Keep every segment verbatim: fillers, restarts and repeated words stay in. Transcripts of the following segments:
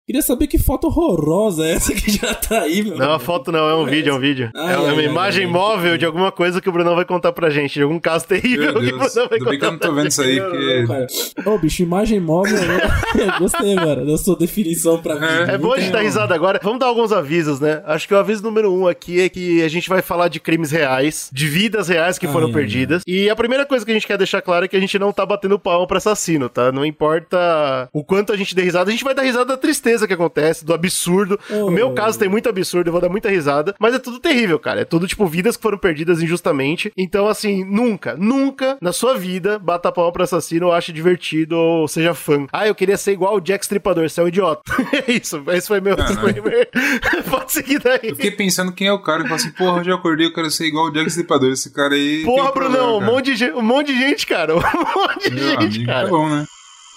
Queria saber que foto horrorosa é essa que já tá aí, meu. Não, a foto não, é um vídeo, é um vídeo. Ai, é uma ai, imagem ai, móvel ai. de alguma coisa que o Brunão vai contar pra gente, de algum caso terrível que o Brunão vai contar. Que eu não tô vendo isso aí, porque... Ô, oh, bicho, imagem móvel, eu gostei, agora, da sua definição pra mim. É, é bom a gente dar risada agora. Vamos dar alguns avisos, né? Acho que o aviso número um aqui é que a gente vai falar de crimes reais, de vidas reais que foram ai, perdidas. Ai. E a primeira coisa que a gente quer deixar claro é que a gente não tá batendo palma pra assassino, tá? Não importa o quanto a gente dê risada, a gente vai dar risada da tristeza que acontece, do absurdo. Oh. No meu caso tem muito absurdo, eu vou dar muita risada, mas é tudo terrível, cara. É tudo, tipo, vidas que foram perdidas injustamente. Então, assim, nunca, nunca na sua vida bata palma pra assassino ou ache divertido ou seja fã. Ah, eu queria ser igual o Jack Stripador, você é um idiota. É isso, esse foi meu disclaimer. Pode seguir daí. Eu fiquei pensando quem é o cara que fala assim, porra, já acordei, eu quero ser igual o Jack Stripador. Esse cara aí... Porra, um Brunão, um monte, de, um monte de gente, cara. Um monte de meu gente, amigo, cara. Tá bom, né?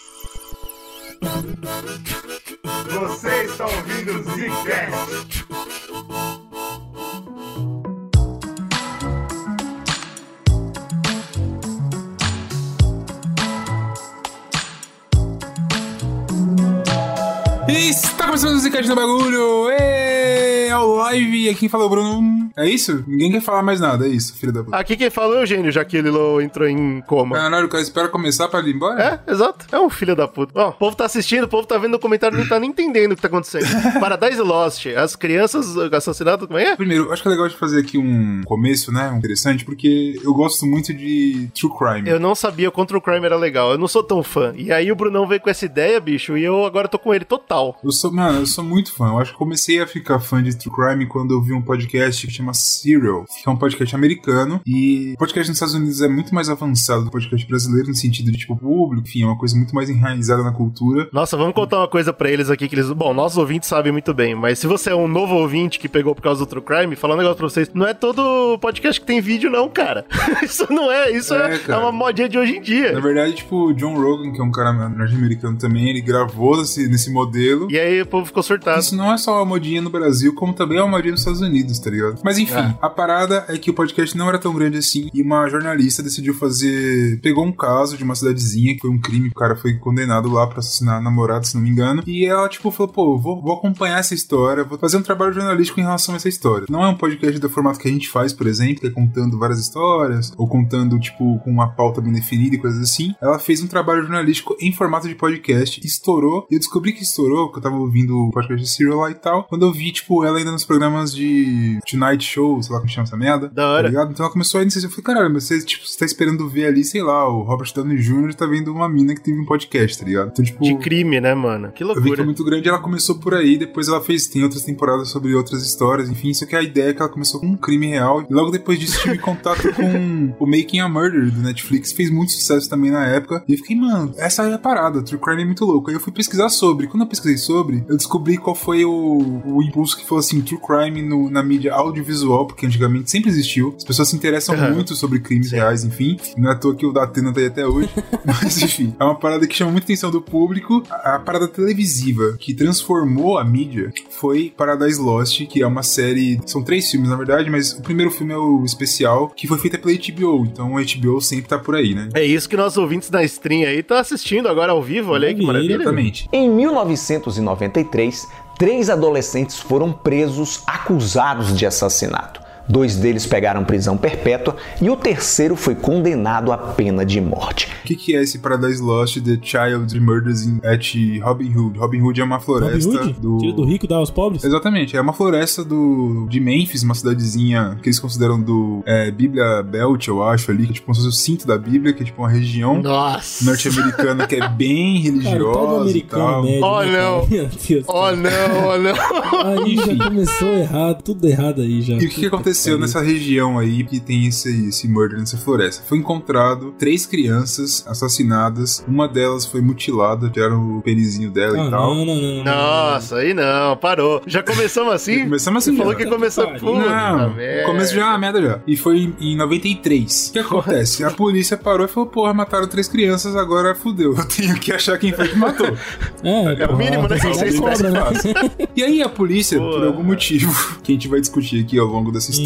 Você está ouvindo o Zcast. Está começando o Zcast no bagulho! É o live, aqui quem fala é o Bruno. É isso? Ninguém quer falar mais nada, é isso, filho da puta. Aqui quem fala é o Eugênio, já que ele entrou em coma. Caralho, o cara espera começar pra ir embora? É, exato. É um filho da puta. Ó, o povo tá assistindo, o povo tá vendo o comentário e não tá nem entendendo o que tá acontecendo. Paradise Lost, as crianças assassinadas, como é? Primeiro, acho que é legal de fazer aqui um começo, né, interessante, porque eu gosto muito de true crime. Eu não sabia quanto o crime era legal, eu não sou tão fã. E aí o Brunão veio com essa ideia, bicho, e eu agora tô com ele total. Eu sou, mano, eu sou muito fã. Eu acho que comecei a ficar fã de true crime quando eu vi um podcast que chama Serial, que é um podcast americano, e o podcast nos Estados Unidos é muito mais avançado do que o podcast brasileiro no sentido de, tipo, público, enfim, é uma coisa muito mais enraizada na cultura. Nossa, vamos contar uma coisa pra eles aqui que eles... Bom, nossos ouvintes sabem muito bem, mas se você é um novo ouvinte que pegou por causa do true crime, falando um negócio pra vocês, não é todo podcast que tem vídeo não, cara. Isso não é, isso é, é, é uma modinha de hoje em dia. Na verdade, tipo, o John Rogan, que é um cara norte-americano também, ele gravou nesse, nesse modelo. E aí o povo ficou surtado. Isso não é só uma modinha no Brasil, como também é uma modinha nos Estados Unidos, tá ligado? Mas enfim, é. a parada é que o podcast não era tão grande assim, e uma jornalista decidiu fazer... Pegou um caso de uma cidadezinha, que foi um crime, o cara foi condenado lá pra assassinar a namorada, se não me engano, e ela, tipo, falou, pô, vou, vou acompanhar essa história, vou fazer um trabalho jornalístico em relação a essa história. Não é um podcast do formato que a gente faz, por exemplo, que é contando várias histórias, ou contando, tipo, com uma pauta bem definida e coisas assim. Ela fez um trabalho jornalístico em formato de podcast, estourou, e eu descobri que estourou, porque eu tava ouvindo o podcast de Serial lá e tal, quando eu vi, tipo, ela ainda nos programas de Tonight Show, sei lá como chama essa merda, da hora. Tá ligado? Então ela começou a ir, eu falei, caralho, mas você, tipo, você tá esperando ver ali, sei lá, o Robert Downey Júnior tá vendo uma mina que teve um podcast, tá ligado? Então, tipo... De crime, né, mano? Que loucura. Eu vi que é muito grande, ela começou por aí, depois ela fez, tem outras temporadas sobre outras histórias, enfim, isso que é a ideia é que ela começou com um crime real, e logo depois disso tive contato com o Making a Murder do Netflix, fez muito sucesso também na época, e eu fiquei, mano, essa é a parada, True Crime é muito louco. Aí eu fui pesquisar sobre, quando eu pesquisei sobre, eu descobri qual foi o, o impulso que falou assim, True Crime no, na mídia audiovisual, porque antigamente sempre existiu, as pessoas se interessam uhum. muito sobre crimes Sim. reais, enfim, não é à toa que o da Atena tá aí até hoje, mas enfim, é uma parada que chama muita atenção do público. A, a parada televisiva que transformou a mídia foi Paradise Lost, que é uma série, são três filmes na verdade, mas o primeiro filme é o especial, que foi feita pela H B O, então a H B O sempre tá por aí, né? É isso que nossos ouvintes da stream aí estão assistindo agora ao vivo, olha aí que maravilha. Exatamente. Em mil novecentos e noventa e três, três adolescentes foram presos acusados de assassinato. Dois deles pegaram prisão perpétua e o terceiro foi condenado à pena de morte. O que, que é esse Paradise Lost, The Child Murders in, at Robin Hood? Robin Hood é uma floresta Robin Hood? do... Tira do rico e dá aos pobres? Exatamente, é uma floresta do... de Memphis, uma cidadezinha que eles consideram do é, Bíblia Belt, eu acho, ali, que é tipo como se fosse o cinto da Bíblia, que é tipo uma região Nossa. norte-americana que é bem religiosa e tal. Médio, oh, né, não. oh não! Oh não! Aí já começou errado, tudo errado aí já. E o que, que aconteceu nessa região aí que tem esse, esse murder nessa floresta? Foi encontrado três crianças assassinadas, uma delas foi mutilada, tiraram o penizinho dela ah, e tal. Não, não, não, não. Nossa, aí não, parou. Já começamos assim? Começamos assim. Você falou já. que começou... Pô, não, começo já é uma merda já. E foi em noventa e três. O que acontece? A polícia parou e falou, porra, mataram três crianças, agora fudeu. Eu tenho que achar quem foi que matou. É, é o mínimo, né? Você cobra, né? E aí a polícia, porra. por algum motivo, que a gente vai discutir aqui ao longo dessa história,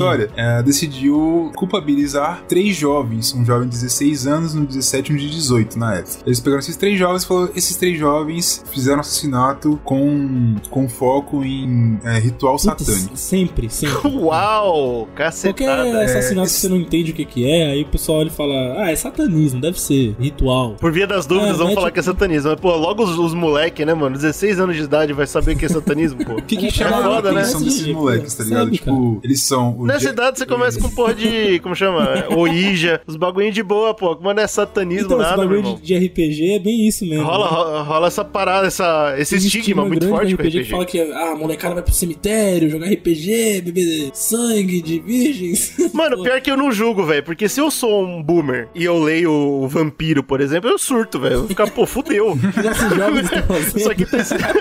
história, é, decidiu culpabilizar três jovens, um jovem de dezesseis anos, um de dezessete e um de dezoito na época. Eles pegaram esses três jovens e falaram, esses três jovens fizeram assassinato com, com foco em é, ritual Putz, satânico. Sempre, sempre. Uau, cacetada. Qualquer assassinato É, que você não entende o que que é, aí o pessoal olha e fala, ah, é satanismo, deve ser ritual. Por via das dúvidas, É, vamos mas falar tipo- que é satanismo. Mas, pô, logo os, os moleque, né, mano? dezesseis anos de idade vai saber que é satanismo, pô. O que que É chama a foda, né? atenção desses Sim, moleques, tá ligado? sabe, Tipo, eles são... o Nessa Je- idade você começa com porra de. Como chama? Ouija, os bagulhinhos de boa, pô. Mano, é satanismo Então, esse nada, meu bagulho irmão. de, de R P G é bem isso mesmo. Rola, né? rola, rola essa parada, essa, esse Tem estigma muito grande forte de com R P G. que fala que ah, a molecada vai pro cemitério, jogar R P G, beber sangue de virgens. Mano, pior que eu não julgo, velho. Porque se eu sou um boomer e eu leio o Vampiro, por exemplo, eu surto, velho. Eu vou ficar, pô, fudeu. Nossos jovens estão fazendo. Isso aqui tá...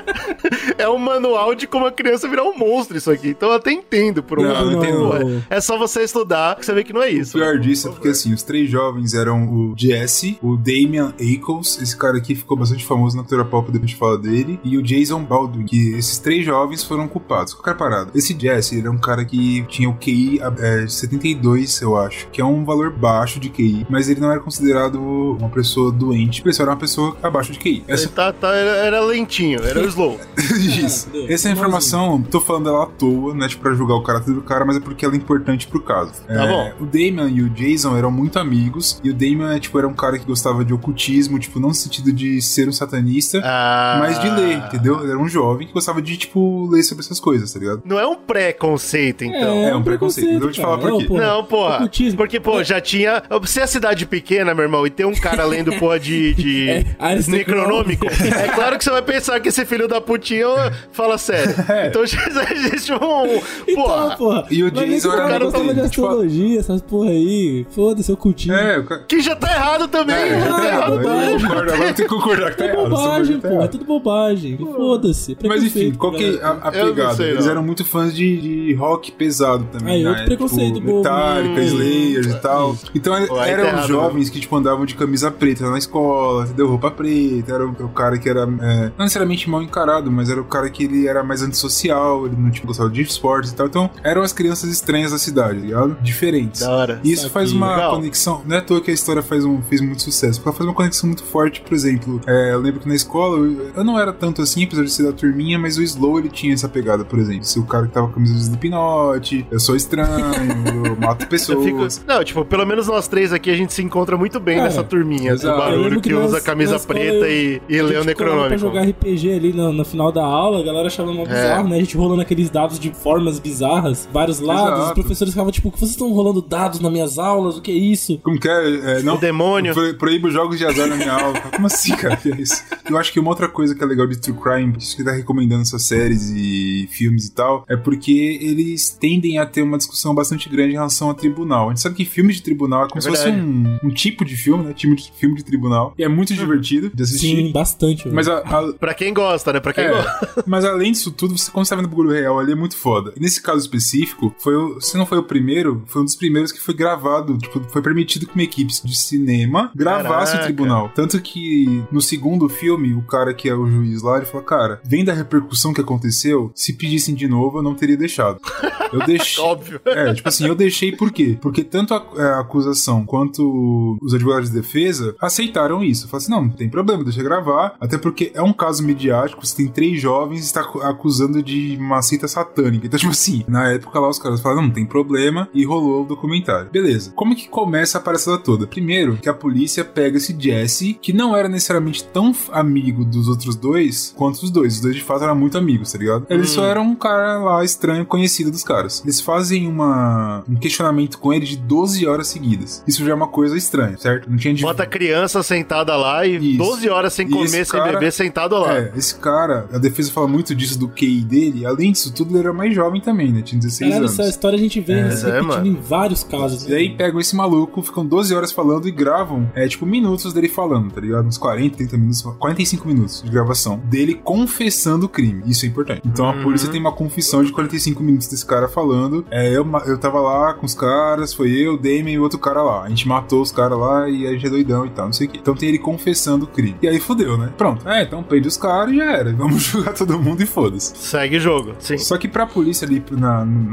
é um manual de como a criança virar um monstro, isso aqui. Então eu até entendo por um Não, lado. não entendo, Pô, não. É só você estudar que você vê que não é isso. O pior mano. disso é porque, assim, os três jovens eram o Jesse, o Damian Ackles, esse cara aqui ficou bastante famoso na cultura pop, depois a gente fala dele, e o Jason Baldwin, que esses três jovens foram culpados. Qualquer parada. Esse Jesse, ele é um cara que tinha o Q I é, setenta e dois, eu acho, que é um valor baixo de Q I, mas ele não era considerado uma pessoa doente, ele só era uma pessoa abaixo de Q I. Essa... Ele tá, tá, era, era lentinho, era o slow. Isso. É, Essa informação, tô falando dela à toa, né, tipo, pra julgar o caráter do cara, mas é porque ela é importante pro caso. Tá É, bom. O Damian e o Jason eram muito amigos, e o Damian, tipo, era um cara que gostava de ocultismo, tipo, não no sentido de ser um satanista, Ah, mas de ler, entendeu? Ele era um jovem que gostava de, tipo, ler sobre essas coisas, tá ligado? Não é um preconceito, então. É um preconceito, mas eu vou te falar por quê. Não, porra. Ocultismo. Porque, pô, já tinha. Se é cidade pequena, meu irmão, e tem um cara lendo porra de. de É, Ariston necronômico, é claro que você vai pensar que esse filho da putinha fala sério. Então já existe um. Então, Porra. porra. E o mas nem Jason que o era cara amigo gostava de dele, tipo, astrologia, essas porra aí. Foda-se, ocultismo. É, o cara... Que já tá errado também. É, já tá é errado. bobagem. Eu concordo, agora eu tenho que concordar que tá É errado. bobagem, tá pô. É errado. tudo bobagem. Foda-se. Mas enfim, Preconceito, qual que é galera. a, a Eu não pegada? sei, Eles não. eram muito fãs de, de rock pesado também. Aí, né? outro preconceito tipo, bobo. Metallica, Hum. Slayers e tal. Então Pô, aí tá eram errado, jovens que tipo, andavam de camisa preta na escola, entendeu? Roupa preta. Era o, o cara que era é, não necessariamente mal encarado, mas era o cara que ele era mais antissocial, ele não tipo, gostava de esportes e tal. Então eram as crianças estranhas da cidade, ligado? Diferentes. Da hora. E isso Saquei. faz uma Legal. conexão. Não é à toa que a história faz um, fez muito sucesso, porque ela faz uma conexão muito forte, por exemplo. É, eu lembro que na escola eu, eu não era tanto assim, apesar de ser da turminha, mas o Slow ele tinha essa pegada, por exemplo. Se o cara que tava com a camisa do Slipknot, eu sou estranho, eu mato Eu pessoas. fico... Não, tipo, pelo menos nós três aqui a gente se encontra muito bem É, nessa turminha. exato. Do Eu barulho lembro que, que usa nós- camisa na escola preta eu- e, e A lê o gente colava pra necronômico. jogar R P G ali no, no final da aula, a galera achava mó bizarro, né? A gente rolando aqueles dados de formas bizarras, vários lados, Exato. os professores ficavam tipo, vocês estão rolando dados nas minhas aulas, o que é isso? Como que é? É, não, O demônio. Pro, proíbo jogos de azar na minha aula. Como assim, cara? Que é isso? Eu acho que uma outra coisa que é legal de True Crime, isso que tá recomendando essas séries e filmes e tal, é porque eles tendem a ter uma discussão bastante grande em relação a tribunal. A gente sabe que filme de tribunal é como É se fosse verdade. um, um tipo de filme, né? Tipo de filme de tribunal. E é muito divertido de assistir. Sim, bastante. velho. Mas a, a, Pra quem gosta, né? Pra quem É, gosta. mas além disso tudo, você, quando você tá vendo o bagulho real ali, é muito foda. E nesse caso específico, foi o, se não foi o primeiro, foi um dos primeiros que foi gravado, tipo, foi permitido que uma equipe de cinema gravasse Caraca. o tribunal. Tanto que no segundo filme, o cara que é o juiz lá, ele falou, cara, vendo a repercussão que aconteceu, se pedissem de novo, eu não teria deixado. Eu deixei... Óbvio. É, tipo assim, eu deixei por quê? Porque tanto a, a acusação quanto os advogados de defesa aceitaram isso. Falaram assim, não, não tem problema, deixa eu gravar. Até porque é um caso midiático, você tem três jovens e está acusando de uma seita satânica. Então, tipo assim, na época lá os caras falaram, não, não tem problema, e rolou o documentário. Beleza. Como que começa a palhaçada toda? Primeiro, que a polícia pega esse Jesse, que não era necessariamente tão amigo dos outros dois quanto os dois. Os dois, de fato, eram muito amigos, tá ligado? Eles só eram um cara lá estranho, conhecido dos caras. Eles fazem uma, um questionamento com ele de doze horas seguidas. Isso já é uma coisa estranha, certo? Não tinha de... Bota a criança sentada lá e Isso. doze horas sem E comer, esse sem cara- beber, sentado lá. É, esse cara, a defesa fala muito disso do Q I dele. Além disso tudo, ele era mais jovem também, né? Tinha dezesseis Caralho, anos. essa história a gente vê É, se é, repetindo mano. em vários casos. E aí pegam esse maluco, ficam doze horas falando e gravam, é, tipo, minutos dele falando, tá ligado? Uns quarenta, trinta minutos, quarenta e cinco minutos de gravação. Dele confessando o crime. Isso é importante. Então a Uhum. polícia tem uma confissão de quarenta e cinco minutos desse cara falando. É, eu, eu tava lá com os caras, foi eu, Damien e outro cara lá. A gente matou os caras lá e a gente é doidão e tal, não sei o quê. Então tem ele confessando o crime. E aí fudeu, né? Pronto. É, então prende os caras e já era. Vamos julgar todo mundo e foda-se. Segue o jogo, sim. Só que pra polícia ali na, na situação,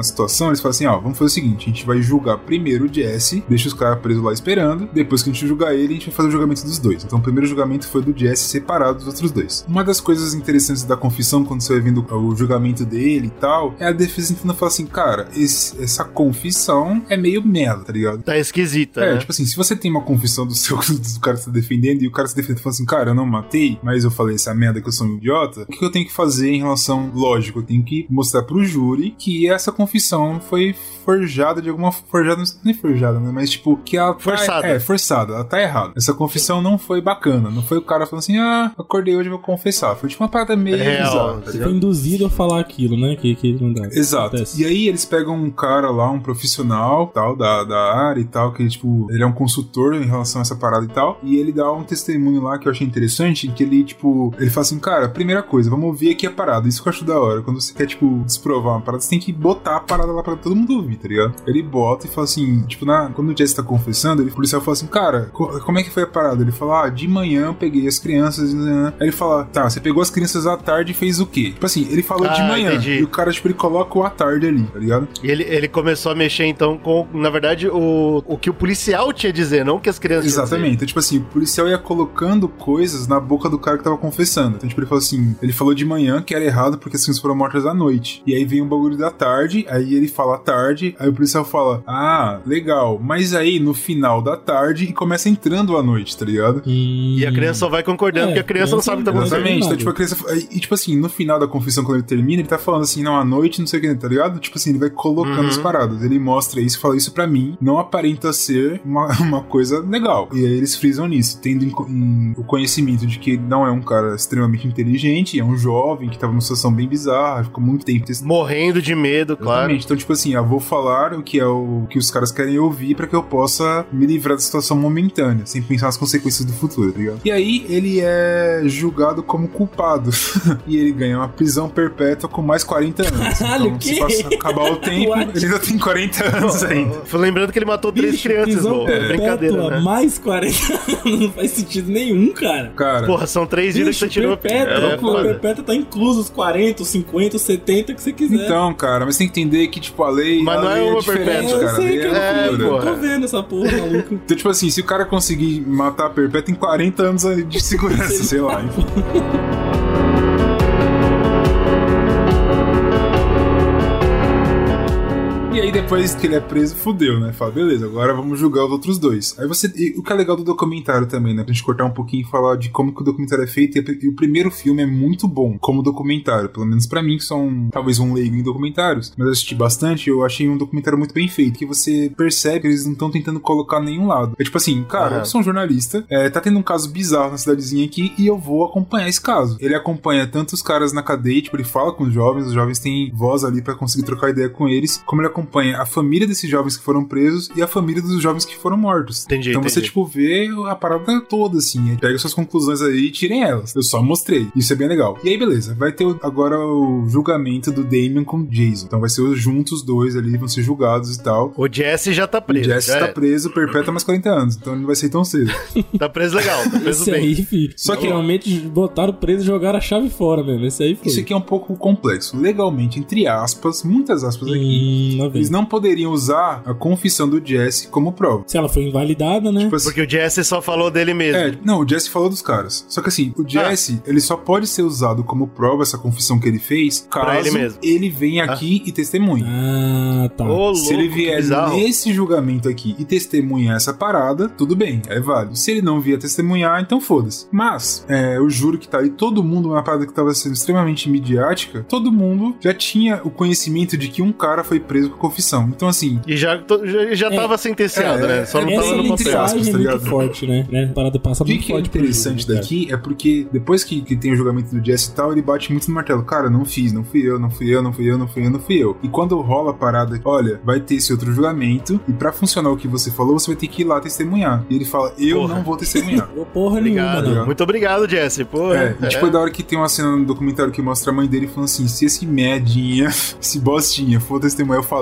eles falam assim, ó, vamos fazer o seguinte, a gente vai julgar primeiro o Jesse, deixa os caras presos lá esperando, depois que a gente julgar ele, a gente vai fazer o julgamento dos dois. Então o primeiro julgamento foi do Jesse separado dos outros dois. Uma das coisas interessantes da confissão, quando você vai vendo o julgamento dele e tal, é a defesa tentando falar assim, cara, esse, essa confissão é meio merda, tá ligado? Tá esquisita, É, né? tipo assim, se você tem uma confissão do seu do cara que você tá defendendo e o cara se defende falando assim, cara, eu não matei, mas eu falei essa merda que eu sou um idiota, o que eu tenho que fazer em relação, lógico, eu tenho que mostrar pro júri que essa confissão foi forjada de alguma forjada, não é forjada, né? Mas tipo, que ela tá, Forçada. É, forçada, ela tá errada. Essa confissão não foi bacana, não foi o cara falando assim, ah, acordei hoje e vou confessar. Foi tipo uma parada meio É, bizarra, ó, tá Você ligado? foi induzido a falar aquilo, né? Que, que não dá. Exato. Acontece. E aí eles pegam um cara lá, um profissional, tal, da, da área e tal, que tipo, ele é um consultor em relação a essa parada e tal, e ele dá um testemunho lá que eu achei interessante, que ele, tipo, ele fala assim, cara, primeira coisa, vamos ouvir aqui a parada. Isso que eu acho da hora. Quando você quer, tipo, desprovar uma parada, você tem que botar a parada lá pra todo mundo ouvir, tá ligado? Ele bota e fala assim, tipo, na, quando o Jesse tá confessando, ele, o policial fala assim, cara, co- como é que foi a parada? Ele fala, ah, de manhã eu peguei as crianças, né? Aí ele fala, tá, você pegou as crianças à tarde e fez o quê? Tipo assim, ele falou Ah, de manhã, entendi. e o cara, tipo, ele coloca o à tarde ali, tá ligado? E ele, ele começou a mexer, então, com, na verdade, o, o que o policial tinha a dizer, não o que as crianças tinham a dizer. Exatamente. Então, tipo assim, o policial ia colocando coisas na boca do cara que tava confessando. Então, tipo, ele falou assim, ele falou de manhã que era errado porque as crianças foram mortas à noite. E aí vem um bagulho da tarde, aí ele fala à tarde, aí o policial fala, ah, legal, mas aí no final da tarde e começa entrando à noite, tá ligado? Hum... E a criança só vai concordando, É, porque a criança não sabe o que tá acontecendo. Exatamente. Então, nada. tipo, a criança. E, tipo assim, no final da confissão, quando ele termina, ele tá falando assim, não, à noite, não sei o que, tá ligado? Tipo assim, ele vai colocando Uhum. as paradas. Ele mostra isso, fala isso pra mim, não aparenta ser uma, uma coisa legal. E aí eles frisam nisso, tendo em, em, o conhecimento de que não é um cara extremamente inteligente, é um jovem que tava numa situação bem bizarra, ficou muito tempo testando. Morrendo de medo, claro. Exatamente. Então, tipo assim, eu vou falar o que é o que os caras querem ouvir pra que eu possa me livrar da situação momentânea, sem pensar nas consequências do futuro, tá ligado? E aí, ele é julgado como culpado. E ele ganha uma prisão perpétua com mais quarenta anos. Caralho, Então, se que? passar, acabar o tempo, What? ele ainda tem quarenta anos ainda. Foi lembrando que ele matou três Bicho, crianças, prisão pô. perpétua, Brincadeira, né? mais quarenta anos, não faz sentido nenhum, cara. Cara, Porra, são três vidas que Bicho, você tirou. perpétua, É, pô, foda. perpétua tá incluso os quarenta, os cinquenta, os setenta que você quiser. então, cara, mas tem que entender que, tipo, a lei, Mas a não é lei uma diferente, perpétua, eu cara. sei A lei que eu é tô, loucura. eu porra. tô vendo essa porra, maluco. Então, tipo assim, se o cara conseguir matar a perpétua, tem quarenta anos de segurança, sei lá. Enfim. E aí depois que ele é preso, fudeu, né? Fala, beleza, agora vamos julgar os outros dois. Aí você... e o que é legal do documentário também, né? Pra gente cortar um pouquinho e falar de como que o documentário é feito. E, e o primeiro filme é muito bom como documentário. Pelo menos pra mim, que sou um, talvez um leigo em documentários. Mas eu assisti bastante, eu achei um documentário muito bem feito. Que você percebe que eles não estão tentando colocar nenhum lado. É tipo assim, cara, Aham. eu sou um jornalista, é, tá tendo um caso bizarro na cidadezinha aqui e eu vou acompanhar esse caso. Ele acompanha tanto os caras na cadeia, tipo, ele fala com os jovens, os jovens têm voz ali pra conseguir trocar ideia com eles, como ele acompanha a família desses jovens que foram presos e a família dos jovens que foram mortos. Entendi, Então você, entendi. tipo, vê a parada toda, assim. Pega suas conclusões aí e tirem elas. Eu só mostrei. Isso é bem legal. E aí, beleza. Vai ter o- agora o julgamento do Damien com o Jason. Então vai ser os juntos, os dois ali, vão ser julgados e tal. O Jesse já tá O preso. Jesse já tá é. preso, perpétua mais quarenta anos. Então ele não vai ser tão cedo. Tá preso legal, tá preso Esse bem. aí, filho. Só que- realmente botaram preso e jogaram a chave fora mesmo. Esse aí foi. Isso aqui é um pouco complexo. Legalmente, entre aspas, muitas aspas aqui, Hum, lá vem. eles não poderiam usar a confissão do Jesse como prova. Se ela foi invalidada, né? Tipo assim, Porque o Jesse só falou dele mesmo. É, não, o Jesse falou dos caras. Só que assim, o Jesse, ele só pode ser usado como prova, essa confissão que ele fez, caso Pra ele mesmo. ele venha aqui e testemunhe. Ah, tá. Ô, louco, Se ele que vier bizarro. nesse julgamento aqui e testemunhar essa parada, tudo bem, é válido. Se ele não vier testemunhar, então foda-se. Mas, é, eu juro que tá aí todo mundo, uma parada que tava sendo extremamente midiática, todo mundo já tinha o conhecimento de que um cara foi preso com confissão. Então, assim, E já, to- já, já É. tava sentenciado, É, né? Só não é, tava Essa no entre papel. aspas, mensagem é tá muito ligado? forte, né? né? A parada passa o que, muito que é forte pro interessante jogo, né, daqui é porque depois que, que tem o julgamento do Jesse e tal, ele bate muito no martelo. Cara, não fiz, não fui eu, não fui eu, não fui eu, não fui eu, não fui eu. E quando rola a parada, olha, vai ter esse outro julgamento e pra funcionar o que você falou, você vai ter que ir lá testemunhar. E ele fala, eu Porra. não vou testemunhar. cara? Ô, porra nenhuma, Obrigado. não. Muito obrigado, Jesse. Pô, É, e tipo, é da hora que tem uma cena no documentário que mostra a mãe dele falando assim, se esse medinha, esse bostinha for testemunhar, eu falei com ele,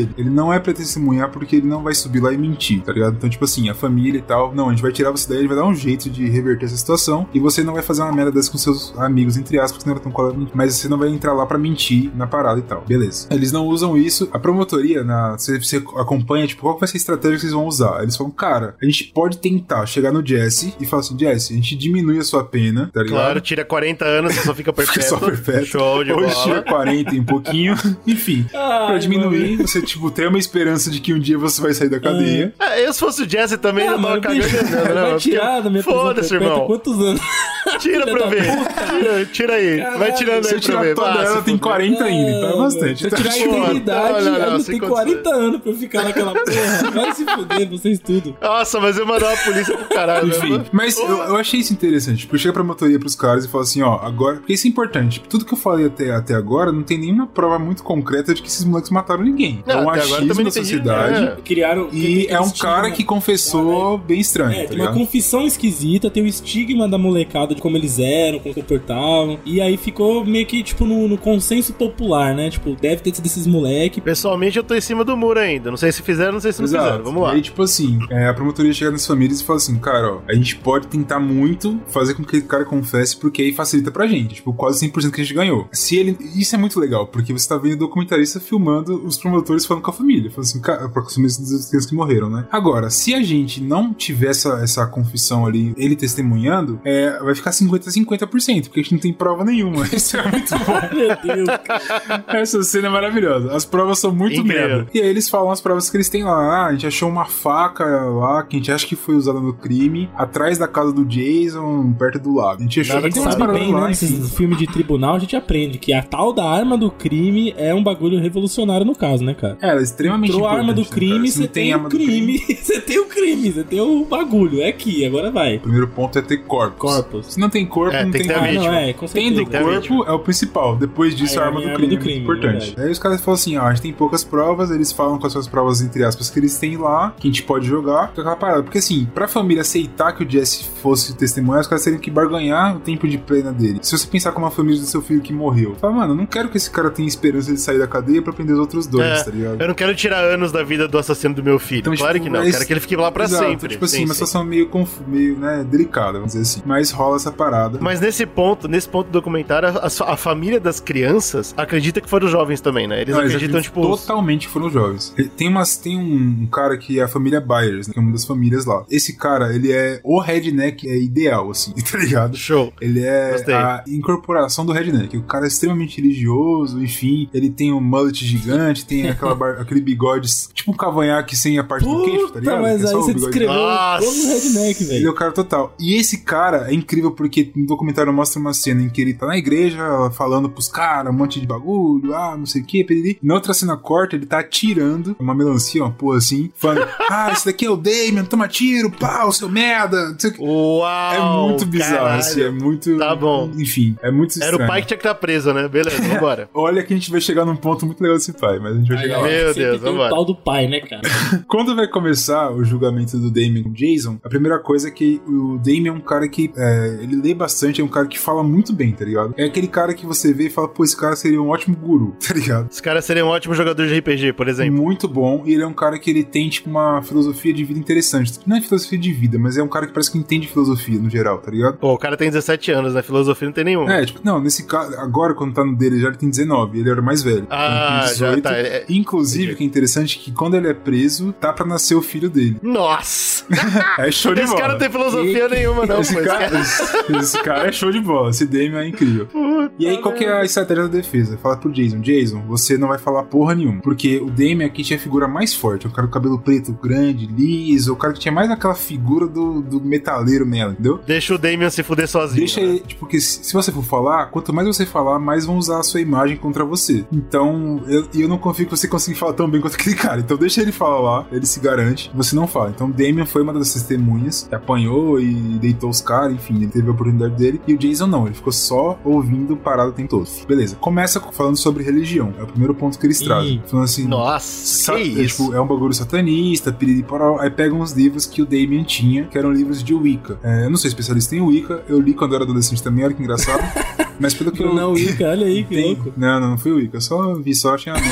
ele. Ele não é pra testemunhar porque ele não vai subir lá e mentir, tá ligado? Então, tipo assim, a família e tal, não, a gente vai tirar você daí, a gente vai dar um jeito de reverter essa situação e você não vai fazer uma merda dessa com seus amigos, entre aspas, porque não era tão colega, mas você não vai entrar lá pra mentir na parada e tal. Beleza. Eles não usam isso. A promotoria, na, você, você acompanha, tipo, qual vai ser a estratégia que vocês vão usar? Eles falam, cara, a gente pode tentar chegar no Jesse e falar assim, Jesse, a gente diminui a sua pena, tá ligado? Claro, tira quarenta anos, você só fica perfeito. Fica só perfeito. Show de Ou bola. tira quarenta e um pouquinho. Enfim, Ai, pra diminuir, mano. você, tipo, tem uma esperança de que um dia você vai sair da cadeia. É, eu se fosse o Jesse também, Ah, eu tava mano, cagando. bicho, Não, não, vai não, tirar da minha prisão foda-se, perpétua irmão. quantos anos? Tira pra eu ver. Tira, tira aí. Caralho, vai tirando Se aí eu pra tirar ver. toda Ah, ela, se tem fuder. quarenta ainda, então é bastante. Se eu Tá? tirar a Não, integridade, não, não, ainda sem tem condições. quarenta anos pra eu ficar naquela porra. Vai se fuder, vocês tudo. Nossa, mas eu mandava a polícia pro caralho. Enfim, né? mas eu, eu achei isso interessante. Porque chega pra motoria pros caras e fala assim, ó, agora... Porque isso é importante. Tipo, tudo que eu falei até, até agora não tem nenhuma prova muito concreta de que esses moleques mataram ninguém. Não, é um até agora também achismo não da entendi, sociedade. né? Criaram... E tem é um estigma, cara que confessou bem estranho, É, tá tem uma ligado? confissão esquisita, tem o estigma da molecada de como eles eram, como se comportavam. E aí ficou meio que, tipo, no, no consenso popular, né? Tipo, deve ter sido esses moleque. Pessoalmente, eu tô em cima do muro ainda. Não sei se fizeram, não sei se não Exato. fizeram. Vamos lá. E aí, tipo assim, é, a promotoria chega nas famílias e fala assim, cara, ó, a gente pode tentar muito fazer com que o cara confesse, porque aí facilita pra gente. Tipo, quase cem por cento que a gente ganhou. Se ele... Isso é muito legal, porque você tá vendo o documentarista filmando os promotores falando com a família. Falando assim, cara, pra assumir as crianças que morreram, né? Agora, se a gente não tiver essa, essa confissão ali, ele testemunhando, é, vai ficar cinquenta a cinquenta por cento, porque a gente não tem prova nenhuma. Isso é muito bom. Meu Deus, cara. Essa cena é maravilhosa. As provas são muito Incrível. merda. E aí eles falam as provas que eles têm lá. Ah, a gente achou uma faca lá, que a gente acha que foi usada no crime, atrás da casa do Jason, perto do lago. A gente achou Nada que que tem umas Sabe paradas bem, lá, né? enfim. Nesses filmes de tribunal a gente aprende que a tal da arma do crime é um bagulho revolucionário no caso, né, cara? É, ela é extremamente Entrou a arma do importante, né, cara? crime, Se não você tem, arma o do crime. Você tem o crime, você tem o bagulho. É aqui, agora vai. O primeiro ponto é ter corpos. Corpos. Se não tem corpo, É, não tem tem que ter a nada. Ah, não, vítima. é, com certeza. Tendo ter a corpo vítima. é o principal. Depois disso, Aí a arma é do a arma crime, do crime, é muito importante. verdade. Aí os caras falam assim, ó, a gente tem poucas provas, eles falam com as suas provas, entre aspas, que eles têm lá, que a gente pode jogar, fica aquela parada. Porque assim, pra família aceitar que o Jesse fosse testemunhar, os caras teriam que barganhar o tempo de pena dele. Se você pensar como a família do seu filho que morreu, fala, mano, eu não quero que esse cara tenha esperança de sair da cadeia pra prender os outros dois, É, tá ligado? eu não quero tirar anos da vida do assassino do meu filho. Então, claro tipo, que não. Eu mas- quero que ele fique lá pra Exato, sempre. Tipo assim, Sim, uma sim. situação meio, confu- meio né, delicada, vamos dizer assim. Mas rola essa parada. Mas nesse ponto, nesse ponto do documentário, a, a família das crianças acredita que foram os jovens também, né? Eles Não, eles acreditam, acreditam tipo... os- totalmente que foram jovens. Tem, umas, tem um, um cara que é a família Byers, né, que é uma das famílias lá. Esse cara, ele é o redneck é ideal, assim, tá ligado? Show. Ele é Gostei. a incorporação do redneck. O cara é extremamente religioso, enfim. Ele tem um mullet gigante, tem aquela bar- aquele bigode, tipo um cavanhaque sem a parte do queixo, tá Puta, ligado? mas Que é aí só o você bigode. descreveu Nossa. todo o redneck, Ele é velho. o cara total. E esse cara é incrível porque no documentário mostra uma cena em que ele tá na igreja falando pros caras um monte de bagulho, ah, não sei o que, periri. Na outra cena corta, ele tá atirando uma melancia, uma porra assim, falando, ah, esse daqui é o Damien, toma tiro, pau, seu merda, não sei o que. Uau! É muito bizarro, caralho. assim, é muito... Tá bom. Enfim, é muito estranho. Era o pai que tinha que estar preso, né? Beleza, vambora. Olha que a gente vai chegar num ponto muito legal desse pai, mas a gente vai chegar lá. Meu Sempre Deus, tem o vambora. tal do pai, né, cara? Quando vai começar o julgamento do Damien com o Jason, a primeira coisa é que o Damien é um cara que é, ele lê bastante, é um cara que fala muito bem, tá ligado? É aquele cara que você vê e fala, pô, esse cara seria um ótimo guru, tá ligado? Esse cara seria um ótimo jogador de R P G, por exemplo. Muito bom, e ele é um cara que ele tem, tipo, uma filosofia de vida interessante. Não é filosofia de vida, mas é um cara que parece que entende filosofia no geral, tá ligado? Pô, o cara tem dezessete anos, né? Filosofia não tem nenhum. É, tipo, não, nesse caso, agora quando tá no dele já ele tem dezenove, ele era o mais velho. Ah, Então, ele tem já tá, é- Inclusive, entendi. que é interessante que quando ele é preso, tá pra nascer o filho dele. Nossa! É show de Esse bola. cara não tem filosofia nenhuma, não, esse, pô. Esse cara, cara- esse, esse cara é show de bola. Esse Damien é incrível. E aí, qual que é a estratégia da defesa? Fala pro Jason, Jason, você não vai falar porra nenhuma. Porque o Damien aqui tinha a figura mais forte. O cara com cabelo preto, grande, liso. O cara que tinha mais aquela figura do, do metaleiro mesmo, entendeu? Deixa o Damien se fuder sozinho. Deixa né? ele, tipo, porque se, se você for falar, quanto mais você falar, mais vão usar a sua imagem contra você. Então, eu, eu não confio que você consiga falar tão bem quanto aquele cara. Então deixa ele falar lá, ele se garante, você não fala. Então, Damien foi uma das testemunhas, que apanhou e deitou os caras, enfim, ele teve a oportunidade dele. E o Jason não, ele ficou só ouvindo parado o tempo todo. Beleza, começa falando sobre religião. É o primeiro ponto que eles Ih. trazem. Falando assim, Nossa, Sa- que é, isso? tipo, é um bagulho satanista, piriri poró. Aí pegam uns livros que o Damien tinha, que eram livros de Wicca. É, eu não sou especialista em Wicca, eu li quando eu era adolescente também, olha que engraçado. Mas pelo que eu... Não, Ica, olha aí, que Tem- louco. Não, não, não fui Wicca, eu só vi só, tinha merda.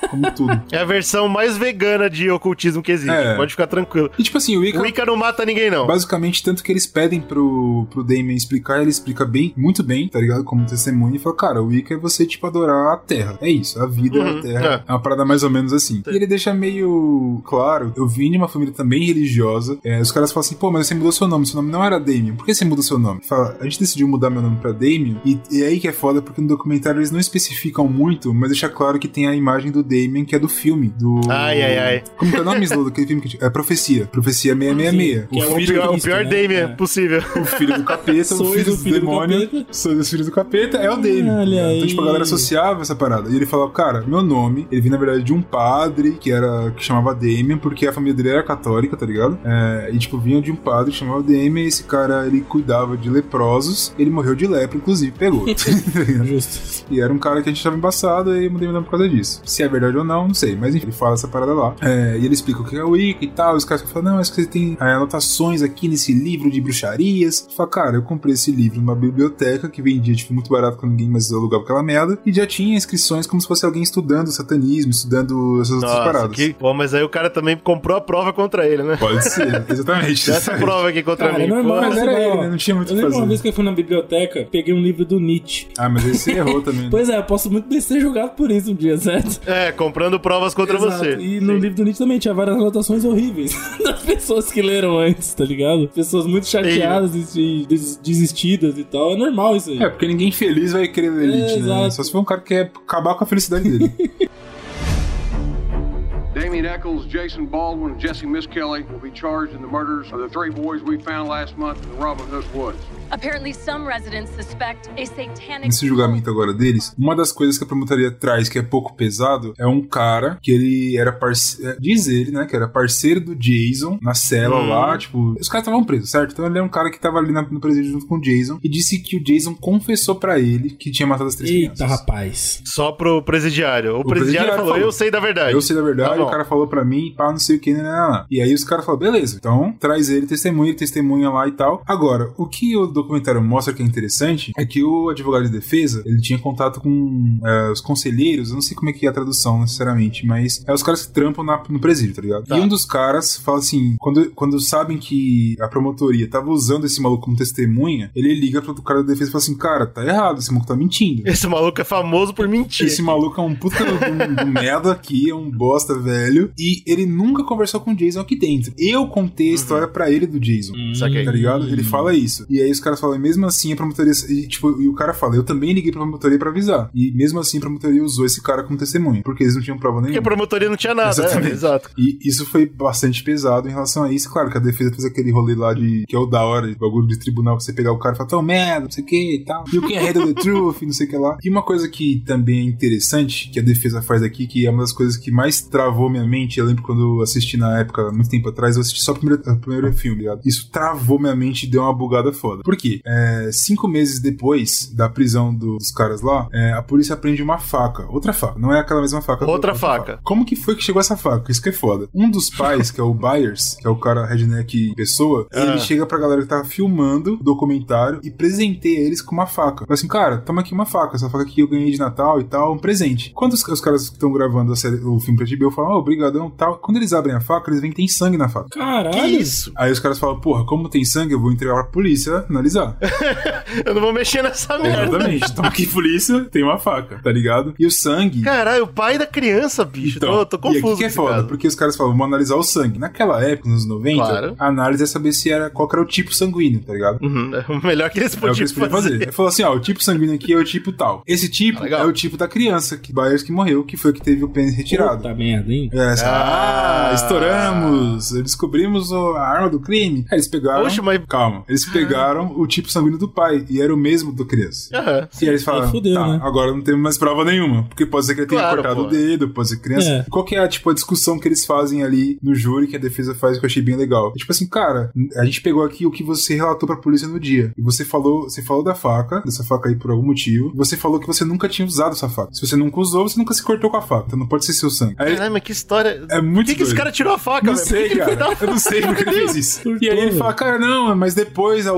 come tudo. É a versão mais vegana de ocultismo que existe. É. Pode ficar tranquilo. E tipo assim, o Wicca... O Wicca não mata ninguém, não. Basicamente, tanto que eles pedem pro, pro Damien explicar, ele explica bem, muito bem, tá ligado? Como testemunha, e fala, cara, o Wicca é você, tipo, adorar a Terra. É isso, a vida uhum, é a Terra. É. é uma parada mais ou menos assim. E ele deixa meio claro, eu vim de uma família também religiosa, é, os caras falam assim, pô, mas você mudou seu nome, seu nome não era Damien, por que você mudou seu nome? Fala, a gente decidiu mudar meu nome pra Damien, e, e é aí que é foda, porque no documentário eles não especificam muito, mas deixa claro que tem a imagem do Damien, que é do filme, do... Ai, ai, ai. Como que é o nome, Slow, daquele filme que... É Profecia. Profecia seiscentos e sessenta e seis. O, o, filho, o pior né? Damien é. possível. O filho do capeta, o filho do, filho do demônio, sou dos filhos do capeta, é o Damien. Olha então, tipo, a galera associava essa parada. E ele falava, cara, meu nome, ele vinha, na verdade, de um padre que era, que chamava Damien, porque a família dele era católica, tá ligado? É, e, tipo, vinha de um padre que chamava Damien, e esse cara, ele cuidava de leprosos, ele morreu de lepra, inclusive, pegou. Justo. E era um cara que a gente tava embaçado, e eu mudei meu nome por causa disso. Se é verdade ou não, não sei, mas enfim, ele fala essa parada lá. É, e ele explica o que é o Wicca e tal, os caras falam, não, mas que você tem é, anotações aqui nesse livro de bruxarias. Fala, cara, eu comprei esse livro numa biblioteca que vendia, tipo, muito barato quando ninguém mais alugava aquela merda, e já tinha inscrições como se fosse alguém estudando satanismo, estudando essas Nossa, outras paradas. Que... Pô, mas aí o cara também comprou a prova contra ele, né? Pode ser, exatamente. Essa prova aqui contra cara, mim. É normal, mas era ele, né? Não tinha muito o que fazer. Uma vez que eu fui na biblioteca, peguei um livro do Nietzsche. Ah, mas esse errou também. Né? Pois é, eu posso muito bem ser julgado por isso um dia, certo? É, comprando provas contra Exato. você. E no Sim. livro do Nietzsche também tinha várias anotações horríveis das pessoas que leram antes, tá ligado? Pessoas muito chateadas e des desistidas e tal. É normal isso aí. É, porque ninguém feliz vai querer ler Elite, é, né? Exato. Só se for um cara que quer acabar com a felicidade dele. Damien Eccles, Jason Baldwin, and Jesse Miskelly will be charged in the murders of the three boys we found last month in the Robin Hood Woods. Apparently some residents suspect a satanic... Nesse julgamento agora deles, uma das coisas que a promotoria traz que é pouco pesado é um cara que ele era parceiro, diz ele, né, que era parceiro do Jason na cela hum. lá, tipo, os caras estavam presos, certo? Então ele é um cara que tava ali na, no presídio junto com o Jason e disse que o Jason confessou pra ele que tinha matado as três Eita, crianças. Eita, rapaz. Só pro presidiário. O, o presidiário, presidiário falou, falou, eu sei da verdade. Eu sei da verdade, tá o cara falou pra mim, pá, não sei o que, né, não, não. E aí os caras falaram, beleza, então traz ele, testemunha, ele testemunha lá e tal. Agora, o que o documentário mostra que é interessante é que o advogado de defesa, ele tinha contato com é, os conselheiros, eu não sei como é que é a tradução necessariamente, mas é os caras que trampam na, no presídio, tá ligado? Tá. E um dos caras fala assim, quando, quando sabem que a promotoria tava usando esse maluco como testemunha, ele liga pro cara da defesa e fala assim, cara, tá errado, esse maluco tá mentindo. Esse maluco é famoso por mentir. Esse maluco é um puta do, do, do merda aqui, é um bosta velho, e ele nunca conversou com o Jason aqui dentro. Eu contei a história uhum. pra ele do Jason, hum, tá ligado? Ele fala isso. E aí os caras falam, mesmo assim a promotoria, e, tipo, e o cara fala, eu também liguei pra promotoria pra avisar. E mesmo assim a promotoria usou esse cara como testemunha, porque eles não tinham prova nenhuma. Porque a promotoria não tinha nada, né? Exato. E isso foi bastante pesado em relação a isso. Claro que a defesa fez aquele rolê lá de, que é o da hora, de bagulho de tribunal, que você pegar o cara e falar, tão merda, não sei o que e tal. You can handle the truth, não sei o que lá. E uma coisa que também é interessante, que a defesa faz aqui, que é uma das coisas que mais travou minha mente, eu lembro quando eu assisti na época, muito tempo atrás, eu assisti só o primeiro, o primeiro filme, ligado? Isso travou minha mente e deu uma bugada foda. Por quê? É, cinco meses depois da prisão dos caras lá, é, a polícia aprende uma faca. Outra faca. Não é aquela mesma faca. Outra, outra faca. faca. Como que foi que chegou essa faca? Isso que é foda. Um dos pais, que é o Byers, que é o cara redneck pessoa, ah. ele chega pra galera que tava filmando o documentário e presenteia eles com uma faca. Fala assim, cara, toma aqui uma faca. Essa faca aqui eu ganhei de Natal e tal, um presente. Quando os, os caras que estão gravando a série, o filme pra H B O falam, ó, oh, obrigadão e tal. Quando eles abrem a faca, eles veem que tem sangue na faca. Caralho. Que isso? Aí os caras falam, porra, como tem sangue, eu vou entregar pra polícia analisar. Eu não vou mexer nessa merda. Exatamente. Então aqui, polícia, tem uma faca, tá ligado? E o sangue... Caralho, o pai da criança, bicho. Então, tô, tô confuso. E aqui que é foda, caso. porque os caras falam, vamos analisar o sangue. Naquela época, nos anos noventa, claro. A análise é saber se era, qual era o tipo sanguíneo, tá ligado? Uhum. É o melhor que eles podiam, é o que eles podiam fazer. fazer. Ele falou assim, ó, o tipo sanguíneo aqui é o tipo tal. Esse tipo ah, é o tipo da criança, que Byers que morreu, que foi que teve o pênis retirado. Puta merda, hein? É, ah, ah, estouramos, descobrimos a arma do crime. Aí eles pegaram... Poxa, mas... Calma. Eles pegaram ah. o tipo sanguíneo do pai, e era o mesmo da criança. Aham. E aí eles falaram, fudeu, tá, né? Agora não temos mais prova nenhuma, porque pode ser que ele tenha claro, cortado pô. o dedo, pode ser criança. É. Qual que é, tipo, a discussão que eles fazem ali no júri, que a defesa faz, que eu achei bem legal? É tipo assim, cara, a gente pegou aqui o que você relatou pra polícia no dia, e você falou, você falou da faca, dessa faca aí por algum motivo, e você falou que você nunca tinha usado essa faca. Se você nunca usou, você nunca se cortou com a faca, então não pode ser seu sangue. Aí, caralho, mas que história... É muito Por que, que esse cara tirou a faca, Não velho? sei, cara. Eu não sei porque ele fez isso. E aí ele fala, cara, não, mas depois, ao longo do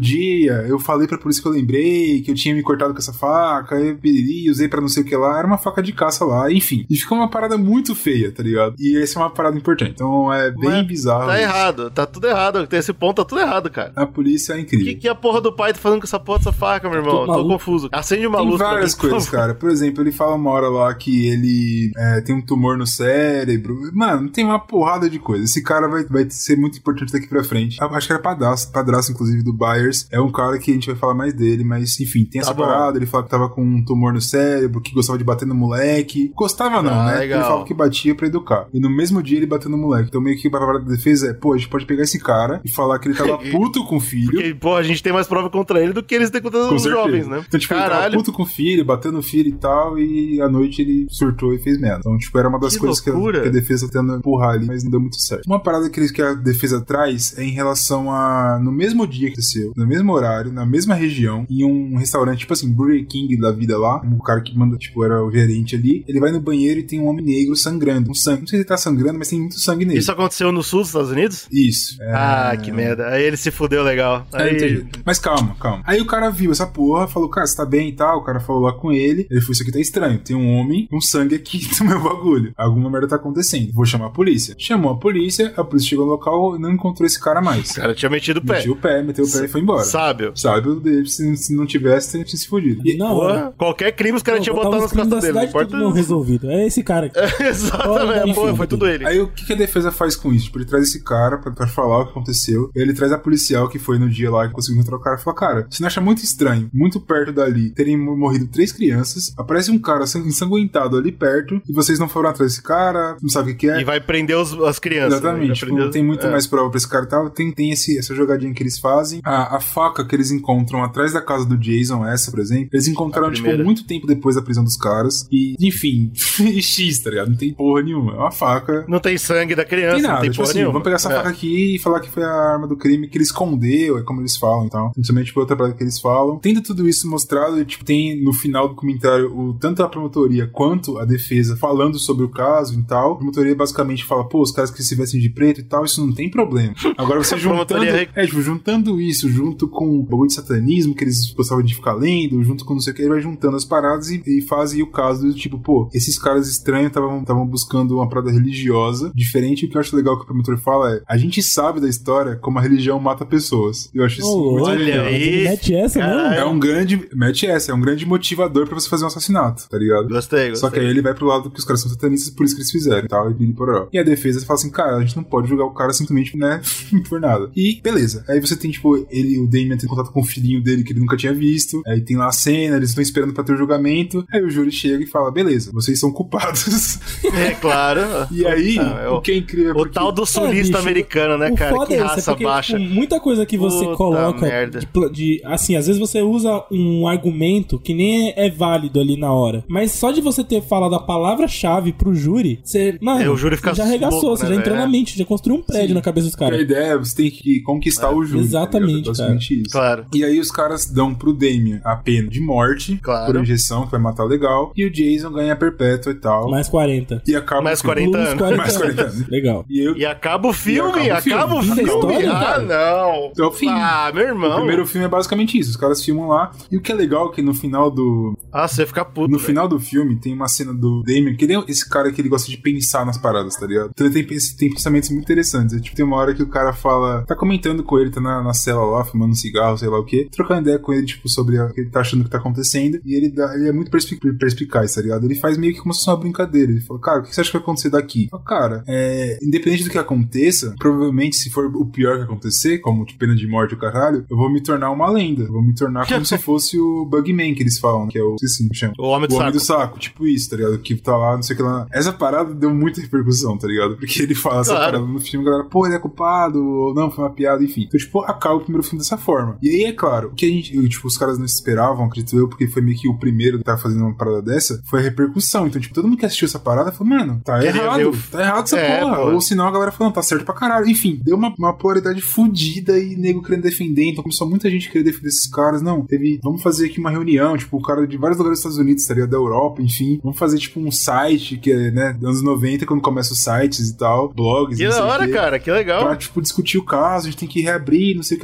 dia, eu falei pra polícia que eu lembrei, que eu tinha me cortado com essa faca, eu piriri, usei pra não sei o que lá, era uma faca de caça lá, enfim. E ficou uma parada muito feia, tá ligado? E essa é uma parada importante. Então é bem Mas bizarro. Tá isso. errado, tá tudo errado. Tem esse ponto, tá tudo errado, cara. A polícia é incrível. O que, que a porra do pai tá fazendo com essa porra dessa faca, meu irmão? Eu tô confuso. Acende uma Tem luz pra várias mim, por coisas, favor. cara. Por exemplo, ele fala uma hora lá que ele é, tem um tumor no cérebro. Mano, tem uma porrada de coisa. Esse cara vai, vai ser muito importante daqui pra frente. Eu acho que era padrasto, padrasto, inclusive, do Byers. É um cara que a gente vai falar mais dele, mas enfim, tem Tá essa bom. parada. Ele fala que tava com um tumor no cérebro, que gostava de bater no moleque. Gostava não, Ah, né? legal. Ele falava que batia pra educar. E no mesmo dia ele bateu no moleque. Então meio que a palavra da defesa é, pô, a gente pode pegar esse cara e falar que ele tava puto com o filho. Porque, pô, a gente tem mais prova contra ele do que eles têm contra Com os certeza. jovens, né? Então, tipo, ele tava Caralho. puto com o filho, bateu no filho e tal, e à noite ele surtou e fez merda. Então, tipo, era uma das Que coisas que a, loucura. que a defesa tá tentando empurrar ali, mas não deu muito certo. Uma parada que, eles, que a defesa traz é em relação a, no mesmo dia que aconteceu, no mesmo horário, na mesma região, em um restaurante, tipo assim, Burger King da vida lá, o cara que manda, tipo, era o gerente ali, ele vai no banheiro e tem um homem negro sangrando. Um sangue, não sei se ele tá sangrando, mas tem muito sangue nele. Isso aconteceu no sul dos Estados Unidos? Isso. É... Ah, que merda. Aí ele se fudeu legal. É, Aí... entendi. Mas calma, calma. Aí o cara viu essa porra, falou, cara, você tá bem e tal? O cara falou lá com ele. Ele falou, isso aqui tá estranho. Tem um homem com sangue aqui no meu bagulho. Alguma merda tá acontecendo. Vou chamar a polícia. Chamou a polícia, a polícia chegou no local e não encontrou esse cara mais. O cara tinha metido o pé. Meteu o pé, meteu o pé e foi embora. Sábio. Sábio dele, se, se não tivesse, teria se fudido. E, Não, Porra, qualquer crime os caras tinham botado nas costas dele. Não importa. Tudo não resolvido. É esse cara aqui. Exatamente. Pô, foi tudo ele. Aí o que, que a defesa faz com isso? Tipo, ele traz esse cara pra, pra falar o que aconteceu. Ele traz a policial que foi no dia lá que conseguiu encontrar o cara e fala, cara, você não acha muito estranho, muito perto dali, terem morrido três crianças, aparece um cara ensanguentado ali perto e vocês não foram atrás desse cara, não sabe o que, que é. E vai prender os, as crianças. Exatamente. Né? Tipo, Prender... tem muito é. mais prova pra esse cara e tal. Tem, tem esse, essa jogadinha que eles fazem. A, a faca que eles encontram atrás da casa do Jason, essa, por exemplo, eles encontraram, tipo, muito tempo depois da prisão dos caras. E, enfim, X, tá ligado? Não tem porra nenhuma. É uma faca. Não tem sangue da criança, Tem nada. não tem Tipo porra assim, nenhuma. vamos pegar essa é. faca aqui e falar que foi a arma do crime que ele escondeu, é como eles falam e tal. Principalmente por outra parada que eles falam. Tendo tudo isso mostrado, e, tipo, tem no final do comentário o, tanto a promotoria quanto a defesa falando sobre o caso e tal. A promotoria basicamente fala, pô, os caras que se vestem de preto e tal, isso não tem problema. Agora você juntando... Promotoria- É, tipo, juntando isso junto com o bagulho de satanismo que eles gostavam de ficar lendo, junto com não sei o que, ele vai juntando as paradas e, e faz aí o caso do tipo, pô, esses caras estranhos estavam buscando uma parada religiosa diferente. O que eu acho legal que o promotor fala é, a gente sabe da história como a religião mata pessoas. Eu acho isso Ô, muito olha legal. aí. Ele mete essa Caralho. mesmo? É um grande... Mete essa, é um grande motivador pra você fazer um assassinato, tá ligado? Gostei, gostei. Só que aí ele vai pro lado que os caras são satanistas, por isso que eles fizeram e tal, e por aí. E a defesa fala assim, cara, a gente não pode julgar o cara simplesmente, né, por nada. E beleza. Aí você tem, tipo, ele, o Damian tem contato com o filhinho dele que ele nunca tinha visto. Aí tem lá a cena, eles estão esperando pra ter o julgamento. Aí o júri chega e fala, beleza, vocês são culpados. É claro. E aí, Não, é o, o que é incrível é o porque... tal do sulista É, bicho, americano, né, o cara? foda Que é isso, raça é porque, baixa. tipo, muita coisa que você Puta coloca merda. de, pla- de, assim, às vezes você usa um argumento que nem é, é válido ali na hora, mas só de você ter falado a palavra-chave pro júri, você, mano, É, o júri fica você já arregaçou, louco, você né, já entrou velho? na mente, já construiu um prédio Sim. na cabeça dos A caras. ideia é você tem que conquistar o júri. Exatamente, tá ligado? É basicamente isso. Claro. E aí os caras dão pro Damian a pena de morte, Claro. por injeção, que vai matar legal, e o Jason ganha a perpétua e tal. Mais quarenta. E acaba Mais o filme. quarenta Plus anos. quarenta Mais quarenta anos. Legal. E eu... E acaba o filme, E acaba o acaba o filme. filme. Fim da história, Ah, cara. não. É o fim. Ah, meu irmão. O primeiro filme é basicamente isso. Os caras filmam lá. E o que é legal é que no final do... Ah, você ia ficar puto. No velho. final do filme tem uma cena do Damian, que ele é esse cara que ele gosta de pensar nas paradas, tá ligado? Então ele tem, tem pensamentos muito interessantes. É, tipo, tem uma hora que o cara fala... Tá comentando com ele, tá na, na cela lá, fumando um cigarro, sei lá o quê. Trocando ideia com ele, tipo, sobre o que ele tá achando que tá acontecendo. E ele, dá, ele é muito perspic- perspicaz, tá ligado? Ele faz meio que como se fosse uma brincadeira. Ele fala, cara, o que você acha que vai acontecer daqui? Fala, cara, é, independente do que aconteça, provavelmente se for o pior que acontecer, como tipo, pena de morte o caralho, eu vou me tornar uma lenda. Eu vou me tornar como se fosse o Bugman que eles falam, que é o... Assim, que chama. O Homem do o homem Saco. do saco, tipo isso, tá ligado? Que tá lá, não sei o que lá. Essa parada deu muita repercussão, tá ligado? Porque ele fala essa Claro. parada no filme, a galera, pô, ele é culpado, ou não, foi uma piada, enfim. Então, tipo, acaba o primeiro filme dessa forma. E aí, é claro, o que a gente, tipo, os caras não esperavam, acredito eu, porque foi meio que o primeiro que tava fazendo uma parada dessa, foi a repercussão. Então, tipo, todo mundo que assistiu essa parada falou, mano, tá Queria errado, ver o- tá errado essa É, porra. pô. Ou senão a galera falando, tá certo pra caralho. Enfim, deu uma, uma polaridade fudida e nego querendo defender. Então começou muita gente querer defender esses caras. Não, teve, vamos fazer aqui uma reunião, tipo, o cara de vários lugares dos Estados Unidos, estaria da Europa, enfim. Vamos fazer, tipo, um site, que é, né, anos noventa, quando começam os sites e tal, blogs, Que não sei da o hora, quê. cara, que legal. Pra, tipo, discutir o caso, a gente tem que reabrir, não sei o que lá.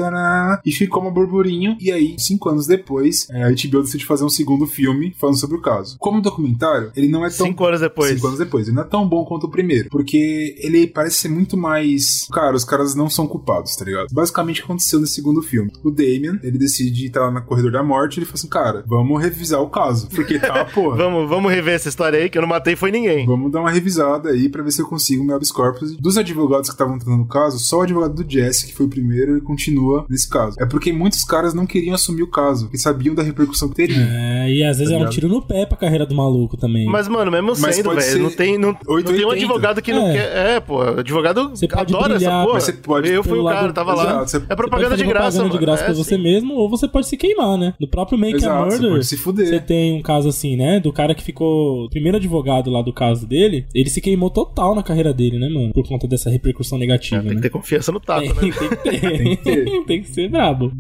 nananana, e ficou uma burburinho, e aí, cinco anos depois, é, a H B O decide fazer um segundo filme falando sobre o caso. Como documentário, ele não é tão... Cinco anos depois. Cinco anos depois. Ele não é tão bom quanto o primeiro, porque ele parece ser muito mais... Cara, os caras não são culpados, tá ligado? Basicamente, o que aconteceu nesse segundo filme? O Damien, ele decide estar lá no corredor da morte, ele fala assim, cara, vamos revisar o caso, porque tá, porra. vamos, vamos rever essa história aí, que eu não matei foi ninguém. Vamos dar uma revisada aí pra ver se eu consigo meu habeas corpus. Dos advogados que estavam tratando o caso, só o advogado do Jesse, que foi o primeiro, ele continua nesse caso. É porque muitos caras não queriam assumir o caso, porque sabiam da repercussão que teria. É, e às vezes tá é um tiro no pé pra carreira do maluco também. Mas, mano, mesmo Mas sendo, velho, não tem, não, não tem um advogado que não é. quer... É, pô, advogado você pode adora brilhar, essa porra. Mas você pode... Eu fui o cara, lado... tava Exato, lá. você... É propaganda de graça, propaganda mano. de graça é, pra você sim. mesmo, ou você pode se queimar, né? No próprio Make Exato, a Murder, você pode se fuder. Você tem um caso assim, né? Do cara que ficou... O primeiro advogado lá do caso dele, ele se queimou total na carreira dele, né, mano? Por conta dessa repercussão negativa, é, tem né? que ter confiança no tato, tem, né? tem que ter. tem que ter. Tem que ser brabo.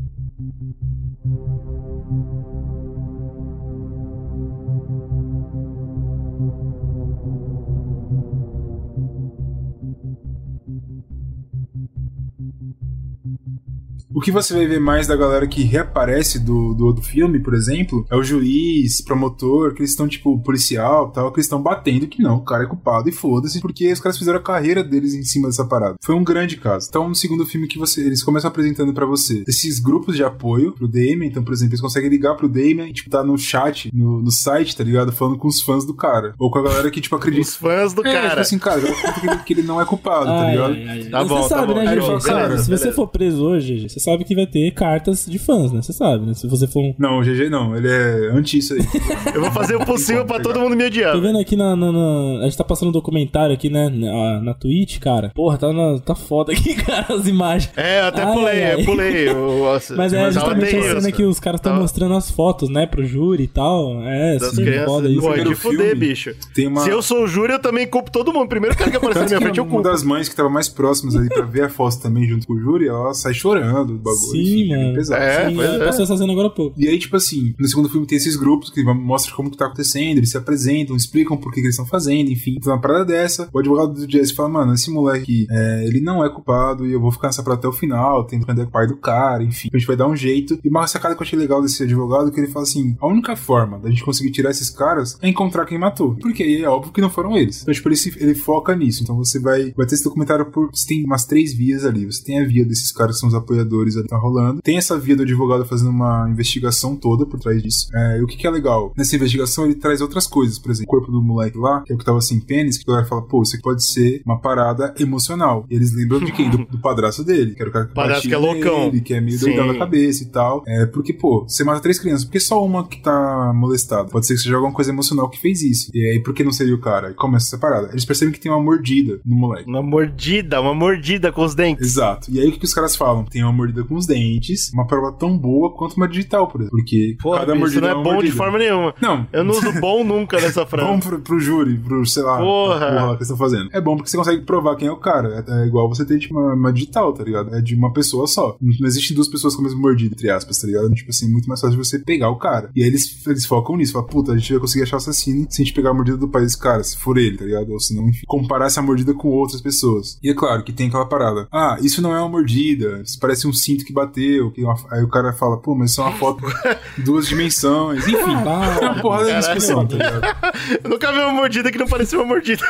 O que você vai ver mais da galera que reaparece do, do outro filme, por exemplo, é o juiz, promotor, que eles estão, tipo, policial e tal, que eles estão batendo que não, o cara é culpado e foda-se, porque os caras fizeram a carreira deles em cima dessa parada. Foi um grande caso. Então, no segundo filme que você, eles começam apresentando pra você esses grupos de apoio pro Damien, então, por exemplo, eles conseguem ligar pro Damien e, tipo, tá no chat, no, no site, tá ligado? Falando com os fãs do cara. Ou com a galera que, tipo, acredita... Os fãs do é, cara. Tipo assim, cara, que ele, que ele não é culpado, tá Ai, ligado? ai, ai. Tá Você bom, sabe, tá bom. né, Aí ele Gigi? fala, cara, se beleza. você for preso hoje, Gigi, você sabe que vai ter cartas de fãs, né? Você sabe, né? Se você for um... Não, o G G não, ele é anti isso aí. Eu vou fazer o possível pra todo mundo me odiar. Tô vendo aqui na, na, na- A gente tá passando um documentário aqui, né? Na, na Twitch, cara. Porra, tá, na- tá foda aqui, cara, as imagens. É, eu até Ai, pulei, ai, ai. eu pulei. Eu, nossa, Mas é tava justamente a terrível, cena que os caras estão Tava- mostrando as fotos, né? Pro júri e tal. É, Das sim, crianças. foda isso. Pô, é de primeiro fuder, filme, bicho. tem uma- Se eu sou o júri, eu também culpo todo mundo. Primeiro cara que apareceu na Tanto minha que frente, eu uma culpo. das mães que tava mais próximas ali pra ver a foto também junto com o júri, ela sai chorando do bagulho. Sim, enfim, é bem mano. pesado. É, Sim, pois é, é. passou essa cena agora há pouco. E aí, tipo assim, no segundo filme tem esses grupos que mostram como que tá acontecendo, eles se apresentam, explicam por que, que eles estão fazendo, enfim. Então, uma parada dessa, o advogado do Jesse fala, mano, esse moleque, é, ele não é culpado e eu vou ficar nessa parada até o final, tendo que entender o pai do cara, enfim. A gente vai dar um jeito. E uma sacada que eu achei legal desse advogado é que ele fala assim, a única forma da gente conseguir tirar esses caras é encontrar quem matou. Porque aí é óbvio que não foram eles. Então, tipo, ele, se, ele foca nisso. Então, você vai, vai ter esse documentário por... Você tem umas três vias ali. Você tem a via desses caras que são os apoiadores ali que tá rolando. Tem essa via do advogado fazendo uma investigação toda por trás disso. É, e o que que é legal? Nessa investigação, ele traz outras coisas. Por exemplo, o corpo do moleque lá, que é o que tava sem pênis, que o cara fala, pô, isso aqui pode ser uma parada emocional. E eles lembram de quem? Do, do padrasto dele, que era o cara que Padrasto batia que é loucão. nele, que é meio Sim. doidão da cabeça e tal. É, porque, pô, você mata três crianças, por que só uma que tá molestada? Pode ser que seja alguma coisa emocional que fez isso. E aí, por que não seria o cara? E começa essa parada. Eles percebem que tem uma mordida no moleque. Uma mordida, uma mordida com os dentes. Exato. E aí o que, que os caras falam? Tem uma mordida com os dentes, uma prova tão boa quanto uma digital, por exemplo. Porque Porra, cada bicho, mordida isso não é uma bom mordida. de forma nenhuma. Não. Eu não uso bom nunca nessa frase. Bom pro, pro júri, pro, sei lá, Porra. a porra lá que eles estão fazendo. É bom porque você consegue provar quem é o cara. É, é igual você ter, tipo, uma, uma digital, tá ligado? É de uma pessoa só. Não, não existe duas pessoas com a mesma mordida, entre aspas, tá ligado? Tipo assim, muito mais fácil de você pegar o cara. E aí eles, eles focam nisso. Falam, puta, a gente vai conseguir achar o assassino se a gente pegar a mordida do pai desse cara, se for ele, tá ligado? Ou se não, enfim, comparar essa mordida com outras pessoas. E é claro que tem aquela parada. Ah, isso não é uma mordida. Isso parece um cinto que bateu. Que uma... Aí o cara fala, pô, mas isso é uma foto em duas dimensões. Enfim, Ah, é uma porrada de discussão, tá ligado? Eu nunca vi uma mordida que não parecia uma mordida.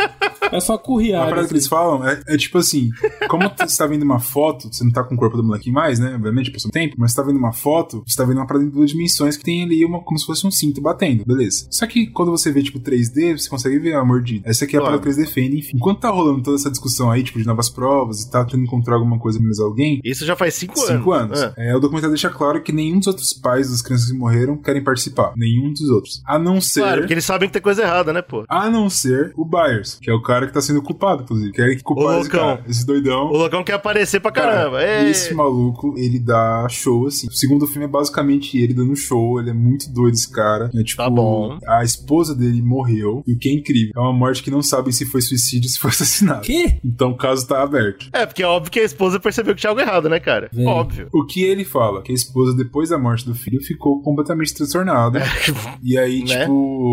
É só A curriar. parada assim. que eles falam é, é tipo assim, como você tá vendo uma foto, você não tá com o corpo do moleque mais, né? Obviamente, passou um tempo, mas você tá vendo uma foto, você tá vendo uma parada em duas dimensões que tem ali uma, como se fosse um cinto batendo, beleza. Só que quando você vê, tipo, três D, você consegue ver a mordida. Essa aqui é a Claro. parada que eles defendem, enfim. Enquanto tá rolando toda essa discussão aí, tipo, de novas provas e tá tentando encontrar alguma coisa menos alguém, Isso já faz cinco, Cinco anos. anos. É. É, o documentário deixa claro que nenhum dos outros pais das crianças que morreram querem participar. Nenhum dos outros. A não ser... Claro, porque eles sabem que tem coisa errada, né, pô? A não ser o Byers, que é o cara que tá sendo culpado, inclusive. Que é ele que culpar O esse loucão. cara. Esse doidão. O loucão quer aparecer pra caramba. Cara, É. esse maluco, ele dá show, assim. O segundo filme é basicamente ele dando show. Ele é muito doido, esse cara. É tipo, Tá bom. a esposa dele morreu. E o que é incrível, é uma morte que não sabem se foi suicídio ou se foi assassinato. Quê? Então o caso tá aberto. É, porque é óbvio que a esposa percebeu que tinha algo errado, né, cara? Velho. Óbvio. O que ele fala? Que a esposa, depois da morte do filho, ficou completamente transtornada. E aí, Né? tipo,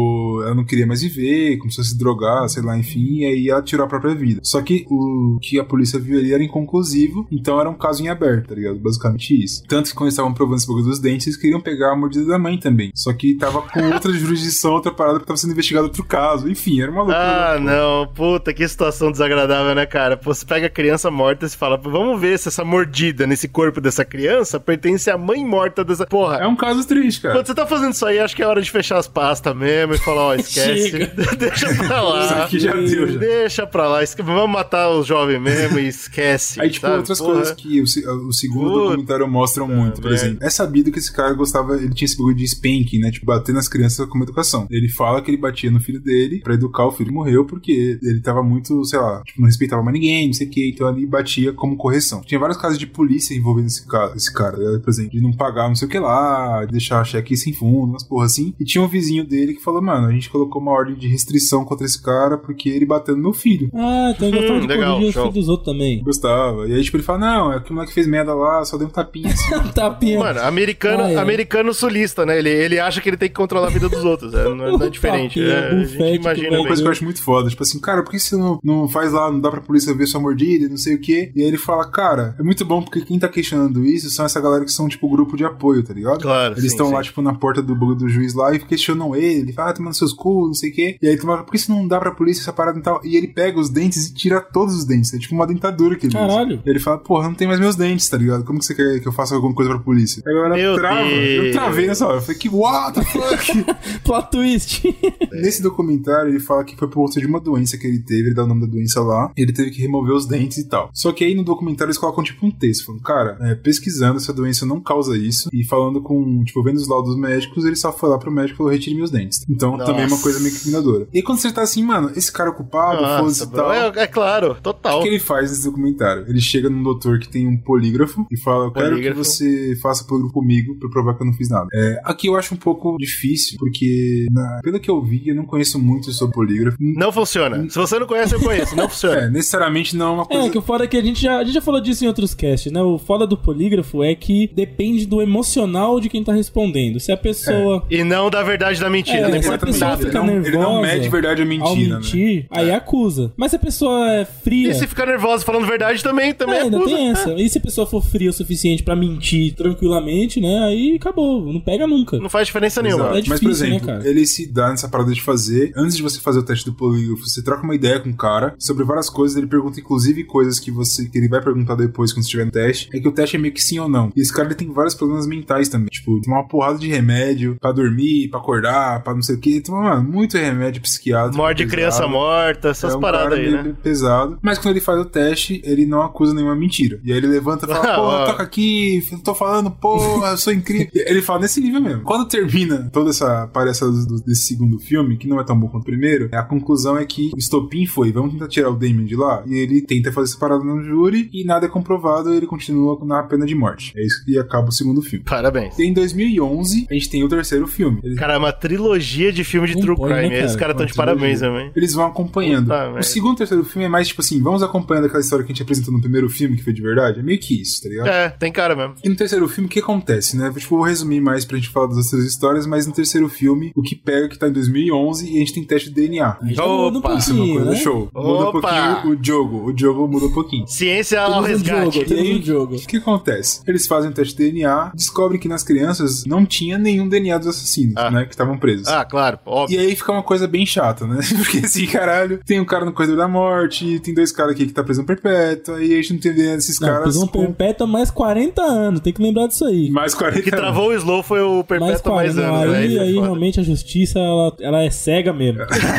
ela não queria mais viver, começou a se drogar, sei lá, enfim, e aí ela tirou a própria vida. Só que o que a polícia viu ali era inconclusivo, então era um caso em aberto, tá ligado? Basicamente isso. Tanto que quando eles estavam provando esse bagulho dos dentes, eles queriam pegar a mordida da mãe também. Só que tava com outra jurisdição, outra parada, porque tava sendo investigado outro caso. Enfim, era uma loucura. Ah, não. Puta, que situação desagradável, né, cara? Pô, você pega a criança morta e você fala, vamos ver se essa mordida nesse corpo dessa criança pertence à mãe morta dessa... Porra. É um caso triste, cara. Quando você tá fazendo isso aí, acho que é hora de fechar as pastas mesmo e falar, ó, esquece. Deixa pra lá. Isso aqui já deu, já. Deixa pra lá. Esque... Vamos matar os jovens mesmo e esquece. Aí, tipo, sabe? outras Porra. coisas que o, o segundo Puta, documentário mostram muito, por exemplo. É sabido que esse cara gostava, ele tinha esse bagulho de spanking, né? Tipo, bater nas crianças como educação. Ele fala que ele batia no filho dele pra educar o filho, e morreu porque ele tava muito, sei lá, tipo, não respeitava mais ninguém, não sei o que, então ali batia como correção. Tinha vários casos de polícia envolvendo esse cara, esse cara, né? Por exemplo, de não pagar não sei o que lá, deixar cheque sem fundo, umas porra assim. E tinha um vizinho dele que falou, mano, a gente colocou uma ordem de restrição contra esse cara porque ele bateu no meu filho. Ah, então ele gostava hum, de legal, corrigir os show. filhos dos outros também. Gostava. E aí, tipo, ele fala, não, é que o moleque fez merda lá, só deu um tapinha assim. Tapinha. Mano, americano, ah, é. americano sulista, né? Ele, ele acha que ele tem que controlar a vida dos outros. É, não, é, não é diferente. Tapinha, É, a gente bufete, imagina Uma bem. coisa que eu acho muito foda, tipo assim, cara, por que você não, não faz lá, não dá pra polícia ver sua mordida e não sei o quê? E aí ele fala, cara, é muito bom porque quem tá questionando isso são essa galera que são, tipo, grupo de apoio, tá ligado? Claro, Eles estão lá, tipo, na porta do, do juiz lá e questionam ele, ele fala, ah, tomando seus cu, não sei o quê. E aí tu fala, por que você não dá pra polícia essa parada e tal? E ele pega os dentes e tira todos os dentes, é tipo uma dentadura que ele Caralho. usa. E ele fala, porra, não tem mais meus dentes, tá ligado? Como que você quer que eu faça alguma coisa pra polícia? Aí ela Meu trava, Deus. eu travei nessa hora, eu falei, que what the fuck? Plot twist. Nesse documentário, ele fala que foi por conta de uma doença que ele teve, ele dá o nome da doença lá, ele teve que remover os dentes e tal. Só que aí no documentário eles colocam tipo um texto, falando, cara, é, pesquisando, essa doença não causa isso, e falando com, tipo, vendo os laudos médicos, ele só foi lá pro médico e falou, retire meus dentes. Então, Nossa. também é uma coisa meio criminadora. E aí quando você tá assim, mano, esse cara é culpado, foda-se e tal... É, é claro, total. O que ele faz nesse documentário? Ele chega num doutor que tem um polígrafo e fala, eu quero Polígrafo. que você faça polígrafo comigo pra provar que eu não fiz nada. É, aqui eu acho um pouco difícil, porque na, pelo que eu vi, eu não conheço muito sobre polígrafo. Não funciona. Se você não conhece, eu conheço. Não funciona. É, necessariamente não é uma coisa... É, que o foda é que a gente já, a gente já falou disso em outros casts, né? O foda do polígrafo é que depende do emocional de quem tá respondendo. Se a pessoa... E não da verdade da mentira. É, não se a importa pessoa nada. fica Ele não- ele não nervosa mede verdade ou mentira, ao mentir, né? aí acusa. Mas se a pessoa é fria... E se ficar nervosa falando verdade também, também É, ainda acusa. tem essa. E se a pessoa for fria o suficiente pra mentir tranquilamente, né? Aí acabou. Não pega nunca. Não faz diferença nenhuma. É Mas, por difícil, exemplo, né, cara? ele se dá nessa parada de fazer, antes de você fazer o teste do polígrafo, você troca uma ideia com o cara sobre várias coisas, ele pergunta inclusive coisas que você que ele vai perguntar depois quando estiver no teste, é que o teste é meio que sim ou não. E esse cara ele tem vários problemas mentais também, tipo, tem uma porrada de remédio pra dormir, pra acordar, pra não sei o que, então, mano, muito remédio psiquiátrico. Morde pesado. criança morta, essas É um paradas cara aí, meio né? pesado. Mas quando ele faz o teste, ele não acusa nenhuma mentira. E aí ele levanta e fala, porra, toca aqui, eu tô falando, porra, eu sou incrível. Ele fala nesse nível mesmo. Quando termina toda essa palhaçada do- desse segundo filme, que não é tão bom quanto o primeiro, a conclusão é que o estopim foi, vamos tentar tirar o Damien de lá. E ele tenta fazer essa parada no júri e nada é comprovado, ele continua na pena de morte. É isso que acaba o segundo filme. Parabéns. E em dois mil e onze, a gente tem o terceiro filme. Ele- Cara, é uma trilogia de filme de Não true pode, né, crime. cara? Esses caras estão Uma de parabéns trilogia. também. Eles vão acompanhando. Puta o merda. segundo e terceiro filme é mais tipo assim, vamos acompanhando aquela história que a gente apresentou no primeiro filme, que foi de verdade. É meio que isso, tá ligado? É, tem cara mesmo. E no terceiro filme, o que acontece, né? Tipo, eu vou resumir mais pra gente falar das outras histórias, mas no terceiro filme, o que pega que tá em dois mil e onze e a gente tem teste de D N A. Aí já muda um Opa, Isso é uma pouquinho, coisa né? show. Muda um Opa! pouquinho o jogo. O jogo muda um pouquinho. Ciência ao Temos um resgate. jogo, temos um jogo. O que acontece? Eles fazem o teste de D N A, descobrem que nas crianças não tinha nenhum D N A dos assassinos, Ah. né? Que estavam presos. Ah, claro, óbvio. E aí fica uma coisa bem chata, né? Porque assim, caralho, tem um cara no corredor da morte, tem dois caras aqui que tá prisão perpétua, e a gente não tem ideia desses Não, caras. prisão com perpétua mais quarenta anos. Tem que lembrar disso aí. mais quarenta O que travou o slow foi o Mais perpétuo mais quarenta. anos. Aí, né? Isso é aí foda. realmente a justiça, ela, ela é cega mesmo.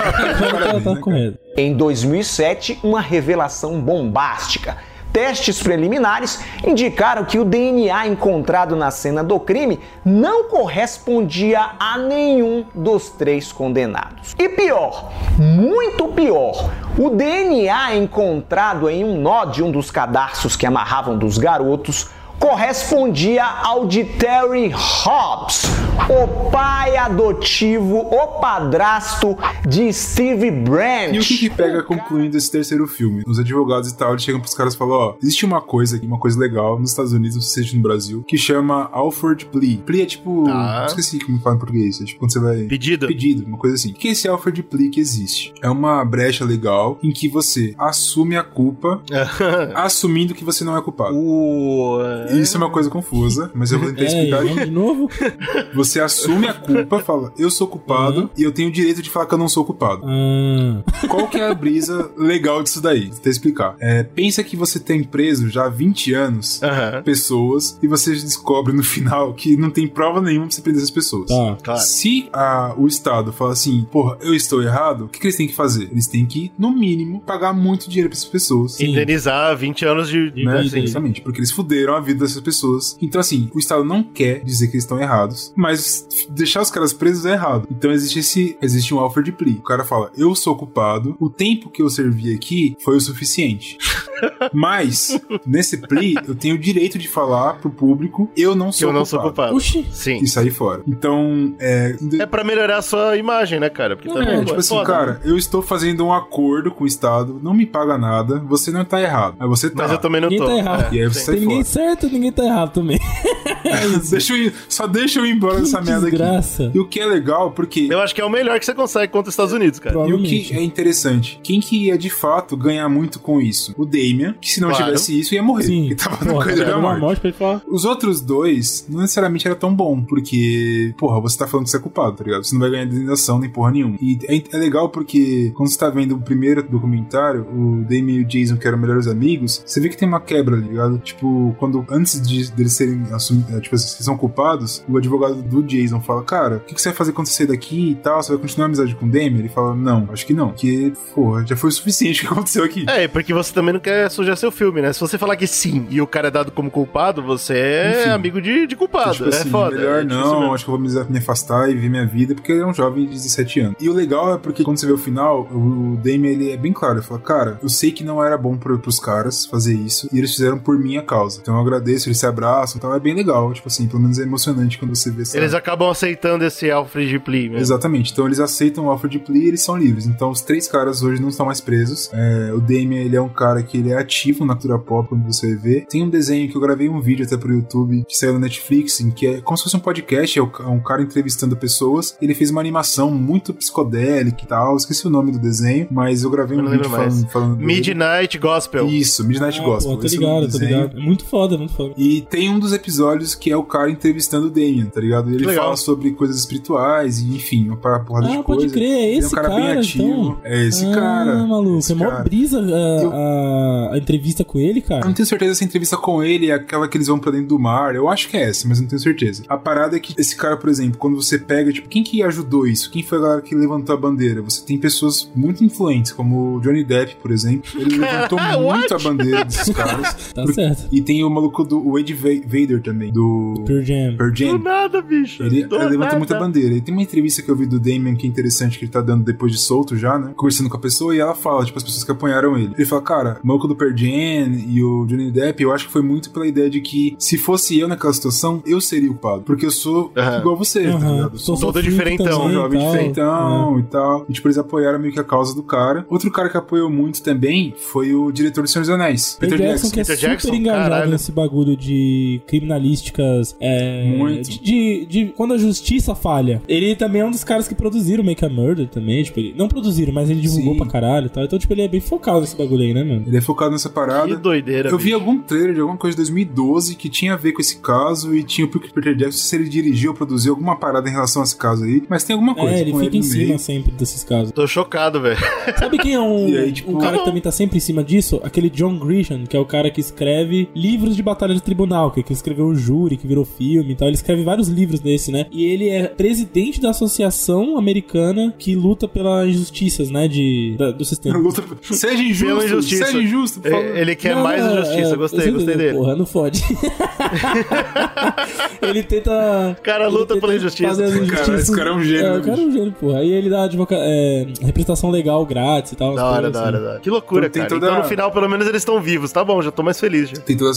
ela tá né, correta. Em dois mil e sete, uma revelação bombástica. Testes preliminares indicaram que o D N A encontrado na cena do crime não correspondia a nenhum dos três condenados. E pior, muito pior, o D N A encontrado em um nó de um dos cadarços que amarravam dos garotos correspondia ao de Terry Hobbs, o pai adotivo, o padrasto de Steve Branch. E o que que pega concluindo esse terceiro filme? Os advogados e tal, eles chegam pros caras e falam, ó, existe uma coisa aqui, uma coisa legal nos Estados Unidos, não sei se existe no Brasil, que chama Alford Plea. Plea é tipo, Ah. esqueci como fala em português, é tipo quando você vai... Pedido. Pedido, uma coisa assim. O que é esse Alford Plea que existe? É uma brecha legal em que você assume a culpa, assumindo que você não é culpado. O... Isso é uma coisa confusa, mas eu vou tentar É, e explicar. vamos de novo? Você assume a culpa, fala, eu sou culpado Uhum. e eu tenho o direito de falar que eu não sou culpado. Ah, Qual que é a brisa legal disso daí? Vou tentar explicar. É, pensa que você tem preso já há vinte anos Aham. pessoas e você descobre no final que não tem prova nenhuma pra você prender essas pessoas. tá. Claro. Se a- o Estado fala assim, porra, eu estou errado, o que, que eles têm que fazer? Eles têm que, no mínimo, pagar muito dinheiro pra essas pessoas. Sim. Indenizar vinte anos de... de Né? Sim. Exatamente, porque eles fuderam a vida dessas pessoas. Então, assim, o Estado não quer dizer que eles estão errados, mas deixar os caras presos é errado. Então, existe esse, existe um Alford Plea. O cara fala, eu sou culpado, o tempo que eu servi aqui foi o suficiente. Mas, nesse plea, eu tenho o direito de falar pro público, eu não Que sou eu não culpado. sou culpado. Oxi. Sim. E sair fora. Então, é... É pra melhorar a sua imagem, né, cara? Porque também É, é tipo assim, foda, cara, né? eu estou fazendo um acordo com o Estado, não me paga nada, você não tá errado. Mas você tá. Mas eu também não Ninguém tô. tá errado. E aí você sai Tem ninguém fora. certo, ninguém tá errado também. Deixa eu ir, só deixa eu ir embora Que dessa merda desgraça. aqui. E o que é legal, porque... Eu acho que é o melhor que você consegue contra os Estados Unidos, cara. E o Provavelmente. que é interessante, quem que ia de fato ganhar muito com isso? O Damian, que se não Claro. tivesse isso ia morrer, Sim. porque tava no Porra, coisa da era uma morte. morte pra ele falar. Os outros dois não necessariamente era tão bom, porque, porra, você tá falando que você é culpado, tá ligado? Você não vai ganhar indenização nem porra nenhuma. E é, é legal porque quando você tá vendo o primeiro documentário, o Damian e o Jason, que eram melhores amigos, você vê que tem uma quebra, tá ligado? Tipo, quando antes de deles serem assumidos, tipo, vocês são culpados, o advogado do Jason fala, cara, o que, que você vai fazer quando você sair daqui e tal? Você vai continuar a amizade com o Damian? Ele fala, não, acho que não. Porque, porra, já foi o suficiente o que aconteceu aqui. É, porque você também não quer sujar seu filme, né? Se você falar que sim e o cara é dado como culpado, você é Enfim. amigo de, de culpado. Tipo assim, é foda. melhor é difícil não, mesmo. acho que eu vou me me afastar e viver minha vida, porque ele é um jovem de dezessete anos. E o legal é porque quando você vê o final, o Damian, ele é bem claro, ele fala, cara, eu sei que não era bom pro, pros caras fazer isso, e eles fizeram por minha causa. Então eu agradeço, eles se abraçam, então é bem legal, tipo assim, pelo menos é emocionante quando você vê essa... Eles acabam aceitando esse Alfred Plea mesmo. Exatamente, então eles aceitam o offer de plea e eles são livres. Então os três caras hoje não estão mais presos. É, o Damian, ele é um cara que ele é ativo na cultura pop, quando você vê. Tem um desenho que eu gravei um vídeo até pro YouTube, que saiu no Netflix, em que é como se fosse um podcast, é um cara entrevistando pessoas. Ele fez uma animação muito psicodélica e tal, esqueci o nome do desenho, mas eu gravei Eu um não vídeo lembro mais. falando, falando dele. Midnight Gospel. Isso, Midnight Ah, Gospel. pô, tô esse é o nome ligado, do tô desenho. ligado. É muito foda, muito foda. E tem um dos episódios que é o cara entrevistando o Damian, tá ligado? E ele Legal. fala sobre coisas espirituais e, enfim, uma porrada de Ah, coisa. pode crer, é Ele esse é um cara, cara, bem ativo. então. É esse ah, cara. maluco, esse é mó cara. brisa a, Eu- a, a entrevista com ele, Eu cara. não tenho certeza se a entrevista com ele é aquela que eles vão pra dentro do mar. Eu acho que é essa, mas não tenho certeza. A parada é que esse cara, por exemplo, quando você pega, tipo, quem que ajudou isso? Quem foi a galera que levantou a bandeira? Você tem pessoas muito influentes, como o Johnny Depp, por exemplo. Ele levantou muito a bandeira desses caras. Tá Porque- certo. E tem o maluco do o Ed Va- Vader também, do Pearl Jam. Pearl Jam. Do nada, bicho. Ele, Do ele levanta nada. muita bandeira. E tem uma entrevista que eu vi do Damian que é interessante, que ele tá dando depois de solto já, né? Conversando com a pessoa, e ela fala, tipo, as pessoas que apoiaram ele. Ele fala, cara, o maluco do Pearl Jam e o Johnny Depp, eu acho que foi muito pela ideia de que se fosse eu naquela situação, eu seria o culpado. Porque eu sou Aham. igual você, tá Aham. ligado? Eu sou Sou todo sofrido diferentão, também um e jovem tal. diferentão e tal. E, tipo, eles apoiaram meio que a causa do cara. Outro cara que apoiou muito também foi o diretor do Senhor dos Anéis, Peter Peter Jackson, Jackson. que é Peter super Jackson, engajado caralho. nesse bagulho de criminalísticas. É, Muito. De, de, de quando a justiça falha. Ele também é um dos caras que produziram Make a Murder também. Tipo, ele, não produziram, mas ele divulgou Sim. pra caralho e tal. Então, tipo, ele é bem focado nesse bagulho aí, né, mano? Ele é focado nessa parada. Que doideira, Eu vi bicho. algum trailer de alguma coisa de dois mil e doze que tinha a ver com esse caso e tinha o Peter Jackson se ele dirigiu ou produziu alguma parada em relação a esse caso aí, mas tem alguma coisa É, ele com fica ele em no cima meio. sempre desses casos. Tô chocado, velho. Sabe quem é um, E aí, tipo, um cara que também tá sempre em cima disso? Aquele John Grisham, que é o cara que escreve livros de batalha de tribunal, que, que escreveu o Júri, que virou filme e tal. Ele escreve vários livros desse, né? E ele é presidente da associação americana que luta pelas injustiças, né? De, da- do sistema. Luta- Seja injusto, Pela injustiça. seja injusto, por favor. É, Ele quer Não, mais não, injustiça. é, gostei, você gostei entendeu, dele. Porra, não fode. Ele tenta. O cara ele luta tenta pela injustiça. fazer as Cara, injustiças. esse cara é um gênio, É, né, o cara é um gênio, porra. Aí ele dá advoca... é, representação legal grátis e tal. umas Da hora, coisas da hora, assim. da hora. Que loucura, Então tem cara. toda- Então no final, pelo menos, eles estão vivos. Tá bom, já tô mais feliz já. Tem toda essa parada que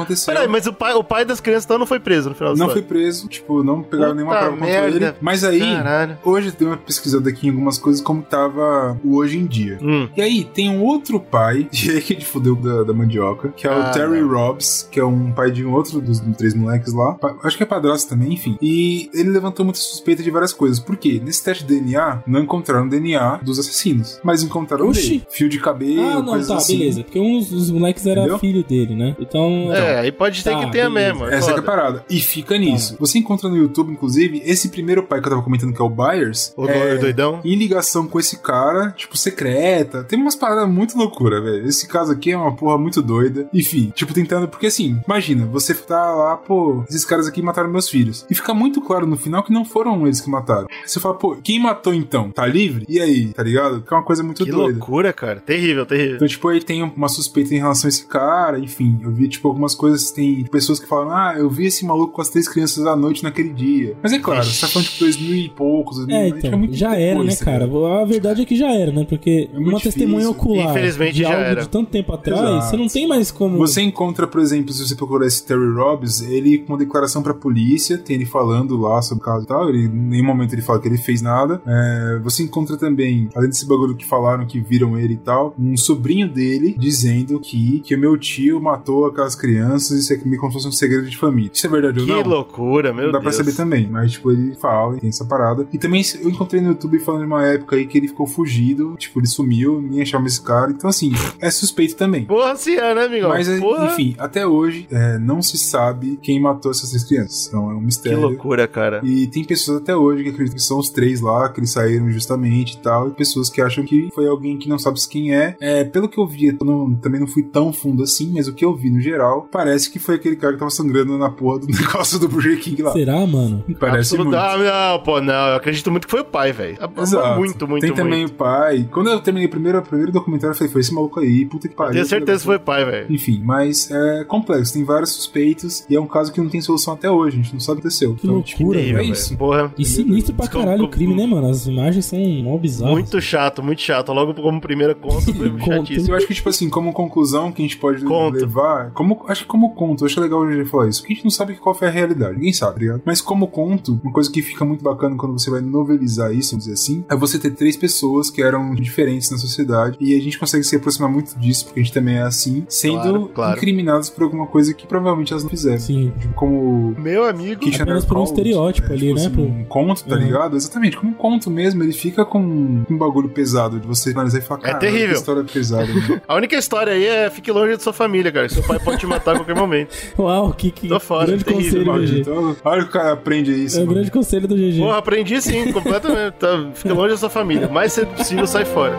aconteceu. Peraí, mas o pai, o pai das crianças então não foi preso no final da Não história? foi preso, tipo, não pegaram Puta nenhuma prova contra merda. ele. Mas aí, Caralho. hoje tem uma pesquisada aqui em algumas coisas como tava o hoje em dia. Hum. E aí, tem um outro pai, e aí que ele fudeu da, da mandioca, que é o Ah, Terry não. Robbs, que é um pai de um outro dos, dos três moleques lá. Pa- acho que é padrasto também, enfim. E ele levantou muita suspeita de várias coisas. Por quê? Nesse teste de D N A, não encontraram D N A dos assassinos, mas encontraram Oxi. dele. Fio de cabelo, Ah, não, coisas tá, assim. beleza. Porque um dos, dos moleques era Entendeu? filho dele, né? Então. É, aí pode ter Tá, que ter a beleza. mesma. Essa é que é a foda. parada. E fica nisso. Você encontra no YouTube, inclusive, esse primeiro pai que eu tava comentando, que é o Byers. O é, doidão? em ligação com esse cara, tipo, secreta. Tem umas paradas muito loucura, velho. Esse caso aqui é uma porra muito doida. Enfim, tipo, tentando... Porque assim, imagina, você tá lá, pô, esses caras aqui mataram meus filhos. E fica muito claro no final que não foram eles que mataram. Você fala, pô, quem matou então? Tá livre? E aí, tá ligado? Fica uma coisa muito Que doida. loucura, cara. Terrível, terrível. Então, tipo, aí tem uma suspeita em relação a esse cara, enfim, eu vi, tipo, algumas coisas, tem pessoas que falam, ah, eu vi esse maluco com as três crianças à noite naquele dia. Mas é claro, você tá falando, tipo, dois mil e poucos, dois mil, É, tipo, então, muito já era, depois, né, tá cara? ligado? A verdade é que já era, né? Porque É muito uma testemunha difícil. ocular Infelizmente de já algo era. de tanto tempo atrás, Exato. você não tem mais como... Você encontra, por exemplo, se você procurar esse Terry Robbs, ele com uma declaração pra polícia, tem ele falando lá sobre o caso e tal, ele, em nenhum momento ele fala que ele fez nada. É, você encontra também, além desse bagulho que falaram que viram ele e tal, um sobrinho dele dizendo que, que o meu tio matou aquelas crianças, isso é meio como se fosse um segredo de família. Isso é verdade ou Que não? loucura, meu Não dá Deus. pra saber também, mas tipo, ele fala, tem essa parada. E também eu encontrei no YouTube falando de uma época aí que ele ficou fugido, tipo, ele sumiu, ninguém achava esse cara. Então, assim, é suspeito também. Porra, se é, né, amigão? Mas, Porra. enfim, até hoje é, não se sabe quem matou essas três crianças. Então é um Que mistério. loucura, cara. E tem pessoas até hoje que acreditam que são os três lá, que eles saíram justamente e tal, e pessoas que acham que foi alguém que não sabe quem é. É, pelo que eu vi, eu não- também não fui tão fundo assim, mas o que eu vi no geral, parece que foi aquele cara que tava sangrando na porra do negócio do Burger King lá. Será, mano? Parece Absoluta- muito. Ah, não, pô, não. Eu acredito muito que foi o pai, velho. Exato. Muito, muito, Tem muito. também o pai. Quando eu terminei o primeiro, o primeiro documentário, eu falei, foi esse maluco aí, puta que pariu. Tenho certeza que foi o pai, velho. Enfim, mas é complexo, tem vários suspeitos e é um caso que não tem solução até hoje, a gente não sabe o que aconteceu. Que loucura, tipo, é velho. isso. Porra. E sinistro pra Como- caralho o crime, como- né, mano? As imagens são mó bizarras. Muito chato, muito chato. Logo como primeira conta, foi Conto. chatíssimo. Eu acho que, tipo assim, como conclusão que a gente pode Conto. levar, como, acho que como conto, eu acho legal o G G falar isso, porque a gente não sabe qual foi a realidade, ninguém sabe, tá ligado? Mas como conto, uma coisa que fica muito bacana quando você vai novelizar isso, vamos dizer assim, é você ter três pessoas que eram diferentes na sociedade, e a gente consegue se aproximar muito disso, porque a gente também é assim, sendo Claro, claro. incriminados por alguma coisa que provavelmente elas não fizeram. Sim. Tipo, como Meu amigo. Kitchener Apenas por um Cult, estereótipo ali, né, assim, pro- um conto, tá Uhum. ligado? Exatamente, como um conto mesmo, ele fica com um bagulho pesado de você analisar e falar, É cara, terrível. que história pesada, né? A única história aí é fique longe da sua família, cara. Seu pai pode te matar a qualquer momento. Uau, que, que Tô fora, grande terrível, conselho do G G. Então, olha o cara aprende isso. É o mano. grande conselho do G G. Porra, aprendi sim, completamente. Tá, fica longe da sua família. Mais cedo possível, sai fora.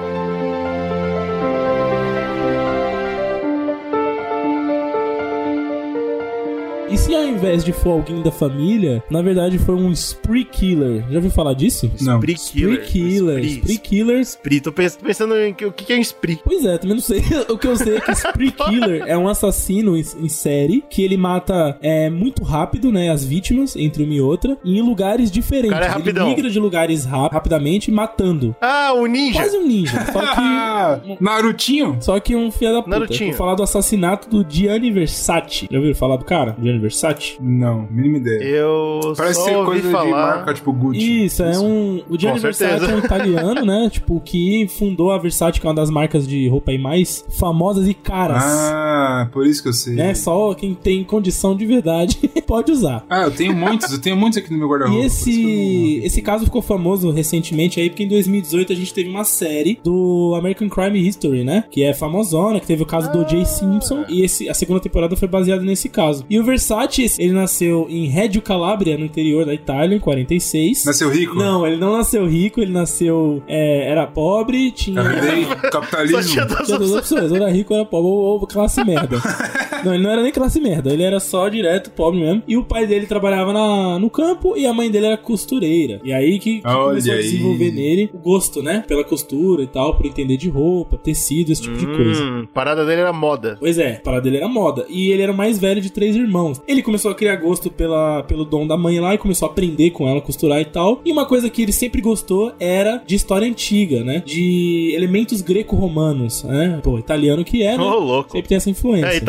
E se ao invés de for alguém da família, na verdade foi um spree killer? Já ouviu falar disso? Não. Spree Spree killer. killer. Spree. Spree killers. Spree. Tô pens- pensando em que- o que que é um spree. Pois é, também não sei. O que eu sei é que Spree Killer é um assassino em, em série que ele mata é, muito rápido, né, as vítimas, entre uma e outra, e em lugares diferentes. Cara, é ele rapidão. migra de lugares rap- rapidamente, matando. Ah, o ninja. Quase um ninja. Só que... Ah, Narutinho? Só que um filho da puta. Narutinho. Vou falar do assassinato do Gianni Versace. Já ouviram falar do cara? Gianni Versace? Não, mínima ideia. Eu Parece só ser ouvi coisa de falar. marca, tipo Gucci. Isso, é um... O Gianni Com Versace certeza. é um italiano, né? Tipo, que fundou a Versace, que é uma das marcas de roupa aí mais famosas e caras. Ah, por isso que eu sei. Né? Só quem tem condição de verdade pode usar. Ah, eu tenho muitos, eu tenho muitos aqui no meu guarda-roupa. E por isso que eu esse, não- esse caso ficou famoso recentemente aí, porque em dois mil e dezoito a gente teve uma série do American Crime History, né? Que é famosona, que teve o caso do O J Simpson, e esse, a segunda temporada foi baseada nesse caso. E o Versace, ele nasceu em Reggio Calabria, no interior da Itália, em quarenta e seis. Nasceu rico? Não, ele não nasceu rico, ele nasceu... é, era pobre, tinha... Também, Só capitalismo. tinha duas Tinha duas opções. opções, ou era rico ou era pobre, ou, ou classe merda. Não, ele não era nem classe merda, ele era só direto pobre mesmo. E o pai dele trabalhava na, no campo e a mãe dele era costureira. E aí que, que Olha começou a aí. desenvolver nele o gosto, né? Pela costura e tal, por entender de roupa, tecido, esse tipo de coisa. Hum, parada dele era moda. Pois é, a parada dele era moda. E ele era o mais velho de três irmãos. Ele começou a criar gosto pela, pelo dom da mãe lá e começou a aprender com ela, costurar e tal. E uma coisa que ele sempre gostou era de história antiga, né? De elementos greco-romanos, né? Pô, italiano que é, né? Ô, louco. Sempre tem essa influência. É, italiano que é,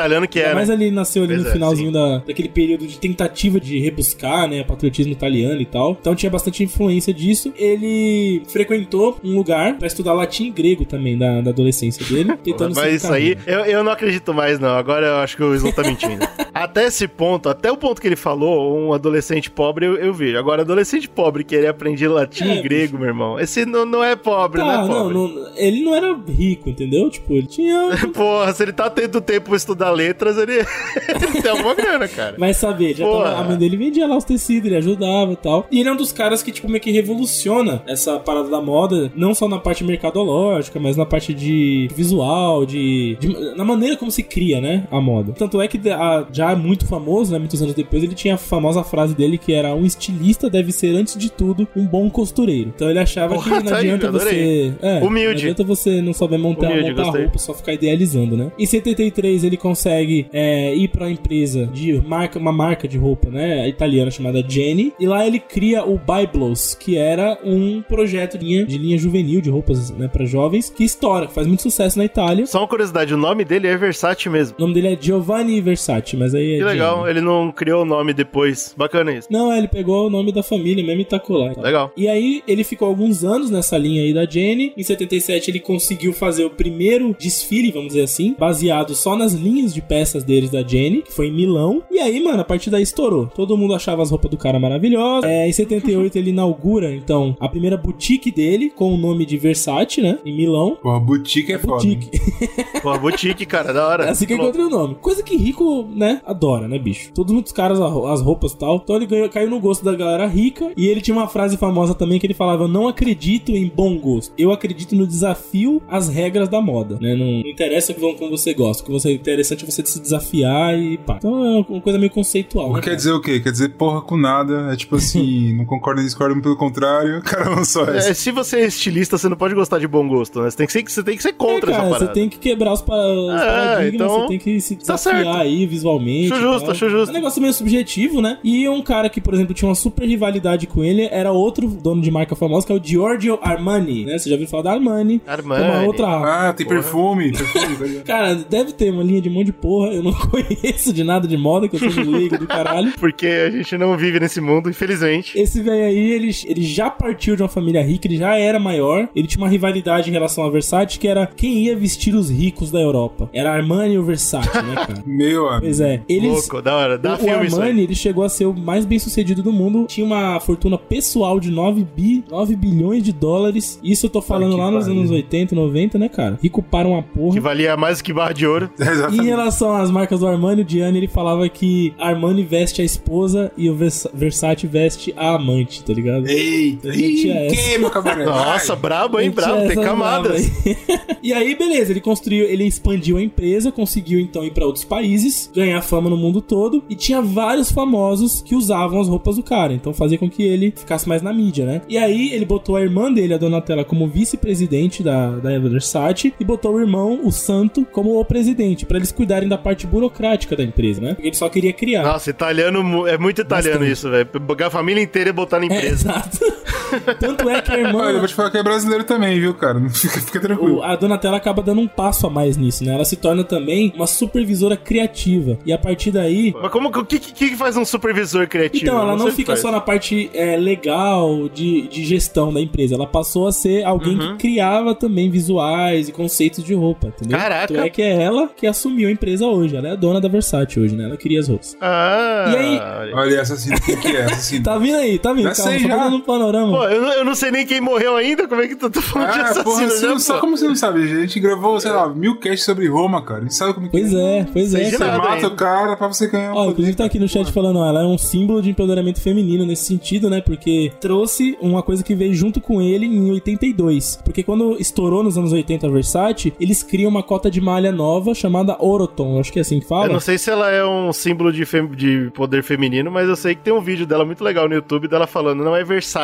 é, Mas né? ele nasceu ali Pois no é, finalzinho da, daquele período de tentativa de rebuscar, né, patriotismo italiano e tal. Então tinha bastante influência disso. Ele frequentou um lugar pra estudar latim e grego também, da, da adolescência dele, tentando Mas isso aí, eu, eu não acredito mais, não. Agora eu acho que o Slow tá mentindo. Até esse ponto, até o ponto que ele falou, um adolescente pobre, eu, eu vejo. Agora, adolescente pobre que ele aprende latim É, e grego, meu irmão, esse não, não é pobre, Tá, não é não, pobre. não, ele não era rico, entendeu? Tipo, ele tinha... Porra, se ele tá tendo tempo pra estudar letras, ele, ele tem alguma grana, cara. Mas saber, já Porra. tava, a mãe dele vendia lá os tecidos, ele ajudava e tal. E ele é um dos caras que, tipo, meio que revoluciona essa parada da moda, não só na parte mercadológica, mas na parte de visual, de, de- na maneira como se cria, né, a moda. Tanto é que a, já muito famoso, né, muitos anos depois, ele tinha a famosa frase dele que era: um estilista deve ser, antes de tudo, um bom costureiro. Então ele achava Porra, que não tá aí, adianta adorei. você... É, Humilde. não adianta você não saber montar, Humilde, montar gostei. roupa, só ficar idealizando, né? Em setenta e três ele consegue é, ir pra uma empresa de marca, uma marca de roupa, né, italiana chamada Jenny, e lá ele cria o Byblos, que era um projeto de linha, de linha juvenil de roupas, né, pra jovens, que estoura, que faz muito sucesso na Itália. Só uma curiosidade, o nome dele é Versace mesmo. O nome dele é Giovanni Versace, mas aí é Que legal, Gianni. ele não criou o nome depois. Bacana isso. Não, ele pegou o nome da família mesmo e tacou lá. Legal. E aí ele ficou alguns anos nessa linha aí da Jenny. Em setenta e sete ele conseguiu fazer o primeiro desfile, vamos dizer assim, baseado só nas linhas de peças deles da Jenny, que foi em Milão. E aí, mano, a partir daí estourou. Todo mundo achava as roupas do cara maravilhosas. É, em setenta e oito ele inaugura, então, a primeira boutique dele, com o nome de Versace, né, em Milão. Pô, a boutique é foda. hein? Boutique. Pô, boutique, cara, da hora. É assim que eu encontrei o nome. Coisa que rico, né, adora, né, bicho? Todos muitos caras, a- as roupas e tal. Então ele ganhou, caiu no gosto da galera rica. E ele tinha uma frase famosa também que ele falava: eu não acredito em bom gosto. Eu acredito no desafio às regras da moda, né? Não, não interessa como como você gosta. O que você é interessante é você se desafiar e pá. Então é uma coisa meio conceitual, né, Quer cara? dizer o quê? Quer dizer porra com nada. É tipo assim, não concorda nem discorda, pelo contrário. Cara, não só É, essa. se você é estilista, você não pode gostar de bom gosto, né? Você tem que ser, você tem que ser É, contra cara, essa você parada. tem que quebrar os, pa- os É, paradigmas, então, você tem que se tá desafiar certo. aí visualmente. Acho e justo, tal. acho justo. É um negócio meio subjetivo, né? E um cara que, por exemplo, tinha uma super rivalidade com ele era outro dono de marca famosa, que é o Giorgio Armani, né? Você já ouviu falar da Armani? Armani. É uma outra... Ah, tem Porra. perfume. perfume tá ligado? Cara, deve ter uma linha de um monte de porra. Eu não conheço de nada de moda, que eu sou um leigo do caralho. Porque a gente não vive nesse mundo, infelizmente. Esse velho aí, ele, ele já partiu de uma família rica, ele já era maior. Ele tinha uma rivalidade em relação a Versace, que era quem ia vestir os ricos da Europa. Era Armani ou Versace, né, cara? Meu amigo. Pois é. Eles, Louco, da hora. Dá o, o filme isso aí. Armani, ele chegou a ser o mais bem sucedido do mundo. Tinha uma fortuna pessoal de nove bilhões de dólares. Isso eu tô falando que lá nos pariu. anos oitenta, noventa, né, cara? Rico para uma porra. Que valia mais que barra de ouro. É, Em exatamente. relação às marcas do Armani, o Gianni, ele falava que Armani veste a esposa e o Vers- Versace veste a amante, tá ligado? Eita, Gente, é ih, essa. que, meu cabaré? Nossa, Vai. brabo, hein? Gente, Brabo, tem essas camadas. bravas aí. E aí, beleza, ele construiu, ele expandiu a empresa, conseguiu então ir pra outros países, ganhar fama no mundo todo, e tinha vários famosos que usavam as roupas do cara, então fazia com que ele ficasse mais na mídia, né? E aí ele botou a irmã dele, a Donatella, como vice-presidente da, da Versace, e botou o irmão, o Santo, como o presidente, pra eles cuidarem da parte burocrática da empresa, né? Porque ele só queria criar. Nossa, italiano mu- é muito italiano Bastante. isso, velho. Pegar a família inteira e botar na É, empresa. exato. Tanto é que a irmã... Olha, eu vou te falar que é brasileiro também, viu, cara? Não fica, fica tranquilo. O- a Donatella acaba dando um passo a mais nisso, né? Ela se torna também uma supervisora criativa. E a partir daí... Mas como o que, que, que faz um supervisor criativo? Então, ela Eu não sei o que fica faz. só na parte é, legal de, de gestão da empresa. Ela passou a ser alguém Uhum. que criava também visuais e conceitos de roupa, entendeu? Caraca. Então é que é ela que assumiu a empresa hoje. Ela é a dona da Versace hoje, né? Ela cria as roupas. Ah, E aí- olha. Olha, assassino, o que, que é? Assassino. Tá vindo aí, tá vindo. Já Calma, sei, só já. dando um panorama. Pô, eu, não- eu não sei nem quem morreu ainda, como é que tu tá falando de Ah, assassino porra, você já, não sabe, pô? como você não sabe? A gente gravou, sei lá, mil casts sobre Roma, cara. A gente sabe como que Pois é, pois é. Sei de Você nada mata ainda. o cara pra você ganhar um Ó, poder. inclusive tá aqui no chat falando, ó, ela é um símbolo de empoderamento feminino nesse sentido, né? Porque trouxe uma coisa que veio junto com ele em oitenta e dois. Porque quando estourou nos anos oitenta a Versace, eles criam uma cota de malha nova chamada Oroton, eu acho que é assim que fala. Eu não sei se ela é um símbolo de, fem- de poder feminino, mas eu sei que tem um vídeo dela muito legal no YouTube dela falando, não é Versace, é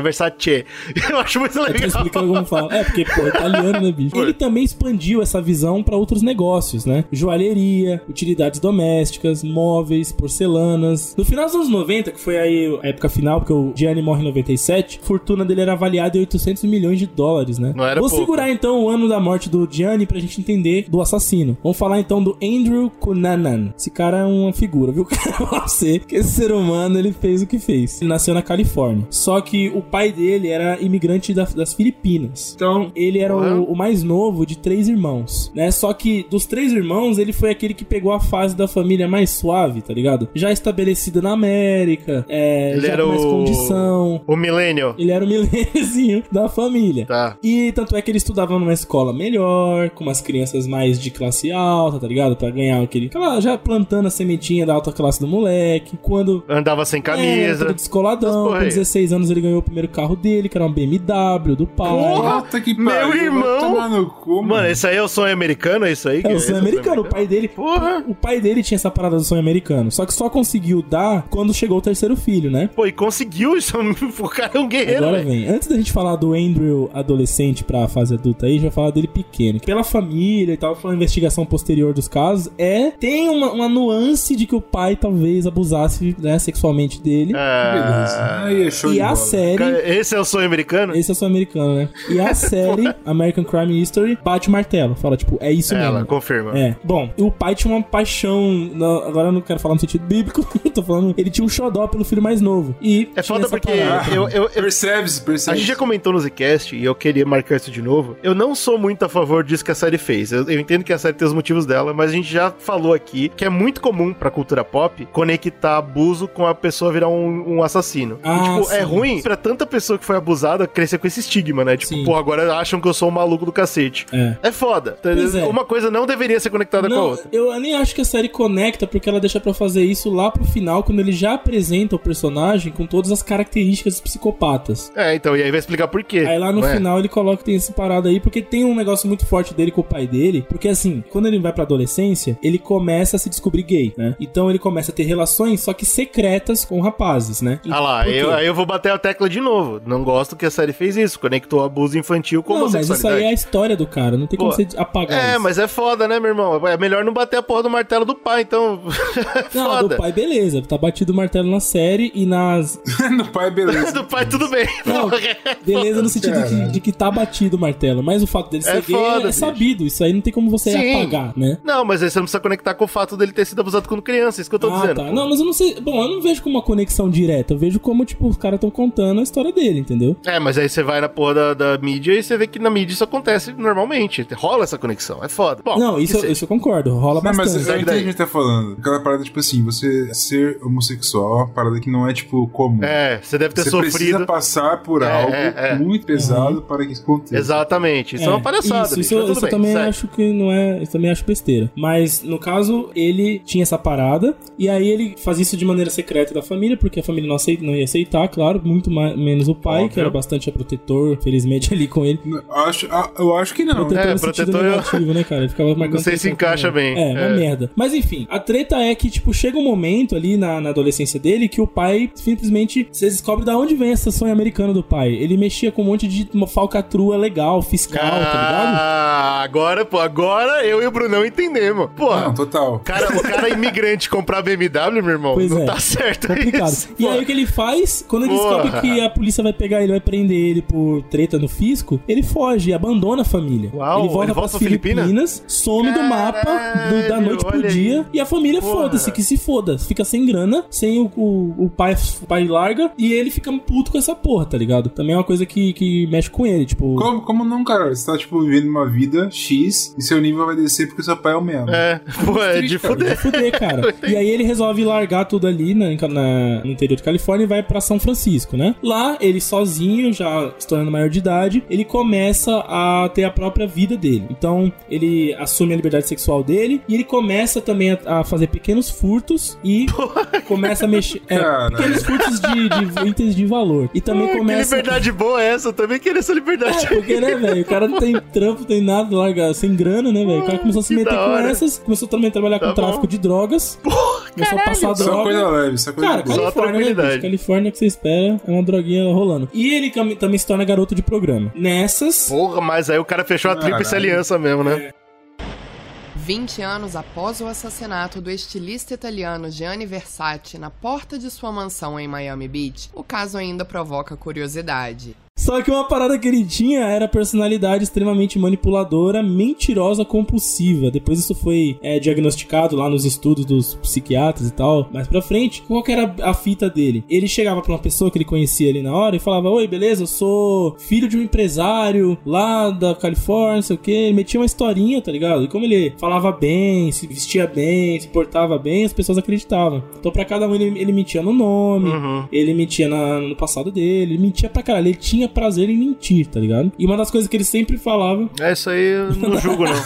Versace. Eu acho muito legal. Eu tô explicando como fala. É, porque, pô, é italiano, né, bicho? Ele também expandiu essa visão pra outros negócios, né? Joalheria, utilidades domésticas, móveis, porcelanas. No final dos anos noventa, que foi aí a época final, porque o Gianni morre em noventa e sete, a fortuna dele era avaliada em oitocentos milhões de dólares, né? Não era Vou pouco. segurar, então, o ano da morte do Gianni pra gente entender do assassino. Vamos falar, então, do Andrew Cunanan. Esse cara é uma figura, viu? Pra você, que esse ser humano, ele fez o que fez. Ele nasceu na Califórnia. Só que o pai dele era imigrante da, das Filipinas. Então, ele era o, o mais novo de três irmãos, né? Só que dos três irmãos, ele foi aquele que pegou a fase da família mais suave, tá ligado? Já estabelecida na América, é, Ele já era com mais o... condição. O millennial. Ele era o milêniozinho da família. Tá. E tanto é que ele estudava numa escola melhor, com umas crianças mais de classe alta, tá ligado? Pra ganhar aquele... Aquela, já plantando a sementinha da alta classe do moleque. Quando... Andava sem É, camisa. tudo descoladão. Com dezesseis anos ele ganhou o primeiro carro dele, que era uma B M W do pai. Puta que Meu pariu, irmão! vai tomar no cu, mano. Mano, esse aí é o sonho americano, é isso aí? É o Esse sonho americano. O pai dele... Porra! O pai dele tinha essa parada do sonho americano. Só que só conseguiu dar quando chegou o terceiro filho, né? Pô, e conseguiu isso. O cara é um guerreiro, Agora velho. vem, antes da gente falar do Andrew adolescente pra fase adulta aí, a gente vai falar dele pequeno. Pela família e tal, foi uma investigação posterior dos casos, é, tem uma, uma nuance de que o pai talvez abusasse, né, sexualmente dele. Beleza. Aí é show E de a bola. série... Cara, esse é o sonho americano? Esse é o sonho americano, né? E a série American Crime History bate o martelo. Fala, tipo, é isso Ela, mesmo. confirma. É. Bom, o pai tinha uma paixão... no- agora eu não quero falar no sentido bíblico. Eu tô falando... Ele tinha um xodó pelo filho mais novo. E É tinha foda essa porque parada. eu, eu, eu- Percebe-se, a percebe-se. gente já comentou no Zcast e eu queria marcar isso de novo. Eu não sou muito a favor disso que a série fez. Eu, eu entendo que a série tem os motivos dela, mas a gente já falou aqui que é muito comum pra cultura pop conectar abuso com a pessoa virar um, um assassino. Ah, e, tipo, sim. é ruim pra tanta pessoa que foi abusada crescer com esse estigma, né? Tipo, Sim. pô, agora acham que eu sou um maluco do cacete. É. É foda. Pois é. Uma coisa não deveria ser conectada com a Não, outra. eu nem acho que a série conecta, porque ela deixa pra fazer isso lá pro final, quando ele já apresenta o personagem com todas as características dos psicopatas. É, então, e aí vai explicar por quê. Aí lá no não é? final ele coloca que tem essa parada aí, porque tem um negócio muito forte dele com o pai dele, porque assim, quando ele vai pra adolescência, ele começa a se descobrir gay, né? Então ele começa a ter relações, só que secretas com rapazes, né? E Ah lá, por quê? eu, aí eu vou bater a tecla de novo. Não gosto que a série fez isso. Conectou abuso infantil com Não, mas isso homossexualidade. aí é a história do cara, não tem como Pô, você apagar É, isso. mas é foda, né, meu irmão? É melhor não bater a porra do martelo do pai, então. Não, foda. do pai, beleza, tá batido o martelo na série e nas... No pai, beleza. do pai, tudo bem. Não, beleza no sentido de, de que tá batido o martelo, mas o fato dele ser É gay foda, é bicho. sabido, isso aí não tem como você Sim. apagar, né? Não, mas aí você não precisa conectar com o fato dele ter sido abusado quando criança, isso que eu tô Ah, dizendo. tá. Não, mas eu não sei. Bom, eu não vejo como uma conexão direta. Eu vejo como, tipo, os caras estão contando a história dele, entendeu? É, mas aí você vai na porra da, da mídia e você vê que na mídia isso acontece normalmente. Rola essa conexão, é foda. Bom, não, isso, que eu- seja. isso eu concordo. Rola Não, mas bastante. eu entendo o que a gente tá falando. Aquela parada, tipo assim, você ser homossexual é uma parada que não é, tipo, comum. É, você deve ter Você sofrido. precisa passar por É, algo é, é. muito pesado para que isso aconteça. Exatamente. Isso é, uma palhaçada, Isso, bicho, isso, mas tudo isso eu bem, também segue. acho que não é. Isso também acho besteira. Mas, no caso, ele tinha essa parada. E aí ele fazia isso de maneira secreta da família, porque a família não, aceita, não ia aceitar, claro. Muito mais, menos o pai, Óbvio. que era bastante protetor, felizmente, ali com ele. Acho, ah, eu acho que não. Protetor É, no sentido protetor eu- negativo, né, cara? Ele ficava marcando Não sei se atenção encaixa com ele. bem. É, uma É. merda. Mas enfim, a treta é que, tipo, chega um momento ali na, na adolescência dele que o pai simplesmente. Você descobre da onde vem esse sonho americano do pai. Ele mexia com um monte de uma falcatrua legal, fiscal, tá ligado? Ah, agora, pô, agora eu e o Brunão entendemos. Pô, Não, total. cara, o cara imigrante comprar B M W, meu irmão, Pois não é. tá certo Complicado. isso. E aí o que ele faz, quando ele Porra. descobre que a polícia vai pegar ele, vai prender ele por treta no fisco, ele foge, abandona a família. Uau, ele volta ele volta pras pra Filipina? Filipinas, some do mapa do- da noite pro olha dia, aí. e a família Porra. foda-se, que se foda. Fica sem grana, sem o, o, o pai, o pai larga, e ele fica puto com essa porra, tá ligado? Também é uma coisa que, que mexe com ele, tipo... Como, como não, cara? Você tá, tipo, vivendo uma vida X e seu nível vai descer porque seu pai é o mesmo. É, pô, é de triste, cara. fuder. Fuder, cara. E aí ele resolve largar tudo ali na, na- no interior de Califórnia e vai pra São Francisco, né? Lá, ele sozinho, já se tornando maior de idade, ele começa a ter a própria vida dele. Então, ele assume a liberdade sexual dele e ele começa também a, a fazer pequenos furtos e começa a mexer... É, Caralho. pequenos furtos de, de itens de valor. E também Ah, que começa... liberdade boa é essa? Eu também queria essa liberdade. É, porque, né, velho, o cara não tem trampo, tem nada, larga sem grana, né, velho? O cara começou a se Que meter da com hora. essas, começou também a trabalhar Tá com tráfico bom. de drogas. Começou a passar Só droga. coisa leve, só coisa Cara, boa. Só Califórnia, né, tranquilidade. bicho? Califórnia que você espera é uma droguinha ia rolando. E ele cam- também se torna garoto de programa. Nessas... Porra, mas aí o cara fechou a tríplice aliança mesmo, né? vinte anos após o assassinato do estilista italiano Gianni Versace na porta de sua mansão em Miami Beach, o caso ainda provoca curiosidade. Só que uma parada que ele tinha era a personalidade extremamente manipuladora, mentirosa, compulsiva. Depois isso foi é, diagnosticado lá nos estudos dos psiquiatras e tal. Mais pra frente, qual que era a fita dele? Ele chegava pra uma pessoa que ele conhecia ali na hora e falava: oi, beleza, eu sou filho de um empresário lá da Califórnia, não sei o que. Ele metia uma historinha, tá ligado? E como ele falava bem, se vestia bem, se portava bem, as pessoas acreditavam. Então pra cada um ele, ele mentia no nome, uhum. ele mentia na, no passado dele, ele mentia pra caralho. Ele tinha prazer em mentir, tá ligado? E uma das coisas que ele sempre falava... É, isso aí eu não julgo, não.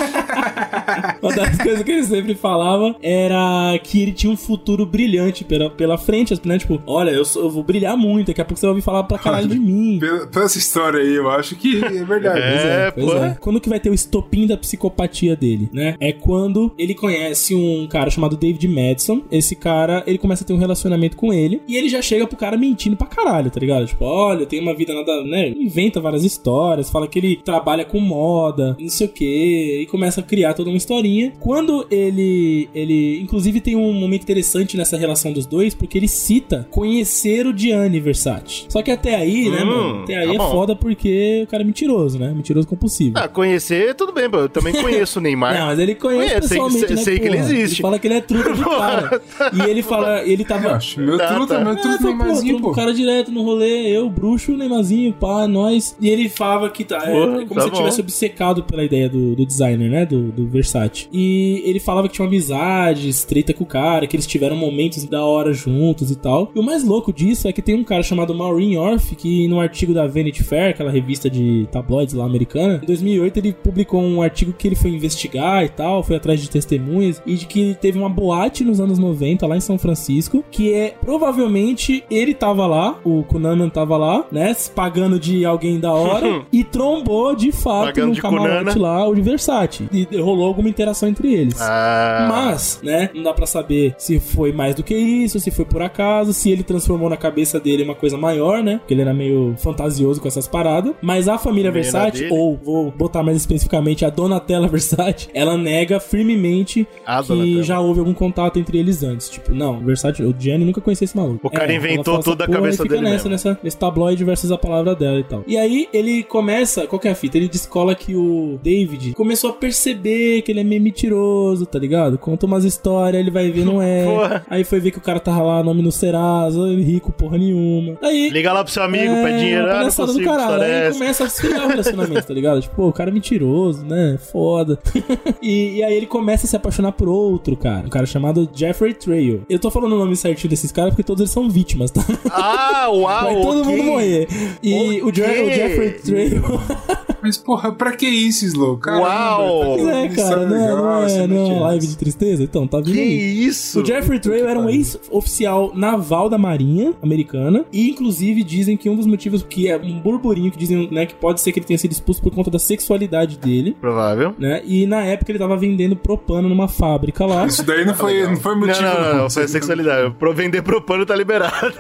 Uma das coisas que ele sempre falava era que ele tinha um futuro brilhante pela, pela frente, né? Tipo, olha, eu, sou, eu vou brilhar muito, daqui a pouco você vai ouvir falar pra caralho de mim. Pela, pela essa história aí, eu acho que é verdade. É, pois é, pois é. Quando que vai ter o estopim da psicopatia dele, né? É quando ele conhece um cara chamado David Madison. Esse cara, ele começa a ter um relacionamento com ele e ele já chega pro cara mentindo pra caralho, tá ligado? Tipo, olha, tem uma vida nada, né? Inventa várias histórias, fala que ele trabalha com moda, não sei o que, e começa a criar toda uma historinha. Quando ele, ele, inclusive tem um momento interessante nessa relação dos dois, porque ele cita conhecer o Gianni Versace. Só que até aí, hum, né, mano? Até aí tá é bom. Foda porque o cara é mentiroso, né? Mentiroso compulsivo. Ah, conhecer, tudo bem, eu também conheço o Neymar. Não, mas ele conhece Conhece, pessoalmente, sei, né, sei que ele existe. Ele fala que ele é truta do cara. E ele fala, ele tava... Acho, meu tá, truta, tá. meu truta é, Neymarzinho, pô. O cara direto no rolê, eu, bruxo, Neymarzinho, pá, nós. E ele falava que tá, Pô, é, como tá se ele tivesse obcecado pela ideia do, do designer, né, do, do Versace. E ele falava que tinha uma amizade estreita com o cara, que eles tiveram momentos da hora juntos e tal. E o mais louco disso é que tem um cara chamado Maureen Orff, que no artigo da Vanity Fair, aquela revista de tabloides lá americana, em dois mil e oito ele publicou um artigo que ele foi investigar e tal, foi atrás de testemunhas, e de que teve uma boate nos anos noventa lá em São Francisco, que é, provavelmente, ele tava lá, o Cunanan tava lá, né, pagando de alguém da hora, e trombou, de fato, pagando no camarote lá, o de Versace. E rolou alguma interação entre eles. Ah. Mas, né, não dá pra saber se foi mais do que isso, se foi por acaso, se ele transformou na cabeça dele uma coisa maior, né, porque ele era meio fantasioso com essas paradas. Mas a família Versace, ou vou botar mais especificamente a Donatella Versace, ela nega firmemente a que Donatella. Já houve algum contato entre eles antes. Tipo, não, o Versace, o Gianni nunca conhecia esse maluco. O cara é, inventou tudo da cabeça fica dele nessa, mesmo. Nessa, nesse tabloide versus a palavra dela e tal. E aí ele começa, qual que é a fita? Ele descola que o David começou a perceber que ele é meio mentiroso, tá ligado? Conta umas histórias, ele vai ver, não é. Porra. Aí foi ver que o cara tava lá, nome no Serasa, rico porra nenhuma. Aí, liga lá pro seu amigo, é, pede dinheiro, ah, não consigo, do caralho. Aí ele começa a esfriar o relacionamento, tá ligado? Tipo, pô, o cara é mentiroso, né? Foda. e, e aí ele começa a se apaixonar por outro cara, um cara chamado Jeffrey Trail. Eu tô falando o nome certinho desses caras porque todos eles são vítimas, tá? Ah, uau! Vai todo okay. mundo morrer. E okay. o, Je- o Jeffrey Trail... Mas, porra, pra que isso, Slow? Caramba, uau! Pois é, cara, não, legal, não é, não é live de tristeza? Então, tá vindo que aí. isso? O Jeffrey Trail era um ex-oficial naval da Marinha americana e, inclusive, dizem que um dos motivos, que é um burburinho que dizem, né, que pode ser que ele tenha sido expulso por conta da sexualidade dele. Provável. Né? E, na época, ele tava vendendo propano numa fábrica lá. Isso daí não foi, não foi motivo. Não, não, não, não foi a sexualidade. Pro vender propano tá liberado.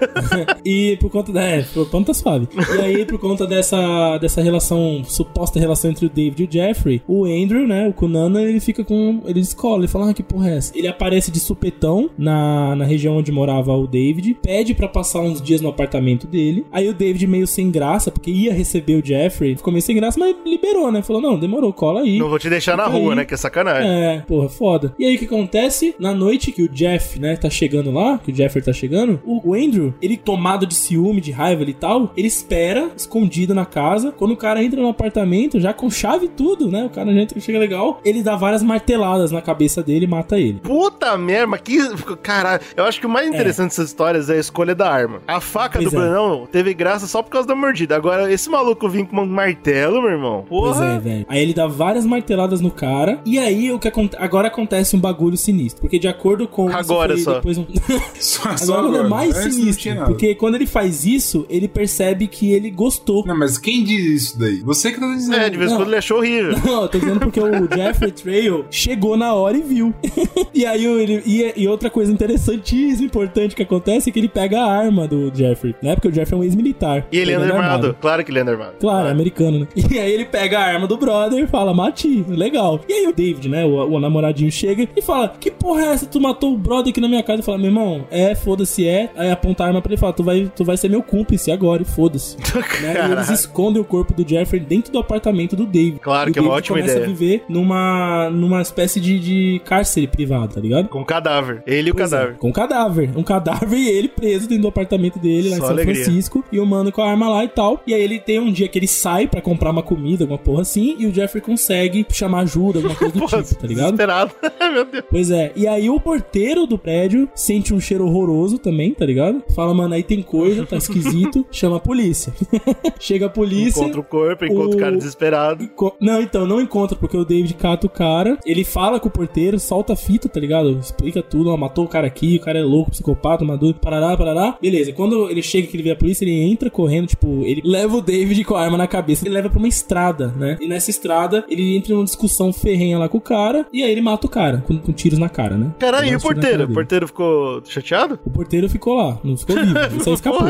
E por conta da... É, propano tá suave. E aí, por conta dessa, dessa relação, suposta relação entre o David e o Jeffrey, o Andrew, né, o Cunanan, ele fica com... Ele descola, ele fala, ah, que porra é essa? Ele aparece de supetão na, na região onde morava o David, pede pra passar uns dias no apartamento dele. Aí o David, meio sem graça, porque ia receber o Jeffrey, ficou meio sem graça, mas liberou, né? Falou, não, demorou, cola aí. Não vou te deixar na rua, aí, né? Que é sacanagem. É, porra, foda. E aí o que acontece? Na noite que o Jeff, né, tá chegando lá, que o Jeffrey tá chegando, o, o Andrew, ele tomado de ciúme, de raiva e tal, ele espera, escondido na casa. Quando o cara entra no apartamento, já com chave e tudo, né? O cara já entra, chega legal, ele dá várias marteladas na cabeça dele e mata ele. Puta merda, que... Caralho, eu acho que o mais interessante é. dessas histórias é a escolha da arma. A faca pois do é. Brunão teve graça só por causa da mordida. Agora, esse maluco vinha com um martelo, meu irmão. Porra. Pois é, velho. Aí ele dá várias marteladas no cara, e aí o que aconte... agora acontece um bagulho sinistro, porque de acordo com... Agora só. Depois um... só, agora, só agora é mais Antes sinistro, porque quando ele faz isso, ele percebe que ele gostou. Não, mas quem diz isso daí? Você que tá tá dizendo. É, de vez em quando ele achou horrível. Não, eu tô dizendo porque o Jeffrey Trail chegou na hora e viu. E aí ele. E, e outra coisa interessantíssima, importante que acontece é que ele pega a arma do Jeffrey, né? Porque o Jeffrey é um ex-militar. E ele anda armado. Claro que ele anda armado. Claro, é americano, né? E aí ele pega a arma do brother e fala, mate, legal. E aí o David, né, o, o namoradinho chega e fala, que porra é essa? Tu matou o brother aqui na minha casa. E fala, meu irmão, é, foda-se, é. Aí aponta a arma pra ele e fala, tu vai, tu vai ser meu cúmplice agora, e foda-se. Né? E eles escondem o corpo do Jeffrey dentro do apartamento do David. Claro, e que é uma ótima ideia. ideia. Começa a viver numa, numa espécie de, de cárcere privado, tá ligado? Com cadáver. Ele e o Pois cadáver. É, com cadáver. Um cadáver e ele preso dentro do apartamento dele lá Só em São alegria. Francisco. E o mano com a arma lá e tal. E aí ele tem um dia que ele sai pra comprar uma comida, alguma porra assim. E o Jeffrey consegue chamar ajuda, alguma coisa do Pô, tipo, tá ligado? Desesperado. Meu Deus. Pois é. E aí o porteiro do prédio sente um cheiro horroroso também, tá ligado? Fala, mano, aí tem coisa, tá esquisito. Chama a polícia. Chega a polícia. Encontra o corpo, encontra o, o cara desesperado. Enco... Não, então, não encontra, porque o David cata o cara. Ele fala com o porteiro, solta a fita, tá ligado? Explica tudo, ó, matou o cara aqui, o cara é louco, psicopata, maduro, parará, parará. Beleza, quando ele chega que ele vê a polícia, ele entra correndo, tipo, ele leva o David com a arma na cabeça, ele leva pra uma estrada, né? E nessa estrada, ele entra numa discussão ferrenha lá com o cara, e aí ele mata o cara, com, com tiros na cara, né? Caralho, e o porteiro? O porteiro ficou chateado? O porteiro ficou lá, não ficou vivo, ele só escapou.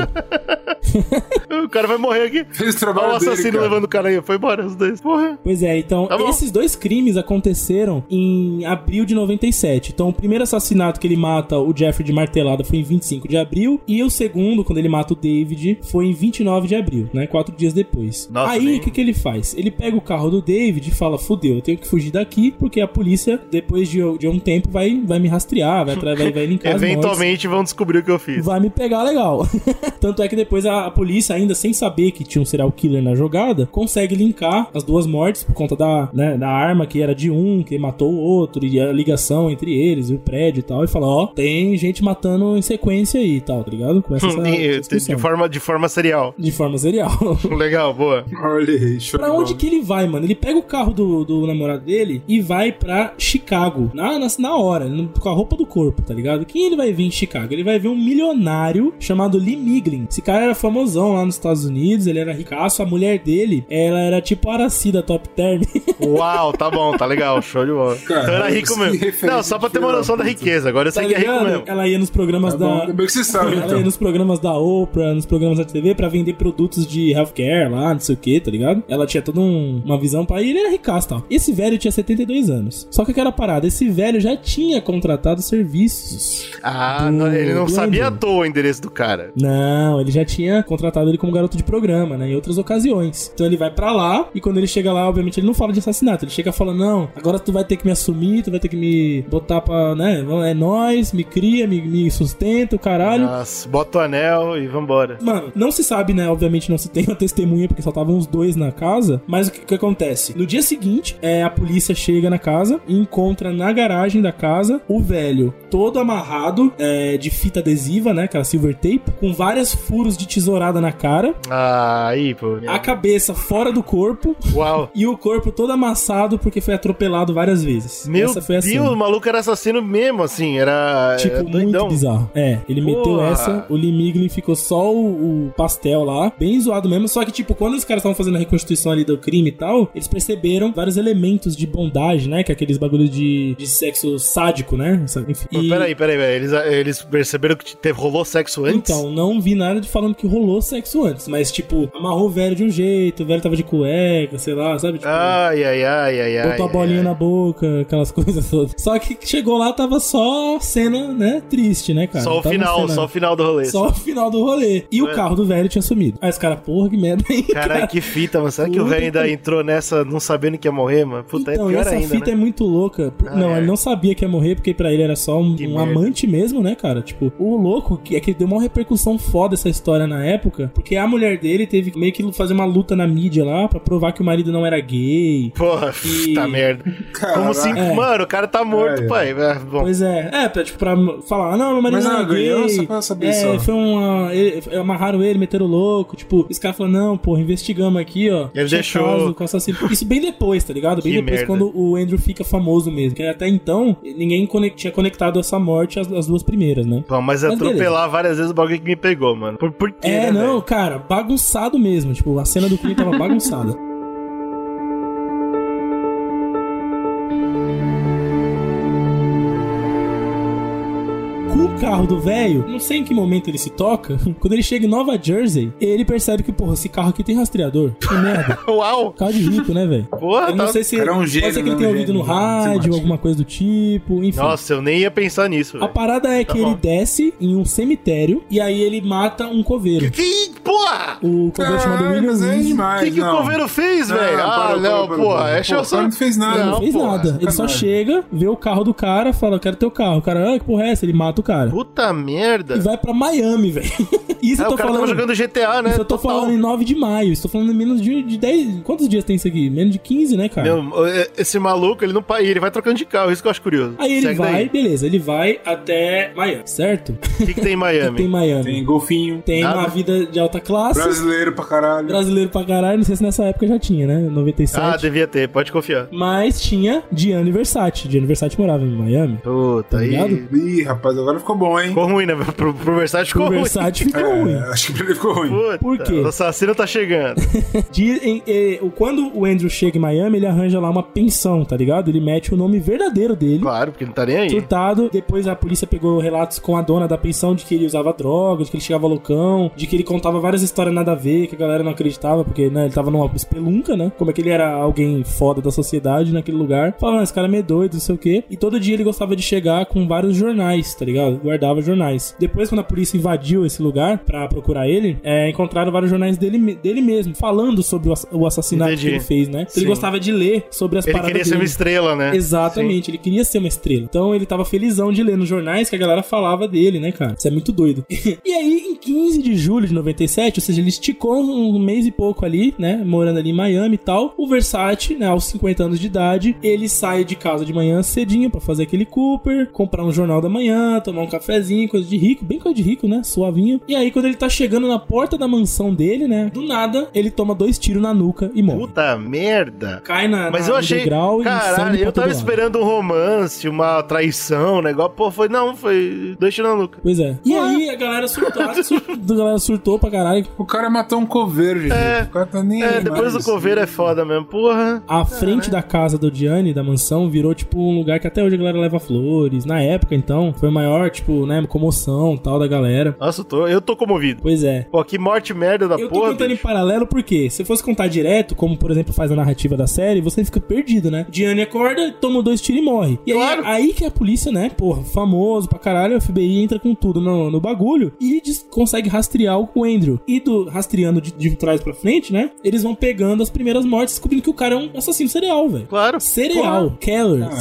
O cara vai morrer aqui. Fez o trabalho Olha o assassino dele, cara. levando o cara aí. Foi embora, os dois. Porra. Pois é, então, Tá bom. esses dois crimes aconteceram em abril de noventa e sete. Então, o primeiro assassinato que ele mata o Jeffrey de martelada foi em vinte e cinco de abril. E o segundo, quando ele mata o David, foi em vinte e nove de abril, né? Quatro dias depois. Nossa, aí, o bem- que, que ele faz? Ele pega o carro do David e fala, fudeu, eu tenho que fugir daqui, porque a polícia, depois de, de um tempo, vai, vai me rastrear, vai, tra- vai, vai linkar as mortes. Eventualmente vão descobrir o que eu fiz. Vai me pegar legal. Tanto é que depois a, a polícia, ainda sem saber que tinha um serial killer na jogada, consegue linkar as duas mortes por conta da, né, da arma que era de um, que matou o outro, e a ligação entre eles, e o prédio e tal. E fala, ó, tem gente matando em sequência aí e tal, tá ligado? Começa essa, essa de, discussão. de, forma, de forma serial. De forma serial. Legal, boa. Olha aí, show Pra de onde bola. que ele vai, mano? Ele pega o carro do, do namorado dele e vai pra Chicago. Na, na, na hora, no- com a roupa do corpo, tá ligado? Quem ele vai ver em Chicago? Ele vai ver um milionário chamado Lee Miglin. Esse cara era famosão lá nos Estados Unidos, ele era ricaço. A mulher dele, ela era tipo a Araci da Top Term. Uau, tá bom, tá legal. Show de bola. Cara, Então era rico que mesmo. referência Não, só pra ter uma filha noção da da puta. riqueza. Agora eu sei Tá que é rico ligado? mesmo. Ela ia nos programas Tá da... bom, ainda bem que você sabe, Ela então. ia nos programas da Oprah, nos programas da T V pra vender produtos de healthcare lá, não sei o que, tá ligado? Ela tinha toda um- uma visão pra ele, ele era ricaço e tal. Esse velho tinha setenta e dois anos. Só que aquela parada, esse velho já tinha contratado serviços. Ah, do- não, ele não do sabia à Andrew. toa o endereço do cara. Não, ele já tinha contratado ele como garoto de programa, né? Em outras ocasiões. Então ele vai pra lá e quando ele chega lá, obviamente ele não fala de assassinato. Ele chega falando, não, agora tu vai ter que me assumir, tu vai ter que me botar pra, né? É nóis, me cria, me, me sustenta, o caralho. Nossa, bota o anel e vambora. Mano, não se sabe, né? Obviamente não se tem uma testemunha, porque só estavam os dois na casa. Mas o que, que acontece? No dia seguinte, é, a polícia chega na casa e encontra na garagem da casa o velho todo amarrado é, de fita adesiva, né? Aquela silver tape, com vários furos de tesourada na cara, Ah, aí, pô. a cabeça fora do corpo Uau. e o corpo todo amassado porque foi atropelado várias vezes. Meu Essa foi a Deus, cena. o maluco era assassino mesmo, assim. Era, Tipo, era doidão. muito bizarro. É, ele meteu Porra. essa, o Lee Miglin ficou só o, o pastel lá, bem zoado mesmo. Só que, tipo, quando os caras estavam fazendo a reconstituição ali do crime e tal, eles perceberam vários elementos de bondagem, né? Que é aqueles bagulhos de, de sexo sádico, né? Enfim. Pô, E- Peraí, peraí, peraí. Eles, eles perceberam que teve, rolou sexo antes? Então, não vi nada de falando que rolou sexo antes, mas, tipo, amarrou o velho de um jeito, o velho tava de cueca, sei lá, sabe? Tipo, Ai, ai, ai, ai, ai. botou a ai, bolinha ai. na boca, aquelas coisas todas. Só que chegou lá, tava só cena, né, triste, né, cara? Só Não o tava final, cena- só o final do rolê. Só o final do rolê. E o É. carro do velho tinha sumido. Aí os caras, porra, que merda, hein, Caralho, cara? que fita, mano. Será que o Puta velho ainda que- entrou nessa não sabendo que ia morrer, mano? Puta, Então, é pior essa ainda, fita né? é muito louca. Ah, não, é. ele não sabia que ia morrer, porque pra ele era só um, Que um merda. amante mesmo, né, cara? Tipo, o louco que é que deu uma repercussão foda essa história na época, porque a mulher dele teve que meio que fazer uma luta na mídia lá pra provar que o marido não era gay. Porra, E- tá merda. Caraca. Como assim? É. Mano, o cara tá morto, É, é. pai. É, bom. Pois é, é, pra, tipo, pra falar, ah, não, meu marido Mas não ela é gay. ganhou só pra saber é, só. foi uma. Ele, amarraram ele, meteram louco. Tipo, esse cara falou, não, porra, investigamos aqui, ó. Ele tinha deixou. caso com assassino. Isso bem depois, tá ligado? Bem Que depois, merda. quando o Andrew fica famoso mesmo. Que até então, ninguém conect, tinha conectado essa morte às, às duas primeiras, né? Bom, mas Mas atropelar várias vezes o bagulho que me pegou, mano. Por, por quê, É, né, não, velho? cara, bagunçado mesmo. Tipo, a cena do crime tava bagunçada. carro do velho, não sei em que momento ele se toca, quando ele chega em Nova Jersey, ele percebe que, porra, esse carro aqui tem rastreador. Que merda. Uau! Carro de rico, né, velho? Porra, eu não tá... sei se... Era um gênio, pode ser que ele né, tenha um ouvido no gênio, rádio, alguma coisa do tipo, enfim. Nossa, eu nem ia pensar nisso, velho. A parada é Tá que bom. ele desce em um cemitério e aí ele mata um coveiro. Que porra! O coveiro chamado William mas é Reese. O demais, que, que o não. coveiro fez, Não, velho? Ah, parou, não, parou, parou, porra. parou. É Pô, só... o cara não fez nada. Não, Não, fez porra, nada. Ele só sacanagem. chega, vê o carro do cara, fala, eu quero teu carro. O cara, ah, que porra é essa? Ele mata o cara. Puta merda. E vai pra Miami, velho. Isso Ah, eu tô o cara falando... tava jogando G T A, né? Isso eu tô Total. falando em nove de maio. Isso eu tô falando em menos de, de dez... Quantos dias tem isso aqui? Menos de quinze, né, cara? Meu, esse maluco, ele não pa- ele vai trocando de carro, isso que eu acho curioso. Aí ele Segue vai, daí. beleza, ele vai até Miami, certo? O que, que tem em O Miami? que tem em Miami? Tem golfinho. Tem Nada. uma vida de alta classe. Brasileiro pra caralho. Brasileiro pra caralho. Não sei se nessa época já tinha, né? noventa e sete. Ah, devia ter, pode confiar. Mas tinha Gianni Versace. Gianni Versace morava em Miami. Puta, Tá aí... ligado? Ih, rapaz, agora ficou bom, hein? Ficou ruim, né? Pro, pro Versace ficou O ruim. Versace ficou ruim. É, acho que pra ele ficou ruim. Puta, Por quê? O assassino tá chegando. De- em- eh, o- quando o Andrew chega em Miami, ele arranja lá uma pensão, tá ligado? Ele mete o nome verdadeiro dele. Claro, porque não tá nem aí. Surtado. Depois a polícia pegou relatos com a dona da pensão de que ele usava drogas, de que ele chegava loucão, de que ele contava várias histórias nada a ver, que a galera não acreditava, porque né, ele tava numa espelunca, né? Como é que ele era alguém foda da sociedade naquele lugar. Falando, esse cara é meio doido, não sei o quê. E todo dia ele gostava de chegar com vários jornais, tá ligado? Guardava jornais. Depois, quando a polícia invadiu esse lugar pra procurar ele, é, encontraram vários jornais dele, dele mesmo, falando sobre o, ass- o assassinato Entendi. que ele fez, né? Sim. Ele gostava de ler sobre as Ele paradas queria ser dele. uma estrela, né? Exatamente, ele queria ser uma estrela. Então ele tava felizão de ler nos jornais que a galera falava dele, né, cara? Isso é muito doido. E aí, em quinze de julho de noventa e sete, ou seja, ele esticou um mês e pouco ali, né, morando ali em Miami e tal. O Versace, né, aos cinquenta anos de idade, ele sai de casa de manhã cedinho pra fazer aquele Cooper, comprar um jornal da manhã, tomar um cafezinho, coisa de rico, bem coisa de rico, né, suavinho. E aí, quando ele tá chegando na porta da mansão dele, né, do nada, ele toma dois tiros na nuca e morre. Puta merda. Cai na, Mas na eu no achei. degrau e sangue Caralho, pra eu todo tava lado. esperando um romance, uma traição, um negócio. Pô, foi. Não, foi. Dois tiros na nuca. Pois é. E aí a galera surtou, a galera surtou pra caralho. O cara matou um coveiro, gente. É. O cara tá nem É, aí depois mais. do coveiro é foda mesmo. Porra. A frente da casa do Gianni, da mansão, virou, tipo, um lugar que até hoje a galera leva flores. Na época, então, foi a maior, tipo, né, comoção tal da galera. Nossa, eu tô, eu tô comovido. Pois é. Pô, que morte merda da Eu tô porra. contando em bicho. paralelo porque, se fosse contar direto, como, por exemplo, faz a narrativa da série, você fica perdido, né? Gianni acorda, toma dois tiros e morre. E aí, Claro. aí que a polícia, né, porra, famoso pra caralho, o F B I entra com tudo no, no bagulho e des- consegue rastrear o Andrew. E do, rastreando de, de trás pra frente, né, eles vão pegando as primeiras mortes, descobrindo que o cara é um assassino serial, velho. Claro. Serial, Killers.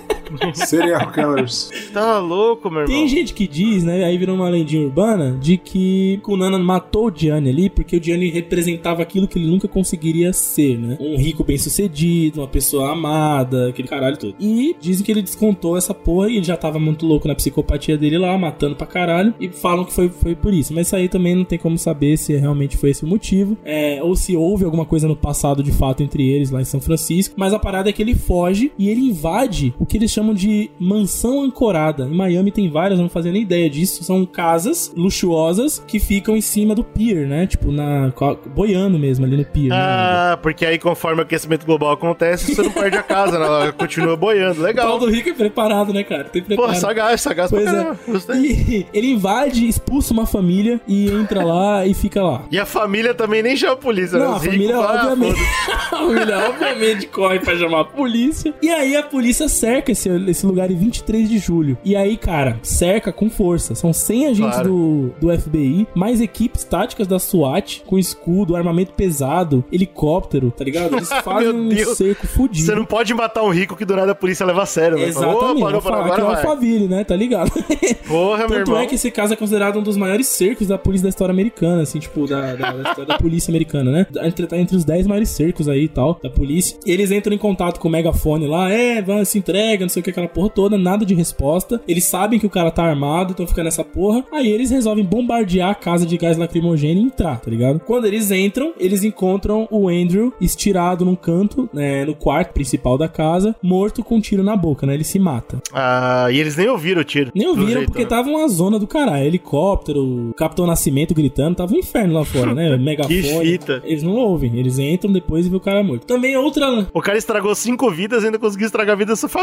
Serial Killers. Tá louco, meu irmão. Tem gente que diz, né, aí virou uma lendinha urbana, de que Kunana matou o Gianni ali porque o Gianni representava aquilo que ele nunca conseguiria ser, né? Um rico bem-sucedido, uma pessoa amada, aquele caralho todo. E dizem que ele descontou essa porra e ele já tava muito louco na psicopatia dele lá, matando pra caralho, e falam que foi, foi por isso. Mas isso aí também não tem como saber se realmente foi esse o motivo, é, ou se houve alguma coisa no passado de fato entre eles lá em São Francisco. Mas a parada é que ele foge e ele invade o que eles chamam de mansão ancorada. Em Miami tem várias, não fazia nem ideia disso. São casas luxuosas que ficam em cima do pier, né? Tipo, na, boiando mesmo ali no pier. Ah, né? porque aí conforme o aquecimento global acontece, você não perde a casa, né? Ela continua boiando. O Legal. Paulo do Rico é preparado, né, cara? Tem preparo. Pô, sagaz, sagaz pra Pois caramba. é. Gostei. E ele invade, expulsa uma família e entra lá e fica lá. E a família também nem chama a polícia, né? Não, a Os ricos, família, ah, obviamente, foda-se. a família, obviamente, corre pra chamar a polícia. E aí a polícia cerca esse, esse lugar em vinte e três de julho. E aí, cara, cerca com força. São cem agentes Claro. do, do F B I, mais equipes táticas da SWAT, com escudo, armamento pesado, helicóptero, tá ligado? Eles fazem Meu um Deus. cerco fudido. Você não pode matar um rico que do nada a polícia leva a sério, né? Exatamente, Fala, Ô, vou parou, parou, falar que é o agora vai. Alphaville, né? Tá ligado? Porra, meu Tanto irmão. é que esse caso é considerado um dos maiores cercos da polícia da história americana, assim, tipo, da, da, da história da polícia americana, né? Entre, tá entre os dez maiores cercos aí e tal, da polícia. Eles entram em contato com o megafone lá, é, vai, se entrega, não sei o que, aquela porra toda, nada de resposta. Eles sabem que o cara tá armado, então fica nessa porra. Aí eles resolvem bombardear a casa de gás lacrimogêneo e entrar, tá ligado? Quando eles entram, eles encontram o Andrew estirado num canto, né, no quarto principal da casa, morto com um tiro na boca, né? Ele se mata. Ah, e eles nem ouviram o tiro. Nem pelo ouviram, jeito, porque né? tava uma zona do caralho. Helicóptero, Capitão Nascimento gritando, tava um inferno lá fora, né? Megafone. Que fita. Eles não ouvem, eles entram depois e vê o cara morto. Também outra... O cara estragou cinco vidas e ainda conseguiu estragar a vida da sua família aí, que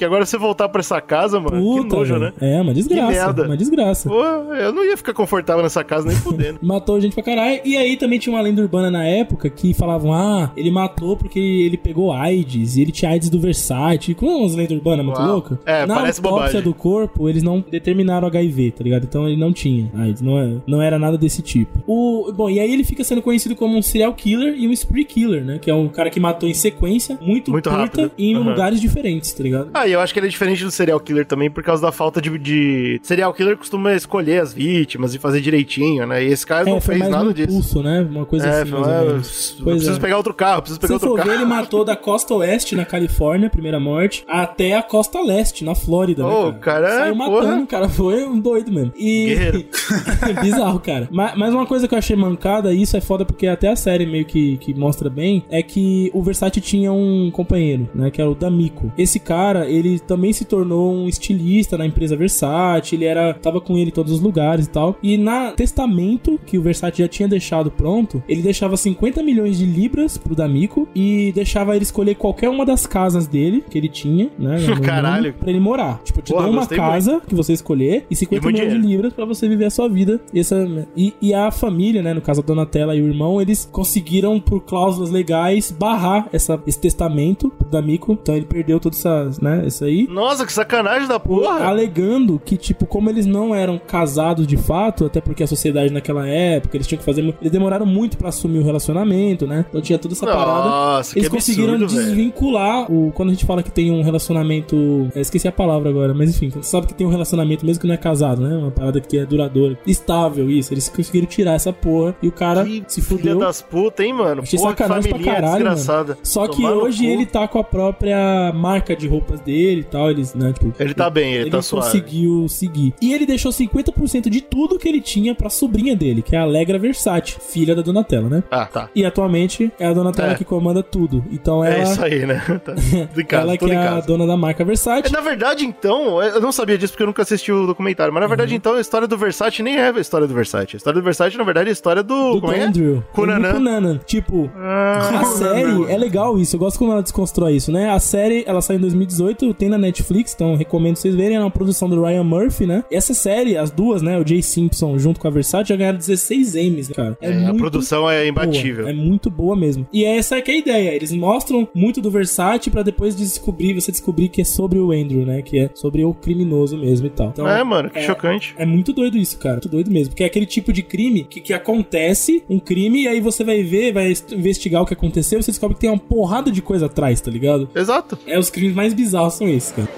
agora você voltar pra essa casa, mano, Puta, que nojo, velho. né? É, uma desgraça. Que merda. Uma desgraça. Pô, eu não ia ficar confortável nessa casa nem fudendo. Matou gente pra caralho. E aí também tinha uma lenda urbana na época que falavam, ah, ele matou porque ele pegou AIDS, e ele tinha AIDS do Versace. Como é umas lendas urbanas muito loucas? É, na parece autópsia bobagem. do corpo, eles não determinaram H I V, tá ligado? Então ele não tinha AIDS, não, é, não era nada desse tipo. O, bom, e aí ele fica sendo conhecido como um serial killer e um spree killer, né? Que é um cara que matou em sequência, muito, Muito curta rápido. e em Uhum. lugares diferentes, tá ligado? Ah, e eu acho que ele é diferente do serial killer também por causa da falta de, de... Serial killer costuma escolher as vítimas e fazer direitinho, né? E esse cara É, não foi fez mais nada no disso. impulso, né? Uma coisa É, assim, foi, mais ou é, menos. eu Pois preciso é. pegar outro carro, preciso Se pegar você outro for carro. ver, ele matou da costa oeste, na Califórnia, primeira morte, até a costa leste, na Flórida, Ô, né, cara, cara? Saiu porra. matando, o cara foi um doido mesmo. E... Guerreiro. Bizarro, cara. Mas, mas uma coisa que eu achei mancada, e isso é foda porque até a série meio que, que mostra bem, é que o Versace tinha um companheiro, né, que era o D'Amico. Esse cara, ele também se tornou um estilista na empresa Versace, ele era, tava com ele em todos os lugares e tal. E na testamento que o Versace já tinha deixado pronto, ele deixava cinquenta milhões de libras pro D'Amico e deixava ele escolher qualquer uma das casas dele, que ele tinha, né, no Caralho. nome, pra ele morar. Tipo, eu te Porra, dou uma gostei casa que você escolher e cinquenta E muito milhões de dinheiro. libras pra você viver a sua vida. E, essa, e, e a família, né, no caso a Donatella e o irmão, eles conseguiram, por cláusulas legais, barrar essa, esse testamento do D'Amico. Então ele perdeu todas essas, né, isso aí. Nossa, que sacanagem da porra. Alegando que, tipo, como eles não eram casados de fato, até porque a sociedade naquela época, eles tinham que fazer... Eles demoraram muito pra assumir o relacionamento, né? Então tinha toda essa parada. Nossa, que Eles conseguiram absurdo, velho. desvincular o... Quando a gente fala que tem um relacionamento... Eu esqueci a palavra agora, mas enfim. Você sabe que tem um relacionamento mesmo que não é casado, né? Uma parada que é duradoura. Estável, isso. Eles conseguiram tirar essa porra e o cara Que se filha fudeu. das putas, hein, mano? Achei Porra, que sacanagem pra família caralho, desgraçada. mano. Só que Tomar no hoje cu. ele tá com a própria marca de roupas dele e tal. Eles, né, tipo... Ele tá bem, ele, Ele tá suave. conseguiu seguir. E ele deixou cinquenta por cento de tudo que ele tinha pra sobrinha dele, que é a Allegra Versace, filha da Donatella, né? Ah, tá. E atualmente é a Donatella É. que comanda tudo. Então ela... É isso aí, né? Tá. Tudo em casa, ela que tudo é em a casa. dona da marca Versace. É, na verdade, então, eu não sabia disso porque eu nunca assisti o documentário, mas na verdade, então, a história do Versace nem é a história do Versace. A história do Versace, na verdade, é a história do... Do como é? Andrew. Cunanan. Cunanan. Tipo, Ah, a série é legal isso. Eu gosto quando ela desconstrói isso, né? A série, ela saiu em dois mil e dezoito, tem na Netflix, então recomendo vocês verem. É uma produção do Ryan Murphy, né? E essa série, as duas, né? O Jay Simpson junto com a Versace já ganharam dezesseis Emmys, cara. É, é, a muito produção é imbatível. boa. É muito boa mesmo. E essa é que é a ideia. Eles mostram muito do Versace pra depois descobrir, você descobrir que é sobre o Andrew, né? Que é sobre o criminoso mesmo e tal. Então, é, mano, que é, chocante. É muito doido isso, cara. Muito doido mesmo. Porque é aquele tipo de crime que, que acontece, um crime, e aí você vai ver, vai investigar o que aconteceu, você descobre que tem uma porrada de coisa atrás, tá ligado? Exato. É, os crimes mais bizarros são esses, cara.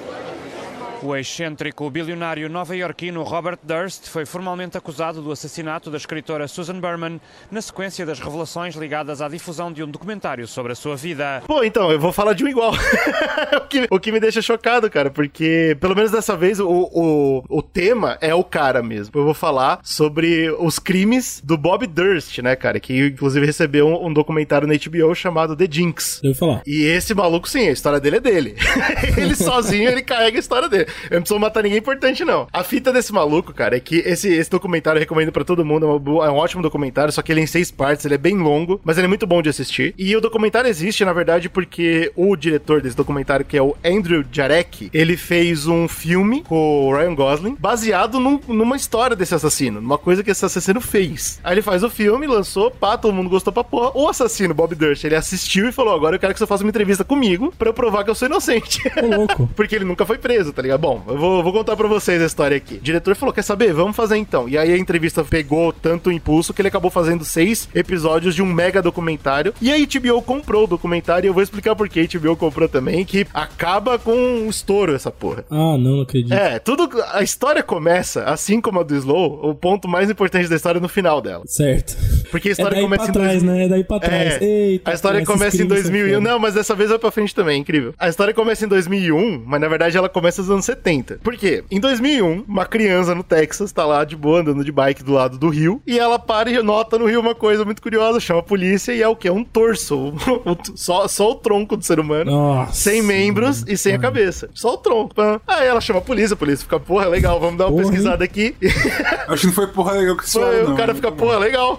O excêntrico bilionário nova-iorquino Robert Durst foi formalmente acusado do assassinato da escritora Susan Berman na sequência das revelações ligadas à difusão de um documentário sobre a sua vida. Pô, então, eu vou falar de um igual. o, que, o que me deixa chocado, cara, porque, pelo menos dessa vez, o, o, o tema é o cara mesmo. Eu vou falar sobre os crimes do Bob Durst, né, cara, que inclusive recebeu um, um documentário na H B O chamado The Jinx. Eu vou falar. E esse maluco, sim, a história dele é dele. Ele sozinho, ele carrega a história dele. Eu não preciso matar ninguém importante, não. A fita desse maluco, cara, é que esse, esse documentário eu recomendo pra todo mundo. É, uma, é um ótimo documentário, só que ele é em seis partes, ele é bem longo, mas ele é muito bom de assistir. E o documentário existe, na verdade, porque o diretor desse documentário, que é o Andrew Jarek, ele fez um filme com o Ryan Gosling, baseado num, numa história desse assassino, numa coisa que esse assassino fez. Aí ele faz o filme, lançou, pá, todo mundo gostou pra porra. O assassino, Bob Durst, ele assistiu e falou, agora eu quero que você faça uma entrevista comigo pra eu provar que eu sou inocente. Ô, louco. Porque ele nunca foi preso, tá ligado? Bom, eu vou, vou contar pra vocês a história aqui. O diretor falou, quer saber? Vamos fazer então. E aí a entrevista pegou tanto impulso que ele acabou fazendo seis episódios de um mega documentário. E a H B O comprou o documentário e eu vou explicar por que a H B O comprou também, que acaba com um estouro essa porra. Ah, não, não acredito. É, tudo... A história começa, assim como a do Slow, o ponto mais importante da história é no final dela. Certo. Porque a história é daí começa pra em trás, dois mil. né? É daí pra trás. É, Eita, a história cara, começa em esses crimes dois mil e um. são foda. Não, mas dessa vez vai pra frente também, incrível. A história começa em dois mil e um, mas na verdade ela começa nos anos setenta. Por quê? Em dois mil e um, uma criança no Texas tá lá de boa andando de bike do lado do rio e ela para e nota no rio uma coisa muito curiosa, chama a polícia e é o quê? Um torso. só, só o tronco do ser humano. Nossa. Sem membros e sem a cabeça. Só o tronco. Pã. Aí ela chama a polícia, a polícia fica, porra, legal, vamos dar uma Porra, pesquisada aqui. Acho que não foi porra legal que isso Foi, não. o cara fica, porra, legal.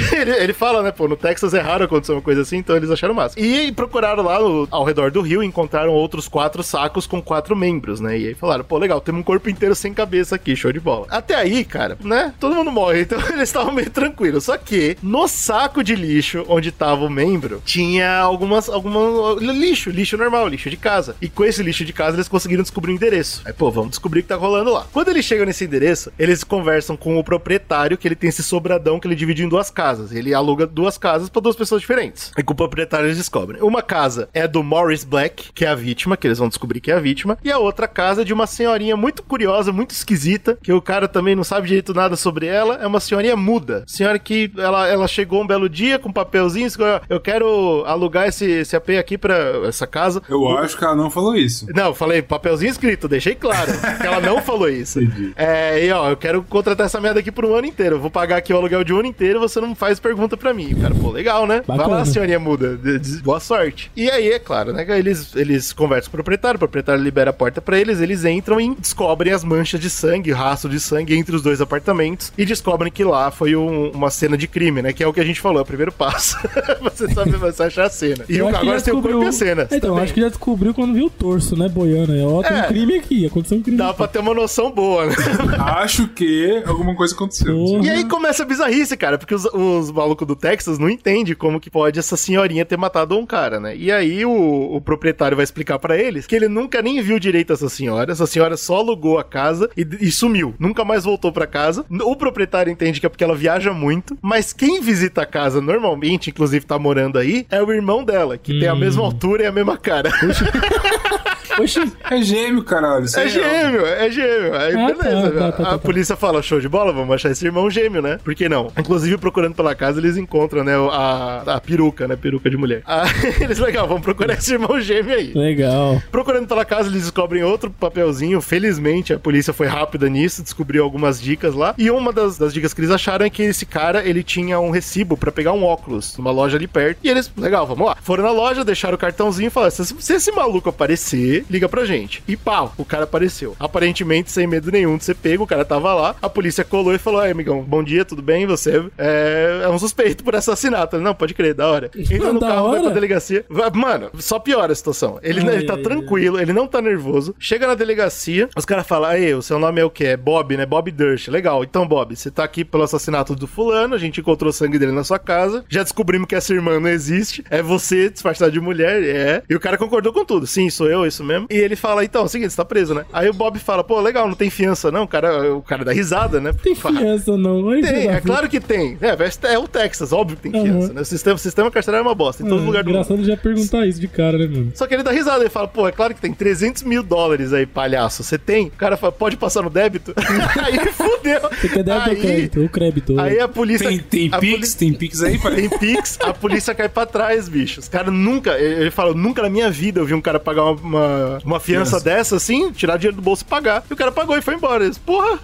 ele, ele fala, né, pô, no Texas é raro acontecer uma coisa assim, então eles acharam massa. E procuraram lá no, ao redor do rio e encontraram outros quatro sacos com quatro membros, né? E aí falaram, pô, legal, temos um corpo inteiro sem cabeça aqui, show de bola. Até aí, cara, né, todo mundo morre, então eles estavam meio tranquilos. Só que no saco de lixo onde tava o membro, tinha algumas, algumas lixo, lixo normal, lixo de casa. E com esse lixo de casa eles conseguiram descobrir o endereço. Aí, pô, vamos descobrir o que tá rolando lá. Quando eles chegam nesse endereço, eles conversam com o proprietário, que ele tem esse sobradão que ele divide em duas casas. Ele aluga duas casas pra duas pessoas diferentes. E com o proprietário eles descobrem. Uma casa é do Morris Black, que é a vítima, que eles vão descobrir que é a vítima. E a outra casa é de uma senhorinha muito curiosa, muito esquisita, que o cara também não sabe direito nada sobre ela. É uma senhorinha muda. Senhora que ela, ela chegou um belo dia com um papelzinho, eu quero alugar esse, esse A P aqui pra essa casa. Eu acho que ela não falou isso. Não, eu falei papelzinho escrito, deixei claro que ela não falou isso. Entendi. É, e ó, eu quero contratar essa merda aqui por um ano inteiro. Eu vou pagar aqui o aluguel de um ano inteiro, você não faz pergunta pra mim. O cara, pô, legal, né? Bacana. Vai lá, senhorinha muda. Boa sorte. E aí, é claro, né? Eles, eles conversam com o proprietário, o proprietário libera a porta pra eles, eles entram e descobrem as manchas de sangue, rastro de sangue entre os dois apartamentos e descobrem que lá foi um, uma cena de crime, né? Que é o que a gente falou, é o primeiro passo. Você sabe, você achar a cena. E o, agora tem o corpo e a cena. Então, também. Acho que já descobriu quando viu o torso, né, boiando. Ó, tem É. um crime aqui, aconteceu um crime. Dá aqui. pra ter uma noção boa, né? Acho que alguma coisa aconteceu. Porra. E aí começa a bizarrice, cara, porque os, os malucos do Texas não entendem como que pode essa senhorinha ter matado um cara, né? E aí o, o proprietário vai explicar pra eles que ele nunca nem viu direito essa senhora, essa senhora só alugou a casa e, e sumiu, nunca mais voltou pra casa. O proprietário entende que é porque ela viaja muito, mas quem visita a casa normalmente, inclusive tá morando aí, é o irmão dela, que hum. tem a mesma altura e a mesma cara. Oxi. É gêmeo, caralho. Isso É é gêmeo, é gêmeo. Aí Ah, beleza. tá, tá, tá, a tá, polícia fala, show de bola, vamos achar esse irmão gêmeo, né? Por que não? Inclusive, procurando pela casa, eles encontram, né, a, a peruca, né? Peruca de mulher. Ah, eles, legal, vamos procurar esse irmão gêmeo aí. Legal. Procurando pela casa, eles descobrem outro papelzinho. Felizmente, a polícia foi rápida nisso, descobriu algumas dicas lá. E uma das, das dicas que eles acharam é que esse cara, ele tinha um recibo pra pegar um óculos numa loja ali perto. E eles, legal, vamos lá. Foram na loja, deixaram o cartãozinho e falaram, se, se esse maluco aparecer, liga pra gente. E pau, o cara apareceu. Aparentemente, sem medo nenhum de ser pego, o cara tava lá. A polícia colou e falou, ai, amigão, bom dia, tudo bem? Você é, é um suspeito por assassinato. Ele, não, pode crer, da hora. Entra no Da carro, vai hora? pra delegacia. Vai- Mano, só piora a situação. Ele, Ai, ele tá ai, tranquilo, ele não tá nervoso. Chega na delegacia, os caras falam, aí, o seu nome é o quê? É Bob, né? Bob Durst. Legal. Então, Bob, você tá aqui pelo assassinato do fulano, a gente encontrou o sangue dele na sua casa, já descobrimos que essa irmã não existe, é você disfarçado de mulher, é. E o cara concordou com tudo. Sim, sou eu, isso mesmo. E ele fala, então, é o seguinte, você tá preso, né? Aí o Bob fala, pô, legal, não tem fiança não, o cara, o cara dá risada, né? Tem Fala, fiança, não. Oi, filho Tem, da é puta. claro que tem. É, é o Texas, óbvio que tem Uhum. fiança, né? O sistema, o sistema carcerário é uma bosta, em todo Ah, lugar do mundo. engraçado já perguntar isso de cara, né, mano? Só que ele dá risada, ele fala, pô, é claro que tem trezentos mil dólares aí, palhaço. Você tem? O cara fala, pode passar no débito? Aí fudeu. Você quer débito ou Aí, crédito? Ou crédito? aí a polícia... Tem, tem a Pix? poli- Tem Pix aí, pai? Tem Pix, a polícia cai pra trás, bicho. Os caras nunca... Ele fala, nunca na minha vida eu vi um cara pagar uma, uma, uma fiança Fiança. dessa, assim, tirar dinheiro do bolso e pagar. E o cara pagou e foi embora. Eles, porra,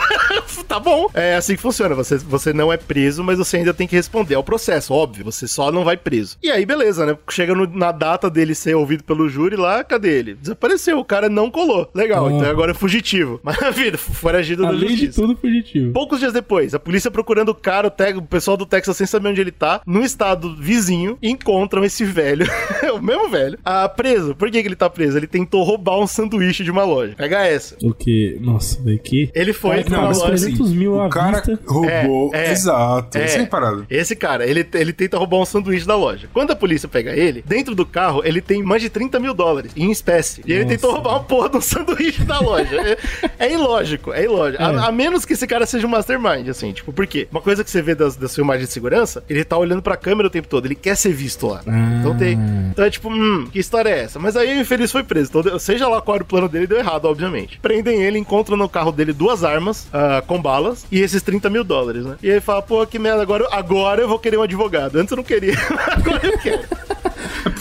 tá bom. É assim que funciona. Você, você não é preso, mas você ainda tem que responder ao processo, óbvio. Você só não vai preso. E aí, beleza, né? Chega no- na data dele ser ouvido pelo júri lá, cadê ele? Desapareceu. O cara não colou. Legal, Ah. então agora é fugitivo. Maravilha, foragido da Além de justiça. tudo, fugitivo. Poucos dias depois, a polícia procurando o cara, o, te- o pessoal do Texas sem saber onde ele tá, no estado vizinho, encontram esse velho, o mesmo velho, ah, preso. Por que, que ele tá preso? Ele tentou roubar um sanduíche de uma loja. Pega essa. O que? Nossa, velho, que... Ele foi Cara, pra não, uma mas loja. trezentos mil à O cara vista. roubou. É, é, Exato. é. Isso é parado. Esse cara, ele, ele tenta roubar um sanduíche da loja. Quando a polícia pega ele, dentro do carro, ele tem mais de trinta mil dólares em espécie. E ele Nossa. tentou roubar uma porra de um sanduíche da loja. É, é ilógico, é ilógico. É. A, a menos que esse cara seja um mastermind, assim, tipo, por quê? Uma coisa que você vê das, das filmagens de segurança, ele tá olhando pra câmera o tempo todo, ele quer ser visto lá. Ah. Então tem. Então é tipo, hum, que história é essa? Mas aí o infeliz foi preso. Então, deu- seja lá qual era o plano dele, deu errado, obviamente. Prendem ele, encontram no carro dele duas armas ah, com balas e esses trinta mil dólares, né? E aí fala, pô, que merda, agora, agora eu vou querer um advogado. Antes eu não queria, agora eu quero.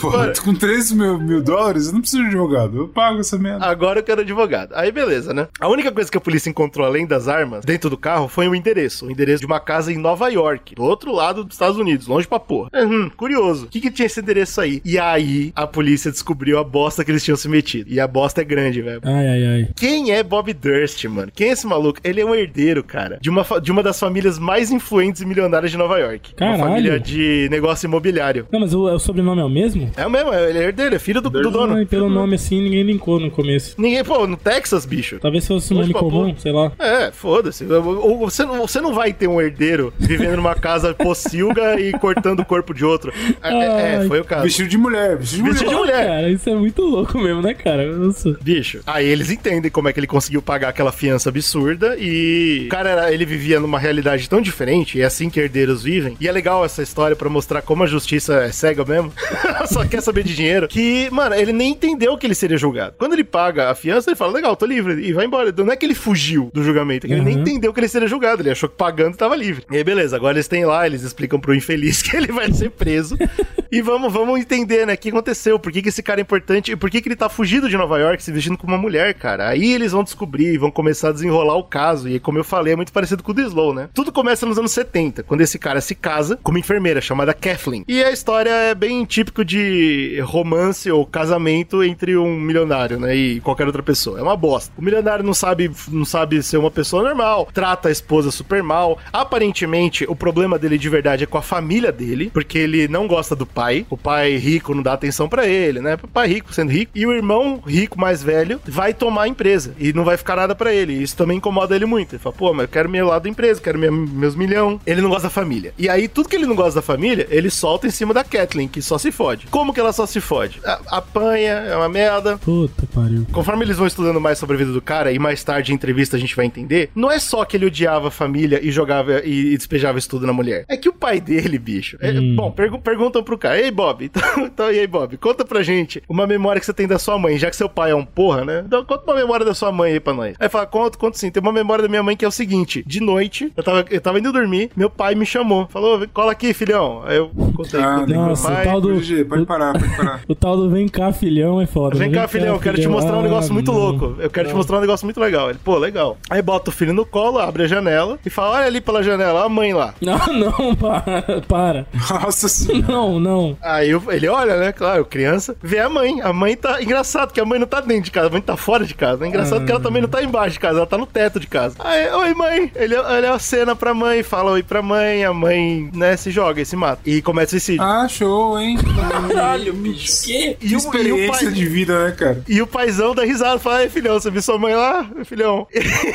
Pô, com treze mil, mil dólares, eu não preciso de advogado. Eu pago essa merda. Agora eu quero advogado. Aí beleza, né? A única coisa que a polícia encontrou além das armas dentro do carro foi o endereço. O endereço de uma casa em Nova York, do outro lado dos Estados Unidos, longe pra porra. Hum, curioso. O que que tinha esse endereço aí? E aí a polícia descobriu a bosta que eles tinham se metido. E a bosta é grande, velho. Ai, ai, ai. Quem é Bob Durst, mano? Quem é esse maluco? Ele é um herdeiro, cara, de uma, de uma das famílias mais influentes e milionárias de Nova York. Caralho. Uma família de negócio imobiliário. Não, mas o, o sobrenome é o mesmo? É o mesmo, ele é herdeiro, é filho do, do dono. Ai, pelo nome assim, ninguém linkou no começo. Ninguém, pô, no Texas, bicho. Talvez fosse um nome comum, sei lá. É, foda-se. Você não, você não vai ter um herdeiro vivendo numa casa pocilga e cortando o corpo de outro. É, é, foi o caso. Vestido de mulher, vestido de Vestido de mulher. Cara, isso é muito louco mesmo, né, cara? Nossa. Bicho, aí eles entendem como é que ele conseguiu pagar aquela fiança absurda e o cara, era, ele vivia numa realidade tão diferente, e é assim que herdeiros vivem. E é legal essa história pra mostrar como a justiça é cega mesmo. Só quer saber de dinheiro. Que, mano, ele nem entendeu que ele seria julgado. Quando ele paga a fiança, ele fala, legal, tô livre, e vai embora. Não é que ele fugiu do julgamento, é que uhum. ele nem entendeu que ele seria julgado. Ele achou que pagando tava livre. E aí, beleza, agora eles têm lá, eles explicam pro infeliz que ele vai ser preso. E vamos, vamos entender, né, o que aconteceu, por que, que esse cara é importante e por que, que ele tá fugido de Nova York se vestindo como uma mulher, cara. Aí eles vão descobrir, vão começar a desenrolar o caso. E como eu falei, é muito parecido com o do Slow, né? Tudo começa nos anos setenta, quando esse cara se casa com uma enfermeira chamada Kathleen. E a história é bem típico de romance ou casamento entre um milionário, né, e qualquer outra pessoa. É uma bosta. O milionário não sabe, não sabe ser uma pessoa normal, trata a esposa super mal. Aparentemente, o problema dele de verdade é com a família dele, porque ele não gosta do pai. O pai rico não dá atenção pra ele, né? O pai rico sendo rico. E o irmão rico mais velho vai tomar a empresa e não vai ficar nada pra ele. Isso também incomoda ele muito. Ele fala, pô, mas eu quero meu lado da empresa, quero minha, meus milhão. Ele não gosta da família. E aí, tudo que ele não gosta da família, ele solta em cima da Kathleen, que só se fode. Como que ela só se fode? A, apanha, é uma merda. Puta pariu. Conforme eles vão estudando mais sobre a vida do cara, e mais tarde em entrevista a gente vai entender, não é só que ele odiava a família e jogava e, e despejava estudo na mulher. É que o pai dele, bicho... É, hum. Bom, pergu perguntam pro cara, ei, Bob, então, então, e aí, Bob, conta pra gente uma memória que você tem da sua mãe, já que seu pai é um porra, né? Então, conta uma memória da sua mãe aí pra nós. Aí fala, conta, conta sim. Tem uma memória da minha mãe que é o seguinte, de noite, eu tava, eu tava indo dormir, meu pai me chamou, falou, cola aqui, filhão. Aí eu contei, ah, contei nossa, meu pai. O tal do, G, pode parar, pode parar. O tal do vem cá, filhão, é foda. Vem, vem cá, filhão, eu quero filhão. te mostrar um negócio ah, muito não. louco. Eu quero não. te mostrar um negócio muito legal. Ele, pô, legal. Aí bota o filho no colo, abre a janela e fala, olha ali pela janela, olha a mãe lá. Não, não, para, para. Nossa senhora. Não, não. Aí ele olha, né, claro, criança, vê a mãe. A mãe tá... Engraçado que a mãe não tá dentro de casa, a mãe tá fora de casa. É engraçado ah. que ela também não tá embaixo de casa, ela tá no teto de casa. Aí, oi, mãe. Ele olha a cena pra mãe, fala oi pra mãe, a mãe, né, se joga e se mata. E começa o suicídio. Ah, show, hein? Caralho, bicho. Que? Que experiência e o pai... de vida, né, cara? E o paizão dá risada, fala, ai, filhão, você viu sua mãe lá? Filhão.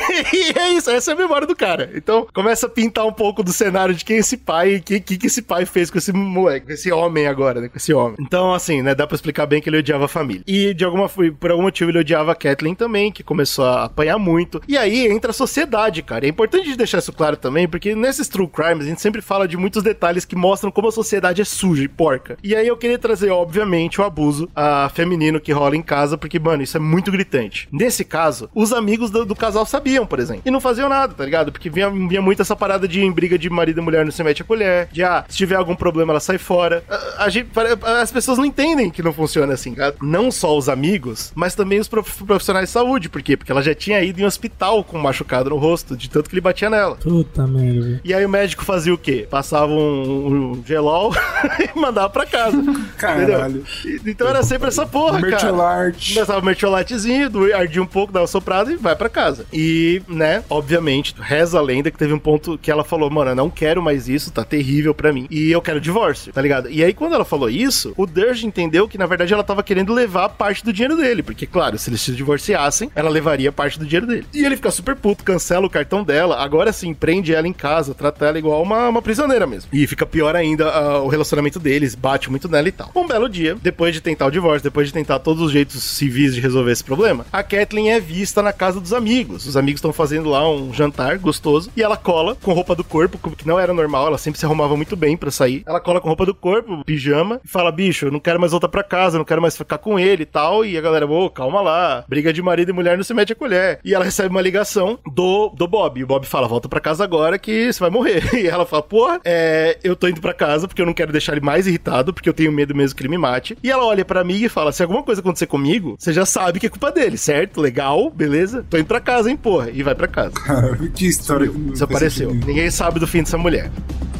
E é isso, essa é a memória do cara. Então, começa a pintar um pouco do cenário de quem é esse pai e o que, que, que esse pai fez com esse moleque, com esse homem agora, né, com esse homem. Então, assim, né, dá pra explicar bem que ele odiava a família. E, de alguma por algum motivo, ele odiava a Kathleen também, que começou a apanhar muito. E aí, entra a sociedade, cara. É importante deixar isso claro também, porque nesses true crimes, a gente sempre fala de muitos detalhes que mostram como a sociedade é suja e porca. E aí, eu queria trazer, obviamente, o abuso a feminino que rola em casa, porque, mano, isso é muito gritante. Nesse caso, os amigos do, do casal sabiam, por exemplo, e não faziam nada, tá ligado? Porque vinha, vinha muito essa parada de em briga de marido e mulher não se mete a colher, de, ah, se tiver algum problema, ela sai fora. A, a gente, as pessoas não entendem que não funciona assim, cara. Não só os amigos, mas também os profissionais de saúde. Por quê? Porque ela já tinha ido em um hospital com um machucado no rosto, de tanto que ele batia nela. Puta merda. E aí o médico fazia o quê? Passava um, um gelol e mandava pra casa. Caralho. E, então era sempre essa porra, Mertiolate. cara. Começava o mertiolatezinho, ardia um pouco, dava soprado e vai pra casa. E, né, obviamente, reza a lenda que teve um ponto que ela falou, mano, eu não quero mais isso, tá terrível pra mim. E eu quero divórcio, tá ligado? E aí, quando ela falou isso, o Durst entendeu que, na verdade, ela tava querendo levar parte do dinheiro dele. Porque, claro, se eles se divorciassem, ela levaria parte do dinheiro dele. E ele fica super puto, cancela o cartão dela, agora sim, prende ela em casa, trata ela igual uma, uma prisioneira mesmo. E fica pior ainda uh, o relacionamento deles, bate muito nela e tal. Um belo dia, depois de tentar o divórcio, depois de tentar todos os jeitos civis X de resolver esse problema. A Kathleen é vista na casa dos amigos. Os amigos estão fazendo lá um jantar gostoso e ela cola com roupa do corpo, que não era normal, ela sempre se arrumava muito bem pra sair. Ela cola com roupa do corpo, pijama, e fala, bicho, eu não quero mais voltar pra casa, eu não quero mais ficar com ele e tal. E a galera, ô, oh, calma lá, briga de marido e mulher não se mete a colher. E ela recebe uma ligação do, do Bob. E o Bob fala, volta pra casa agora que você vai morrer. E ela fala, porra, é, eu tô indo pra casa porque eu não quero deixar ele mais irritado, porque eu tenho medo mesmo que ele me mate. E ela olha pra mim e fala, se alguma coisa acontecer comigo, você já sabe que é culpa dele, certo? Legal, beleza? Tô indo pra casa, hein, porra. E vai pra casa. Cara, que história. Desapareceu. Ninguém sabe do fim dessa mulher.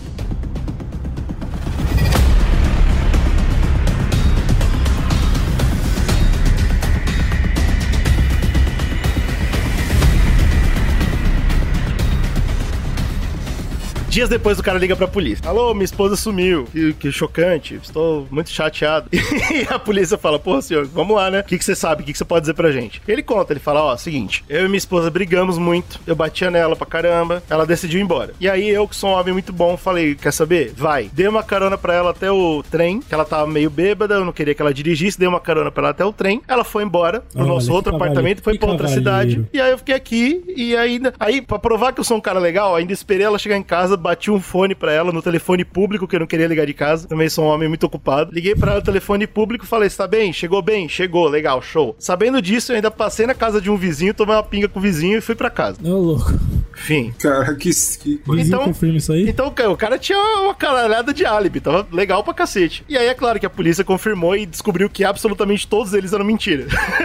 Dias depois o cara liga pra polícia. Alô, minha esposa sumiu. Que, que chocante. Estou muito chateado. E a polícia fala, porra, senhor, vamos lá, né? O que, que você sabe? O que, que você pode dizer pra gente? Ele conta, ele fala, ó, seguinte, eu e minha esposa brigamos muito, eu batia nela pra caramba, ela decidiu ir embora. E aí eu, que sou um homem muito bom, falei, quer saber? Vai. Dei uma carona pra ela até o trem, que ela tava meio bêbada, eu não queria que ela dirigisse, dei uma carona pra ela até o trem, ela foi embora pro Olha, nosso outro apartamento, foi pra outra cidade, e aí eu fiquei aqui, e ainda, aí pra provar que eu sou um cara legal, ainda esperei ela chegar em casa, bati um fone pra ela no telefone público, que eu não queria ligar de casa. Também sou um homem muito ocupado. Liguei pra ela no telefone público, falei, você tá bem? Chegou bem? Chegou, legal, show. Sabendo disso, eu ainda passei na casa de um vizinho, tomei uma pinga com o vizinho e fui pra casa. Ô, louco. Enfim. Cara, que... que... Então, confirma isso aí? Então, o cara tinha uma caralhada de álibi, tava legal pra cacete. E aí, é claro que a polícia confirmou e descobriu que absolutamente todos eles eram mentira.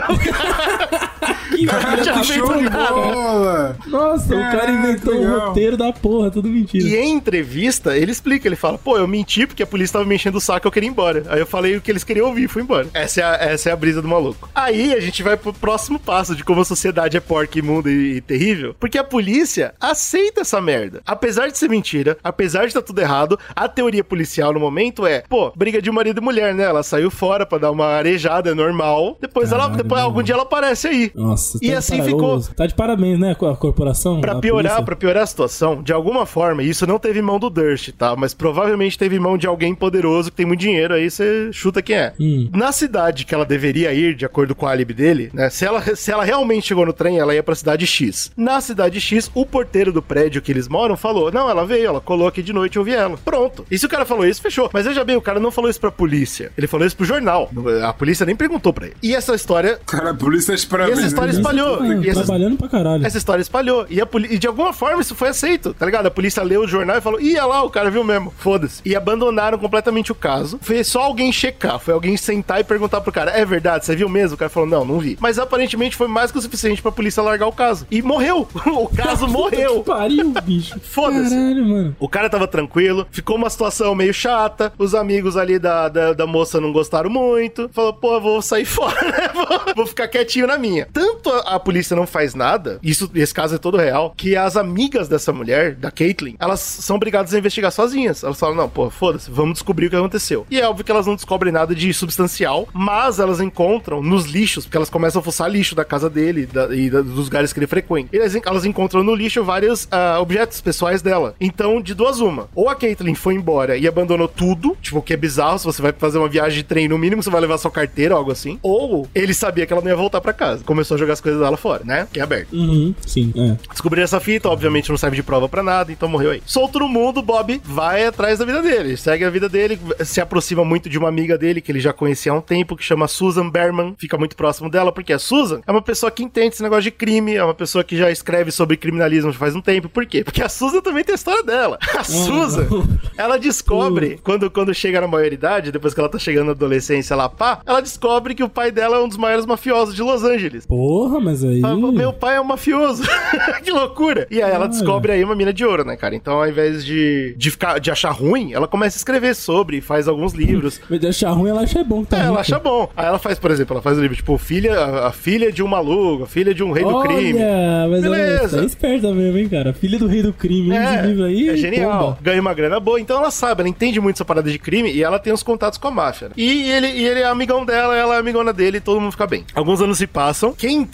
Que cara, show de bola! Nossa, Caraca, o cara inventou o roteiro da porra, tudo mentira. E em entrevista, ele explica, ele fala, pô, eu menti porque a polícia tava me enchendo o saco e eu queria ir embora. Aí eu falei o que eles queriam ouvir e fui embora. Essa é, a, essa é a brisa do maluco. Aí a gente vai pro próximo passo de como a sociedade é porca, imunda e, e terrível, porque a polícia aceita essa merda. Apesar de ser mentira, apesar de estar tudo errado, a teoria policial no momento é, pô, briga de marido e mulher, né? Ela saiu fora pra dar uma arejada, é normal. Depois, Caralho, ela, depois algum dia ela aparece aí. Nossa, e tá assim para... ficou. Tá de parabéns, né, com a corporação? Pra piorar, pra piorar a situação, de alguma forma, isso não teve mão do Durst, tá? Mas provavelmente teve mão de alguém poderoso que tem muito dinheiro, aí você chuta quem é. Hum. Na cidade que ela deveria ir, de acordo com o álibi dele, né? Se ela, se ela realmente chegou no trem, ela ia pra cidade X. Na cidade X, o porteiro do prédio que eles moram falou, não, ela veio, ela colou aqui de noite e eu vi ela. Pronto. E se o cara falou isso, fechou. Mas veja bem, o cara não falou isso pra polícia. Ele falou isso pro jornal. A polícia nem perguntou pra ele. E essa história... Cara, a polícia espera. E essa história espalhou. Tá, e essa... trabalhando pra caralho. Essa história espalhou. E, a poli... e de alguma forma isso foi aceito, tá ligado? A polícia leu o jornal e falou, ih, olha lá, o cara viu mesmo. Foda-se. E abandonaram completamente o caso. Foi só alguém checar. Foi alguém sentar e perguntar pro cara, é verdade, você viu mesmo? O cara falou, não, não vi. Mas aparentemente foi mais que o suficiente pra polícia largar o caso. E morreu. O caso morreu. Que pariu, bicho. Foda-se. Caralho, mano. O cara tava tranquilo. Ficou uma situação meio chata. Os amigos ali da, da, da moça não gostaram muito. Falou, pô, vou sair fora, né? Vou, vou ficar quietinho na minha. Tanto a, a polícia não faz nada, isso, esse caso é todo real, que as amigas dessa mulher, da Caitlyn, elas são obrigadas a investigar sozinhas. Elas falam, não, pô, foda-se, vamos descobrir o que aconteceu. E é óbvio que elas não descobrem nada de substancial, mas elas encontram nos lixos, porque elas começam a fuçar lixo da casa dele da, e da, dos lugares que ele frequenta. E elas, elas encontram no lixo vários uh, objetos pessoais dela. Então, de duas uma. Ou a Caitlyn foi embora e abandonou tudo, tipo, o que é bizarro, se você vai fazer uma viagem de trem, no mínimo você vai levar sua carteira ou algo assim. Ou ele sabia que ela não ia voltar pra casa. Começou a jogar as coisas dela fora, né? Que é aberto. Uhum, sim, é. Descobriram essa fita, obviamente não serve de prova pra nada, então morreu aí. Solto no mundo, Bob vai atrás da vida dele, segue a vida dele, se aproxima muito de uma amiga dele, que ele já conhecia há um tempo, que chama Susan Berman, fica muito próximo dela, porque a Susan é uma pessoa que entende esse negócio de crime, é uma pessoa que já escreve sobre criminalismo faz um tempo. Por quê? Porque a Susan também tem a história dela. A oh, Susan, não. ela descobre, quando, quando chega na maioridade, depois que ela tá chegando na adolescência lá, pá, ela descobre que o pai dela é um dos maiores mafiosos de Los Angeles. Porra, mas aí... Fala, meu pai é um mafioso. Que loucura. E aí ela ah, descobre aí uma mina de ouro, né, cara? Então, ao invés de, de, ficar, de achar ruim, ela começa a escrever sobre, faz alguns livros. Mas de achar ruim, ela acha bom, tá? É, ela acha bom. Aí ela faz, por exemplo, ela faz um livro, tipo, filha, a, a filha de um maluco, a filha de um rei Olha, do crime. Mas beleza. Ela é esperta mesmo, hein, cara? Filha do rei do crime, é, esse livro aí. É genial. Bomba. Ganha uma grana boa. Então ela sabe, ela entende muito essa parada de crime e ela tem os contatos com a máfia. Né? E, ele, e ele é amigão dela, ela é amigona dele e todo mundo fica bem. Alguns anos se passam. Quem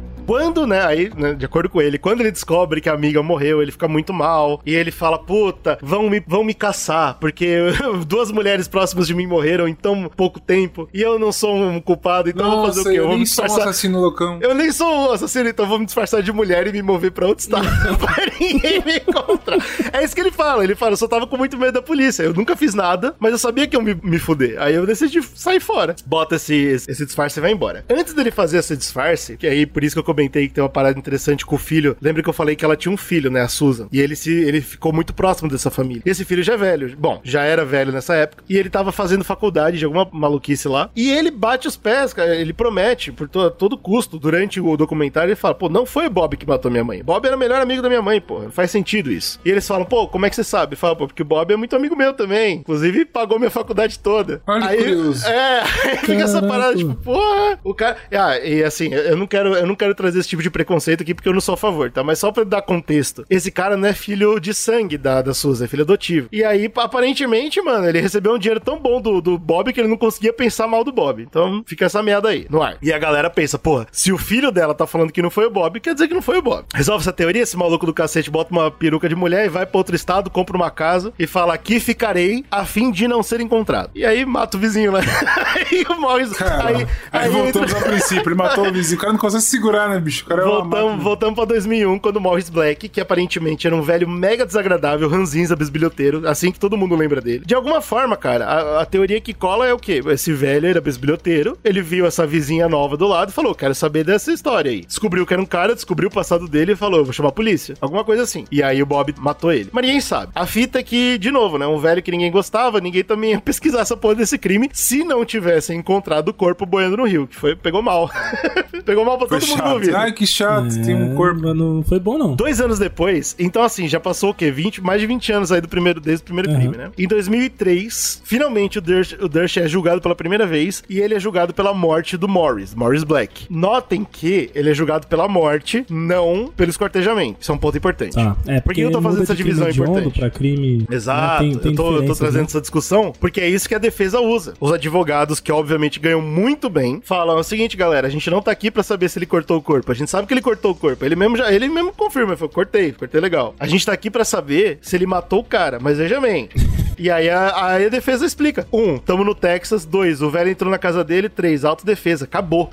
Quando, né, aí, né, de acordo com ele, quando ele descobre que a amiga morreu, ele fica muito mal, e ele fala, puta, vão me, vão me caçar, porque duas mulheres próximas de mim morreram em tão pouco tempo, e eu não sou um culpado, então Nossa, eu vou fazer o quê? Eu, eu vou nem me sou um disfarçar... assassino loucão. Eu nem sou um assassino, então eu vou me disfarçar de mulher e me mover pra outro estado pra ninguém me encontrar. É isso que ele fala, ele fala, eu só tava com muito medo da polícia, eu nunca fiz nada, mas eu sabia que eu me, me fuder, aí eu decidi sair fora. Bota esse, esse disfarce e vai embora. Antes dele fazer esse disfarce, que aí por isso que eu comentei que tem uma parada interessante com o filho, lembra que eu falei que ela tinha um filho, né, a Susan, e ele, se, ele ficou muito próximo dessa família. E esse filho já é velho, bom, já era velho nessa época, e ele tava fazendo faculdade de alguma maluquice lá, e ele bate os pés, cara, ele promete, por to, todo custo, durante o documentário, ele fala, pô, não foi o Bob que matou minha mãe, Bob era o melhor amigo da minha mãe, pô, faz sentido isso. E eles falam, pô, como é que você sabe? Ele fala, pô, porque o Bob é muito amigo meu também, inclusive pagou minha faculdade toda. Olha aí, que curioso. É, aí fica essa parada, tipo, porra, o cara... Ah, e assim, eu não quero, eu não quero trazer esse tipo de preconceito aqui, porque eu não sou a favor, tá? Mas só pra dar contexto, esse cara não é filho de sangue da, da Susan, é filho adotivo. E aí, aparentemente, mano, ele recebeu um dinheiro tão bom do, do Bob que ele não conseguia pensar mal do Bob. Então, fica essa merda aí, no ar. E a galera pensa, porra, se o filho dela tá falando que não foi o Bob, quer dizer que não foi o Bob. Resolve essa teoria, esse maluco do cacete bota uma peruca de mulher e vai pra outro estado, compra uma casa e fala, aqui ficarei a fim de não ser encontrado. E aí, mata o vizinho lá. Aí o Morris... Cara, aí, aí, aí voltamos entra... ao princípio, ele matou o vizinho. O cara não consegue segurar, né, bicho? O cara é uma Voltamos, máquina. voltamos pra dois mil e um, quando o Morris Black, que aparentemente era um velho mega desagradável, ranzinza, bisbilhoteiro, assim que todo mundo lembra dele. De alguma forma, cara, a, a teoria que cola é o quê? Esse velho era bisbilhoteiro, ele viu essa vizinha nova do lado e falou, quero saber dessa história aí. Descobriu que era um cara, descobriu o passado dele e falou, vou chamar a polícia. Alguma coisa assim. E aí o Bob matou ele. Mas ninguém sabe. A fita é que, de novo, né, um velho que ninguém gostava, ninguém também ia pesquisar essa porra desse crime se não tivesse encontrado o corpo boiando no rio, que foi, pegou mal. Pegou mal pra Foi todo mundo chato. envolvido. Ai, que chato, É, tem um corpo. mas não foi bom, não. Dois anos depois, então assim, já passou o quê? vinte, mais de vinte anos aí do primeiro, desde o primeiro Uhum. crime, né? Em dois mil e três, finalmente o Durst, o Durst é julgado pela primeira vez e ele é julgado pela morte do Morris, Morris Black. Notem que ele é julgado pela morte, não pelo esquartejamento. Isso é um ponto importante. Tá. É, Por que eu tô muda fazendo essa de crime divisão hediondo importante? Pra crime, Exato, né, tem, tem eu tô, eu tô diferenças, trazendo né? essa discussão porque é isso que a defesa usa. Os advogados, que obviamente ganham muito bem, falam o seguinte, galera, a gente não tá aqui pra saber se ele cortou o corpo, a gente sabe que ele cortou o corpo, ele mesmo já, ele mesmo confirma, ele falou, cortei, cortei legal. A gente tá aqui pra saber se ele matou o cara, mas veja bem... E aí a, aí a defesa explica. Um, tamo no Texas. Dois, o velho entrou na casa dele. Três, autodefesa. Acabou.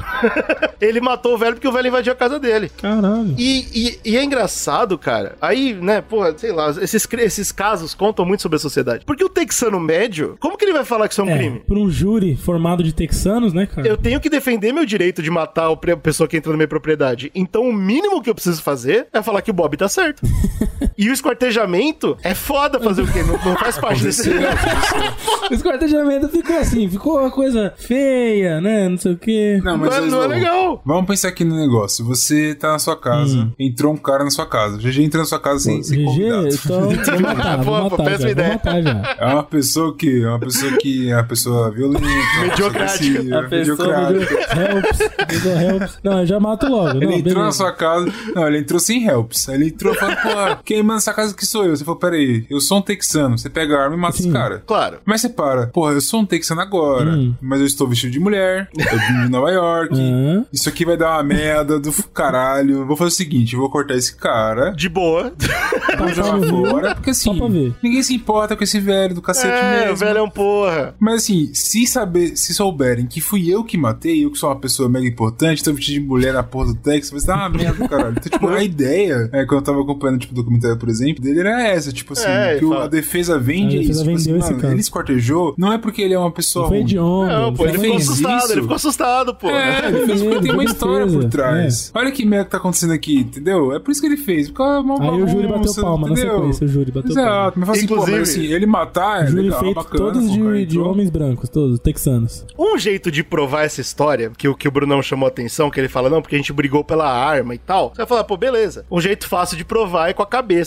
Ele matou o velho porque o velho invadiu a casa dele. Caralho. E, e, e é engraçado, cara. Aí, né, porra, sei lá, esses, esses casos contam muito sobre a sociedade. Porque o texano médio, como que ele vai falar que isso é um É, crime? por um júri formado de texanos, né, cara? Eu tenho que defender meu direito de matar a pessoa que entra na minha propriedade. Então o mínimo que eu preciso fazer é falar que o Bob tá certo. E o esquartejamento é foda fazer o quê? Não, não faz parte desse... O esquartejamento ficou assim, ficou uma coisa feia, né? Não sei o quê. Não, mas Não é- aí, não é Slow, legal. Vamos pensar aqui no negócio. Você tá na sua casa, Hum. entrou um cara na sua casa. O G G entra na sua casa sem, sem G G, convidado. então vou matar, vou Pô, pô, matar, péssima já, ideia. vou matar já. É uma pessoa que é uma pessoa que é uma pessoa violenta, uma pessoa Mediocrática. agressiva, A pessoa mediocrática. helps, pessoa helps. Não, eu já mato logo. Ele não, entrou beleza. na sua casa. Não, ele entrou sem helps. Aí ele entrou falando, pô, quem manda essa casa que sou eu? Você falou, peraí, eu sou um texano. Você pega a arma e mata Sim. esse cara. Claro. Mas você para, porra, eu sou um texano agora, Hum. mas eu estou vestido de mulher, eu vim de Nova York, Hã? isso aqui vai dar uma merda do caralho. Vou fazer o seguinte, eu vou cortar esse cara, De boa. vou jogar no rio, fora, porque só pra assim, ver. ninguém se importa com esse velho do cacete É, mesmo. o velho é um porra. Mas assim, se saber, se souberem que fui eu que matei, eu que sou uma pessoa mega importante, tô vestido de mulher na porra do Texas, vai ser uma merda do caralho. Então, tipo, a ideia, é, quando eu tava acompanhando, tipo, o documentário, por exemplo, dele era essa, tipo assim, É, que o- fala. a defesa vende A defesa isso. Tipo assim, vendeu esse mano, caso. ele esquartejou, não é porque ele é uma pessoa Não foi ruim. hediondo. Não, pô, ele foi ficou fez assustado, isso. ele ficou assustado, pô. É, ele fez porque tem uma Defesa, história por defesa, trás. Olha que merda que tá acontecendo aqui, entendeu? É por isso que ele fez. Porque é uma Aí o júri bateu bagunça, palma na entendeu? sequência, o júri bateu palma. Exato, mas fala assim, pô, Inclusive, mas assim, ele matar é Júri legal, feito bacana, todos pô, cara, de, de então- homens brancos, todos, texanos. Um jeito de provar essa história, que o que o Brunão chamou a atenção, que ele fala, não, porque a gente brigou pela arma e tal. Você vai falar, pô, beleza. Um jeito fácil de provar é com a cabeça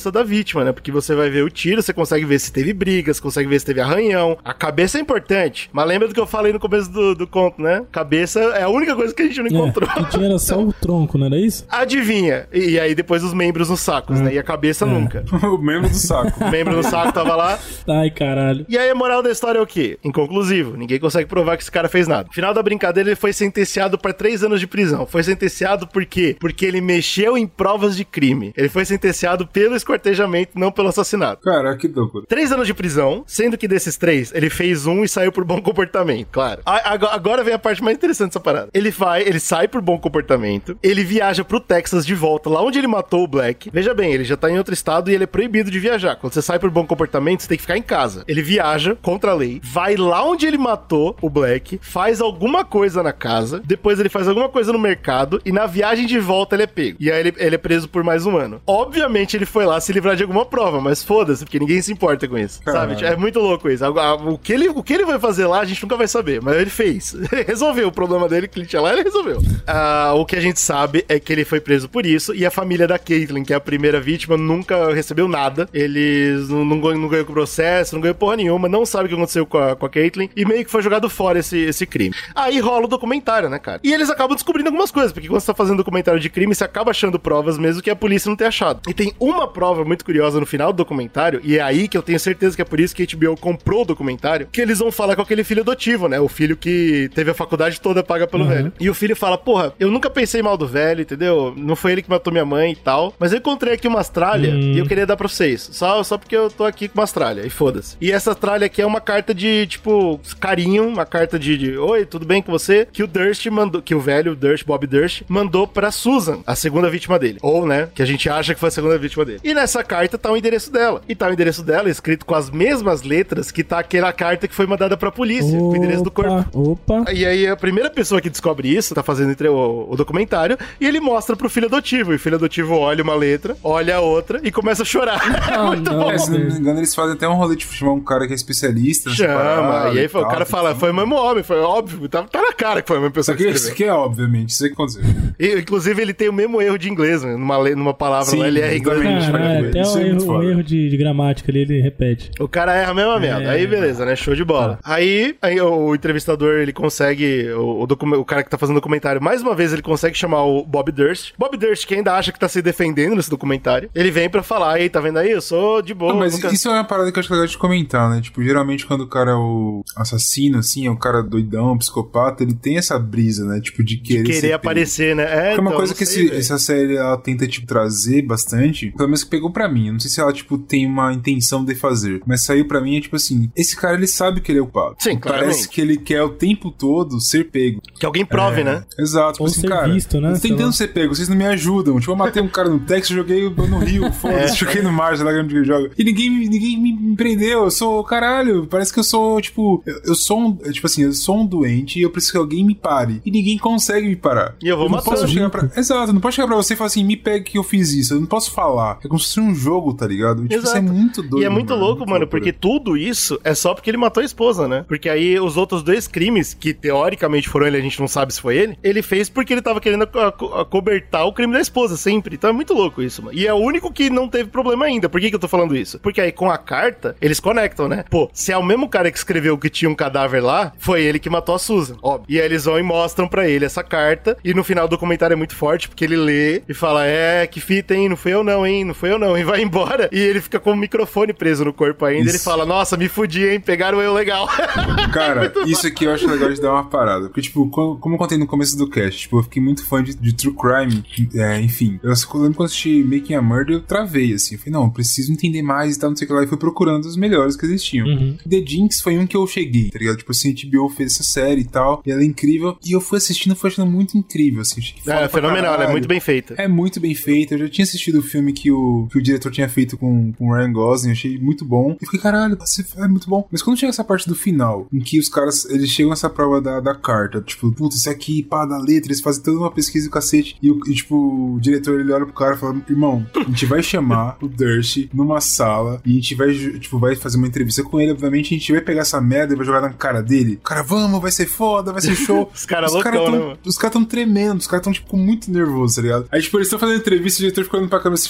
cabeça da vítima, né? Porque você vai ver o tiro, você consegue ver se teve brigas, consegue ver se teve arranhão. A cabeça é importante, mas lembra do que eu falei no começo do, do conto, né? Cabeça é a única coisa que a gente não encontrou. É, que tinha era só o tronco, não era isso? Adivinha? E, e aí depois os membros nos sacos, é. né? E a cabeça é. nunca. O membro do saco. O membro do saco tava lá. Ai, caralho. E aí a moral da história é o quê? Inconclusivo. Ninguém consegue provar que esse cara fez nada. No final da brincadeira, ele foi sentenciado para três anos de prisão. Foi sentenciado por quê? Porque ele mexeu em provas de crime. Ele foi sentenciado pelo esquartejamento, não pelo assassinato. Caraca, que loucura. Três anos de prisão, sendo que desses três, ele fez um e saiu por bom comportamento, claro. A, a, agora vem a parte mais interessante dessa parada. Ele vai, ele sai por bom comportamento, ele viaja pro Texas de volta, lá onde ele matou o Black. Veja bem, ele já tá em outro estado e ele é proibido de viajar. Quando você sai por bom comportamento, você tem que ficar em casa. Ele viaja contra a lei, vai lá onde ele matou o Black, faz alguma coisa na casa, depois ele faz alguma coisa no mercado e na viagem de volta ele é pego. E aí ele, ele é preso por mais um ano. Obviamente ele foi lá se livrar de alguma prova, mas foda-se, porque ninguém se importa com isso. Caramba. Sabe? É muito louco isso. O que, ele, o que ele vai fazer lá, a gente nunca vai saber, mas ele fez. Resolveu o problema dele que ele tinha lá, ele resolveu. Ah, o que a gente sabe é que ele foi preso por isso e a família da Caitlyn, que é a primeira vítima, nunca recebeu nada. Eles não, não, não ganhou com o processo, não ganhou porra nenhuma, não sabe o que aconteceu com a, com a Caitlyn e meio que foi jogado fora esse, esse crime. Aí rola o documentário, né, cara? E eles acabam descobrindo algumas coisas, porque quando você tá fazendo documentário de crime, você acaba achando provas mesmo que a polícia não tenha achado. E tem uma prova muito curiosa no final do documentário, e é aí que eu tenho certeza que é por isso que a H B O comprou o documentário, que eles vão falar com aquele filho adotivo, né? O filho que teve a faculdade toda paga pelo uhum. velho. E o filho fala, porra, eu nunca pensei mal do velho, entendeu? Não foi ele que matou minha mãe e tal, mas eu encontrei aqui uma tralha uhum. e eu queria dar pra vocês. Só, só porque eu tô aqui com uma tralha, e foda-se. E essa tralha aqui é uma carta de, tipo, carinho, uma carta de, de oi, tudo bem com você? Que o Durst mandou, que o velho Durst, Bob Durst, mandou pra Susan, a segunda vítima dele. Ou, né, que a gente acha que foi a segunda vítima dele. E nessa carta tá o endereço dela. E tá o endereço dela escrito com as mesmas letras que tá aquela carta que foi mandada pra polícia, opa, com o endereço do corpo. Opa. E aí a primeira pessoa que descobre isso, tá fazendo entre o, o documentário, e ele mostra pro filho adotivo. E o filho adotivo olha uma letra, olha a outra e começa a chorar. Oh, muito não, bom. É, se não me engano, eles fazem até um rolê, tipo, chamar um cara que é especialista. Chama. E aí e o cara fala, foi o mesmo homem, foi óbvio. Tá, tá na cara que foi a mesma pessoa isso aqui, que Isso aqui é obviamente, isso aqui aconteceu. E, inclusive, ele tem o mesmo erro de inglês, né? Numa, numa palavra Sim, lá, ele erra inglês. Caralho, até o é erro, um erro de, de gramática ali, ele repete. O cara erra a mesma merda. É, aí, beleza, né? Show de bola. Ah. Aí, aí, o entrevistador, ele consegue, o, o, docu- o cara que tá fazendo o documentário, mais uma vez, ele consegue chamar o Bob Durst. Bob Durst, que ainda acha que tá se defendendo nesse documentário, ele vem pra falar, aí, tá vendo aí? Eu sou de boa. Não, mas nunca... isso é uma parada que eu acho legal de comentar, né? Tipo, geralmente quando o cara é o assassino, assim, é um cara doidão, psicopata, ele tem essa brisa, né? Tipo, de querer, de querer aparecer, né? É, é uma então, coisa que sei, esse, essa série, ela tenta, tipo, trazer bastante, pelo menos que pegou pra mim. Eu não sei se ela, tipo, tem uma intenção de fazer, mas saiu pra mim, é tipo assim, esse cara, ele sabe que ele é o culpado. Sim, claramente. Parece que ele quer o tempo todo ser pego. Que alguém prove, é, né? Exato. Tipo ou assim, ser cara, visto, né? eu tô tentando ser pego, vocês não me ajudam. Tipo, eu matei um cara no Texas, joguei no Rio, foda-se, é. joguei no mar, sei lá onde ele joga. E ninguém, ninguém me prendeu, eu sou, caralho, parece que eu sou, tipo, eu, eu sou um, tipo assim, eu sou um doente e eu preciso que alguém me pare. E ninguém consegue me parar. E eu vou eu não matar. Posso chegar pra... Exato, eu não posso chegar pra você e falar assim, me pegue que eu fiz isso. Eu não posso falar. É como se fosse um jogo, tá ligado? Tipo, isso é muito doido. E é muito mano, louco, muito mano, loucura. Porque tudo isso é só porque ele matou a esposa, né? Porque aí os outros dois crimes, que teoricamente foram ele, a gente não sabe se foi ele, ele fez porque ele tava querendo acobertar o crime da esposa, sempre. Então é muito louco isso, mano. E é o único que não teve problema ainda. Por que que eu tô falando isso? Porque aí com a carta, eles conectam, né? Pô, se é o mesmo cara que escreveu que tinha um cadáver lá, foi ele que matou a Susan, óbvio. E aí eles vão e mostram pra ele essa carta, e no final do documentário é muito forte, porque ele lê e fala, é, que fita, hein? Não foi eu não, hein? Não foi eu não. E vai embora, e ele fica com o microfone preso no corpo ainda, isso. Ele fala, nossa, me fudi, hein? Pegaram eu legal. Cara, é isso aqui eu acho legal de dar uma parada, porque, tipo, como eu contei no começo do cast, tipo, eu fiquei muito fã de, de True Crime, é, enfim. Eu lembro quando eu assisti Making a Murder, eu travei, assim, eu falei, não, eu preciso entender mais e tal, não sei o que lá, e fui procurando os melhores que existiam. Uhum. The Jinx foi um que eu cheguei, tá ligado? Tipo assim, a H B O fez essa série e tal, e ela é incrível, e eu fui assistindo, fui achando muito incrível, assim. Achei que é, fenomenal, ela é muito bem feita. É muito bem feita, eu já tinha assistido o filme que o, que o diretor tinha feito com, com o Ryan Gosling, achei muito bom, e fiquei, caralho, é muito bom. Mas quando chega essa parte do final, em que os caras, eles chegam nessa prova da, da carta, tipo, putz, isso aqui, pá, da letra, eles fazem toda uma pesquisa do cacete, e, e tipo, o diretor, ele olha pro cara e fala, irmão, a gente vai chamar o Durst numa sala, e a gente vai, tipo, vai fazer uma entrevista com ele, obviamente, a gente vai pegar essa merda e vai jogar na cara dele. Cara, vamos, vai ser foda, vai ser show. Os caras loucão, cara né, Os caras tão tremendo, os caras tão, tipo, muito nervosos, tá ligado? Aí, tipo, eles estão fazendo entrevista, o diretor ficando pra câmera e fala, agora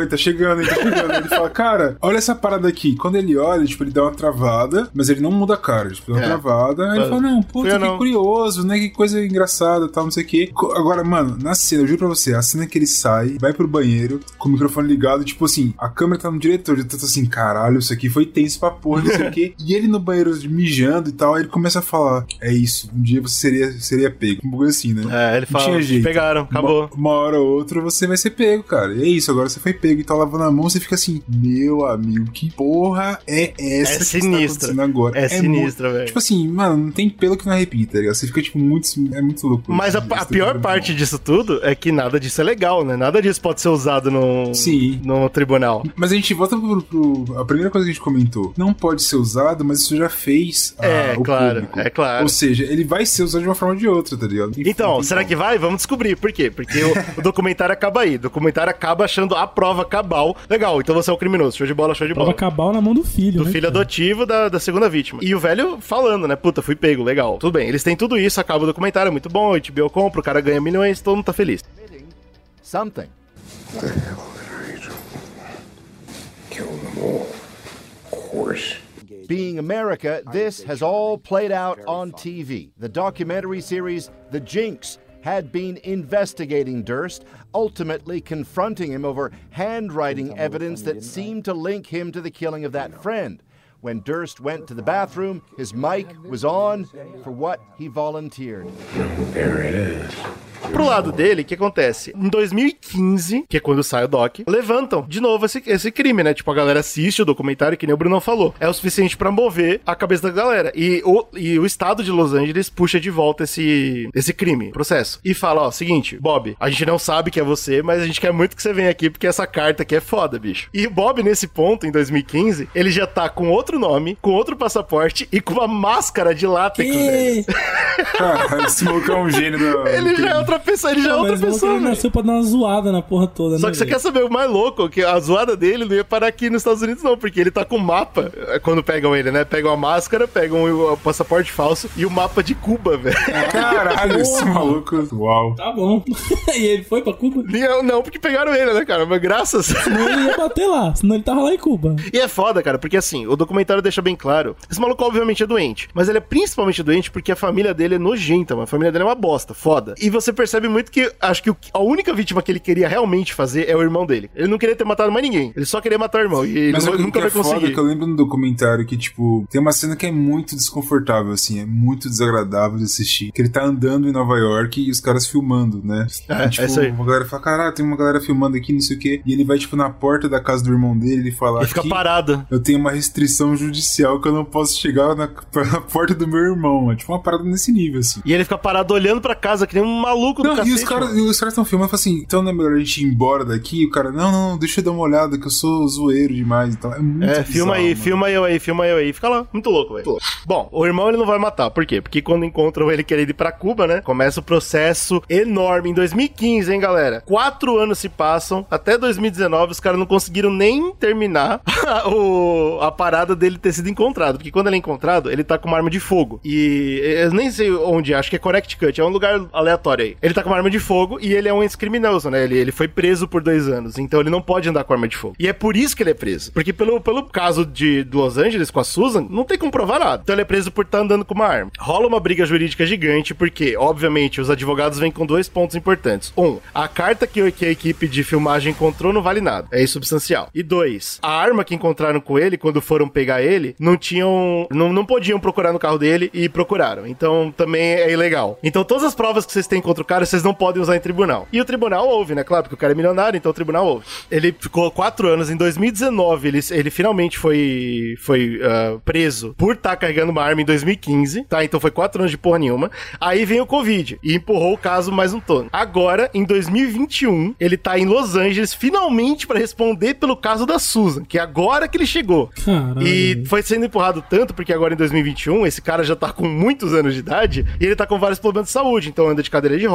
ele tá chegando, ele tá chegando. Ele fala, cara, olha essa parada aqui. Quando ele olha, tipo, ele dá uma travada, mas ele não muda a cara, tipo, dá uma é. travada. Aí ele fala, não, puta, que não. curioso, né? Que coisa engraçada, tal, não sei o quê. Agora, mano, na cena, eu juro pra você, a cena que ele sai, vai pro banheiro, com o microfone ligado, tipo assim, a câmera tá no diretor, já tá assim, caralho, isso aqui foi tenso pra porra, não sei o quê. E ele no banheiro mijando e tal, aí ele começa a falar, é isso, um dia você seria, seria pego. Um pouco assim, né? É, ele fala, pegaram, acabou. Uma, uma hora ou outra você vai ser pego, cara. E é isso, agora você foi pego e tá lavando a mão, você fica assim, meu amigo, que porra é essa é que sinistra. está acontecendo agora? É, é sinistra, velho. Tipo assim, mano, não tem pelo que não arrepia, tá ligado? Você fica, tipo, muito, é muito louco. Mas a, a pior parte bom. disso tudo é que nada disso é legal, né? Nada disso pode ser usado no, Sim. no tribunal. Mas a gente volta pro, pro... A primeira coisa que a gente comentou, não pode ser usado, mas isso já fez a, é, o claro, público. É, claro. Ou seja, ele vai ser usado de uma forma ou de outra, tá ligado? Enfim, então, será como. que vai? Vamos descobrir. Por quê? Porque o, o documentário acaba aí. O documentário acaba achando a prova cabal. Legal, então você é o criminoso. Show de bola, show de bola. Prova cabal na mão do filho, Do né, filho cara? adotivo da, da segunda vítima. E o velho falando, né? Puta, fui pego, legal. Tudo bem, eles têm tudo isso, acaba o documentário, é muito bom, o H B O compra, o cara ganha milhões, todo mundo tá feliz. Something. What the hell did I do? Kill them all. Of course. Being America, this has all played out on T V. The documentary series The Jinx had been investigating Durst, ultimately confronting him over handwriting evidence that seemed to link him to the killing of that friend. When Durst went to the bathroom, his mic was on for what he volunteered. There it is. Pro lado dele, o que acontece? Em dois mil e quinze, que é quando sai o doc, levantam de novo esse, esse crime, né? Tipo, a galera assiste o documentário, que nem o Bruno falou. É o suficiente pra mover a cabeça da galera. E o, e o estado de Los Angeles puxa de volta esse, esse crime, processo. E fala, ó, seguinte, Bob, a gente não sabe que é você, mas a gente quer muito que você venha aqui, porque essa carta aqui é foda, bicho. E o Bob, nesse ponto, em dois mil e quinze, ele já tá com outro nome, com outro passaporte e com uma máscara de látex, velho. Cara, esse maluco é um gênio da... Ele já é outra pessoa, ele já é outra pessoa. Ele nasceu pra dar uma zoada na porra toda, Só né, que você velho? quer saber o mais louco? Que a zoada dele não ia parar aqui nos Estados Unidos, não, porque ele tá com mapa. Quando pegam ele, né? Pegam a máscara, pegam o passaporte falso e o mapa de Cuba, velho. Caralho, esse maluco. Uau. Tá bom. E ele foi pra Cuba? Não, não, porque pegaram ele, né, cara? Mas graças. Senão ele ia bater lá, senão ele tava lá em Cuba. E é foda, cara, porque assim, o documentário deixa bem claro. Esse maluco, obviamente, é doente. Mas ele é principalmente doente porque a família dele é nojenta, mano. A família dele é uma bosta, foda. E você percebe muito que, acho que a única vítima que ele queria realmente fazer é o irmão dele. Ele não queria ter matado mais ninguém. Ele só queria matar o irmão. E ele Mas não, é nunca vai é conseguir. Foda que eu lembro no documentário que, tipo, tem uma cena que é muito desconfortável, assim, é muito desagradável de assistir. Que ele tá andando em Nova York e os caras filmando, né? É, e, tipo, é isso aí. Uma galera fala, caralho, tem uma galera filmando aqui, não sei o quê. E ele vai, tipo, na porta da casa do irmão dele, ele fala... Ele fica parado. Eu tenho uma restrição judicial que eu não posso chegar na, na porta do meu irmão. É tipo uma parada nesse nível, assim. E ele fica parado olhando pra casa que nem um maluco não, do cacete. E os caras estão filmando e falam assim, então não é melhor a gente ir embora daqui? E o cara, não, não, deixa eu dar uma olhada que eu sou zoeiro demais e tal. É muito É, bizarro, filma aí, mano. filma eu aí, filma eu aí. Fica lá, muito louco, velho. Bom, o irmão ele não vai matar, por quê? Porque quando encontram ele querendo ir pra Cuba, né? Começa o processo enorme. Em dois mil e quinze, hein, galera? Quatro anos se passam, até dois mil e dezenove os caras não conseguiram nem terminar o, a parada dele ter sido encontrado. Porque quando ele é encontrado, ele tá com uma arma de fogo. E eu nem sei onde, acho que é Connecticut, é um lugar aleatório aí. Ele tá com uma arma de fogo e ele é um ex-criminoso, né? Ele, ele foi preso por dois anos, então ele não pode andar com arma de fogo. E é por isso que ele é preso. Porque pelo, pelo caso de Los Angeles com a Susan, não tem como provar nada. Então ele é preso por estar andando com uma arma. Rola uma briga jurídica gigante, porque, obviamente, os advogados vêm com dois pontos importantes. Um, a carta que, que a equipe de filmagem encontrou não vale nada. É insubstancial. E dois, a arma que encontraram com ele, quando foram pegar ele, não tinham... Não, não podiam procurar no carro dele e procuraram. Então, também é ilegal. Então, todas as provas que vocês têm contra o cara, vocês não podem usar em tribunal. E o tribunal ouve, né? Claro, porque o cara é milionário, então o tribunal ouve. Ele ficou quatro anos. Em dois mil e dezenove, ele, ele finalmente foi, foi uh, preso por estar tá carregando uma arma em dois mil e quinze, tá? Então foi quatro anos de porra nenhuma. Aí vem o Covid e empurrou o caso mais um tono. Agora, em dois mil e vinte e um, ele tá em Los Angeles, finalmente pra responder pelo caso da Susan, que é agora que ele chegou. Caralho. E foi sendo empurrado tanto, porque agora em dois mil e vinte e um, esse cara já tá com muitos anos de idade e ele tá com vários problemas de saúde. Então anda de cadeira de roda,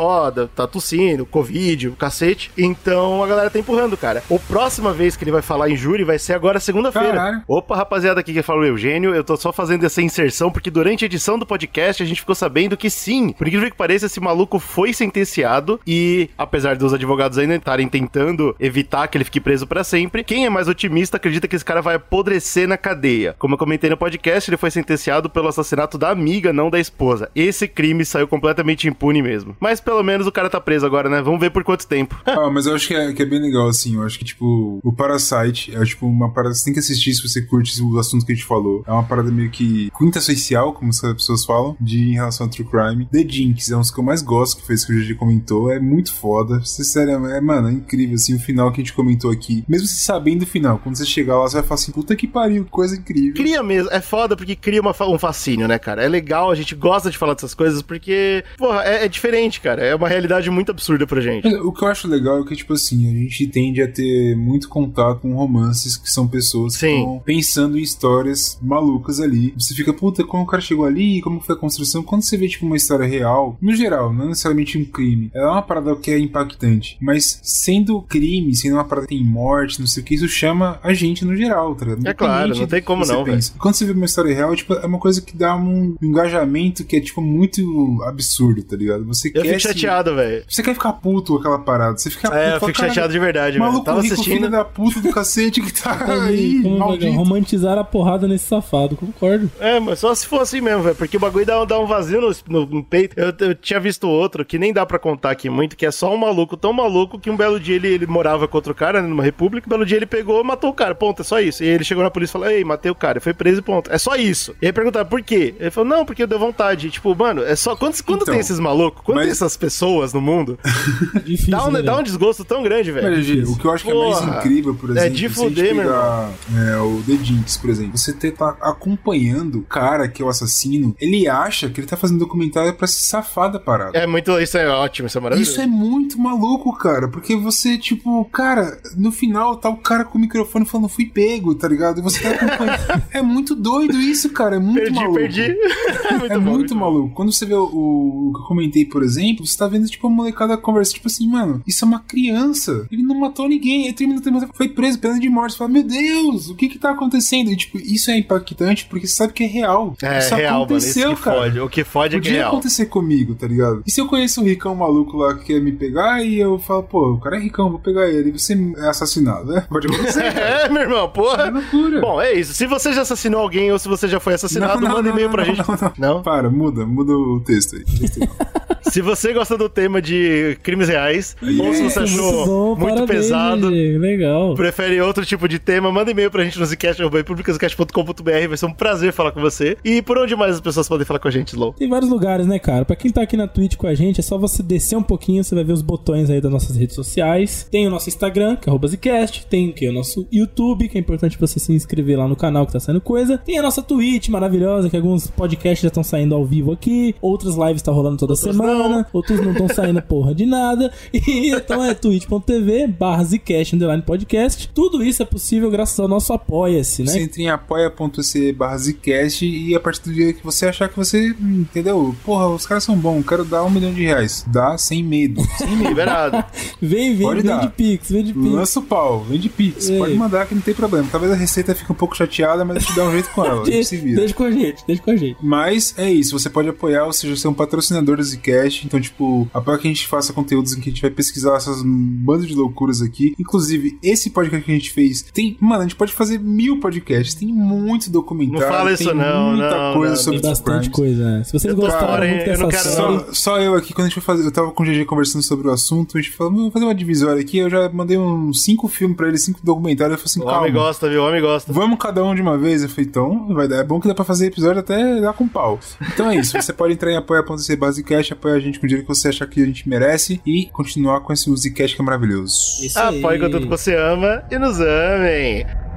foda, tá tossindo, Covid, o cacete. Então a galera tá empurrando, cara. A próxima vez que ele vai falar em júri vai ser agora segunda-feira. Opa, rapaziada, aqui que fala o Eugênio, eu tô só fazendo essa inserção porque durante a edição do podcast a gente ficou sabendo que sim, por incrível que pareça, esse maluco foi sentenciado e, apesar dos advogados ainda estarem tentando evitar que ele fique preso pra sempre, quem é mais otimista acredita que esse cara vai apodrecer na cadeia. Como eu comentei no podcast, ele foi sentenciado pelo assassinato da amiga, não da esposa. Esse crime saiu completamente impune mesmo. Mas pelo menos o cara tá preso agora, né? Vamos ver por quanto tempo. Ah, mas eu acho que é, que é bem legal, assim. Eu acho que, tipo, o Parasite é, tipo, uma parada... Você tem que assistir se você curte o assunto que a gente falou. É uma parada meio que quintessencial, como as pessoas falam, de em relação ao True Crime. The Jinx é um dos que eu mais gosto, que foi isso que o G G comentou. É muito foda. Sinceramente, é, mano, é incrível, assim, o final que a gente comentou aqui. Mesmo você sabendo o final, quando você chegar lá, você vai falar assim, puta que pariu, coisa incrível. Cria mesmo. É foda porque cria uma, um fascínio, né, cara? É legal, a gente gosta de falar dessas coisas porque, porra, é, é diferente, cara. É uma realidade muito absurda pra gente. O que eu acho legal é que, tipo assim, a gente tende a ter muito contato com romances que são pessoas que estão pensando em histórias malucas ali. Você fica, puta, como o cara chegou ali, como foi a construção. Quando você vê, tipo, uma história real, no geral, não necessariamente um crime, ela é uma parada que é impactante, mas sendo crime, sendo uma parada que tem morte, não sei o que, isso chama a gente no geral, tá ligado? É claro, não tem como não, velho. Quando você vê uma história real, tipo, é uma coisa que dá um engajamento que é, tipo, muito absurdo, tá ligado? Você eu quer fico chateado, velho. Você quer ficar puto com aquela parada. Você fica É, puto, eu fico cara, chateado de verdade, velho. Maluco Tava rico, assistindo. filho da puta do cacete que tá aí, Como maldito. romantizar a porrada nesse safado, concordo. É, mas só se for assim mesmo, velho. Porque o bagulho dá, dá um vazio no, no, no peito. Eu, eu tinha visto outro, que nem dá pra contar aqui muito, que é só um maluco tão maluco que um belo dia ele, ele morava com outro cara, né, numa república. Um belo dia ele pegou e matou o cara. Ponto, é só isso. E ele chegou na polícia e falou, ei, matei o cara. Foi preso e ponto. É só isso. E aí perguntaram, por quê? Ele falou, não, porque deu vontade. Tipo, mano, é só... Quando, quando Então, tem esses malucos, quando mas- tem essas pessoas no mundo, Difícil, dá, um, né, dá um velho? desgosto tão grande, velho. Mas, G, o que eu acho que é mais Porra. incrível, por É exemplo, de se a fuder, gente meu pegar é, o The Jinx, por exemplo, você ter, tá acompanhando o cara que é o assassino, ele acha que ele tá fazendo documentário pra se safar da parada. É muito... Isso é ótimo, isso é maravilhoso. Isso é muito maluco, cara, porque você, tipo, cara, no final tá o cara com o microfone falando, fui pego, tá ligado? E você tá acompanhando. É muito doido isso, cara, é muito Perdi, maluco. perdi. É muito É bom, muito bom. maluco. Quando você vê o, o que eu comentei, por exemplo, você tá vendo, tipo, a molecada conversa, tipo assim, mano, isso é uma criança. Ele não matou ninguém. Aí termina, termina, foi preso, pena de morte. Você fala, meu Deus, o que que tá acontecendo? E, tipo, isso é impactante porque você sabe que é real. É isso real, aconteceu, mano. Isso que cara. fode. O que fode é que é Podia real. acontecer comigo, tá ligado? E se eu conheço um ricão maluco lá que quer me pegar e eu falo, pô, o cara é ricão, vou pegar ele. E você é assassinado, né? Pode acontecer. É, meu irmão, porra. É loucura. Bom, é isso. Se você já assassinou alguém ou se você já foi assassinado, Não, não, manda não, e-mail não, pra não, gente. não, não. Não? Para, muda, muda o texto aí. Texto aí. Se você gosta do tema de crimes reais, ou se você Isso, achou bom, muito parabéns, pesado, G G, legal. prefere outro tipo de tema, manda e-mail pra gente no zcast arroba republicascast ponto com ponto b r. Vai ser um prazer falar com você. E por onde mais as pessoas podem falar com a gente, Slow? Tem vários lugares, né, cara? Pra quem tá aqui na Twitch com a gente, é só você descer um pouquinho, você vai ver os botões aí das nossas redes sociais. Tem o nosso Instagram, que é arroba Zcast. Tem o que? O nosso YouTube, que é importante você se inscrever lá no canal que tá saindo coisa. Tem a nossa Twitch maravilhosa, que alguns podcasts já estão saindo ao vivo aqui. Outras lives tá rolando toda Outros semana. não. Outros não estão saindo porra de nada. E então é twitch ponto t v barra Zcast underline podcast. Tudo isso é possível graças ao nosso Apoia-se, né? Você entra em apoia.se barra Zcast e a partir do dia que você achar que você, entendeu? Porra, os caras são bons, quero dar um milhão de reais. Dá sem medo. Sem medo. Liberado. Vem, vem, Pode vem dar. de Pix, vem de Pix. Lança o pau, vem de Pix. Ei. Pode mandar que não tem problema. Talvez a receita fique um pouco chateada, mas a gente dá um jeito com ela. A gente se vira. Deixa com a gente, deixa com a gente. Mas é isso, você pode apoiar, ou seja, ser um patrocinador do Zcast. Então, tipo, apoia que a gente faça conteúdos em que a gente vai pesquisar essas bandas de loucuras aqui. Inclusive, esse podcast que a gente fez tem. Mano, a gente pode fazer mil podcasts. Tem muito documentário. Não fala tem isso, não, muita não, coisa não, sobre Tem true bastante crimes. coisa, né? Se vocês Eu tô gostaram fora, muito hein? Eu não dessa quero série... Só, só eu aqui, quando a gente foi fazer, eu tava com o G G conversando sobre o assunto, a gente falou, vamos fazer uma divisória aqui, eu já mandei uns cinco filmes pra ele, cinco documentários, eu falei assim, O calma, homem gosta, viu? O homem gosta. vamos cada um de uma vez. Eu falei, então, vai dar, é bom que dá pra fazer episódio até dar com pau. Então é isso, você pode entrar em apoia.se Basecast, apoia a gente com o dinheiro que você achar que a gente merece e continuar com esse Zcast que é maravilhoso. Isso aí. Apoie com tudo que você ama e nos amem.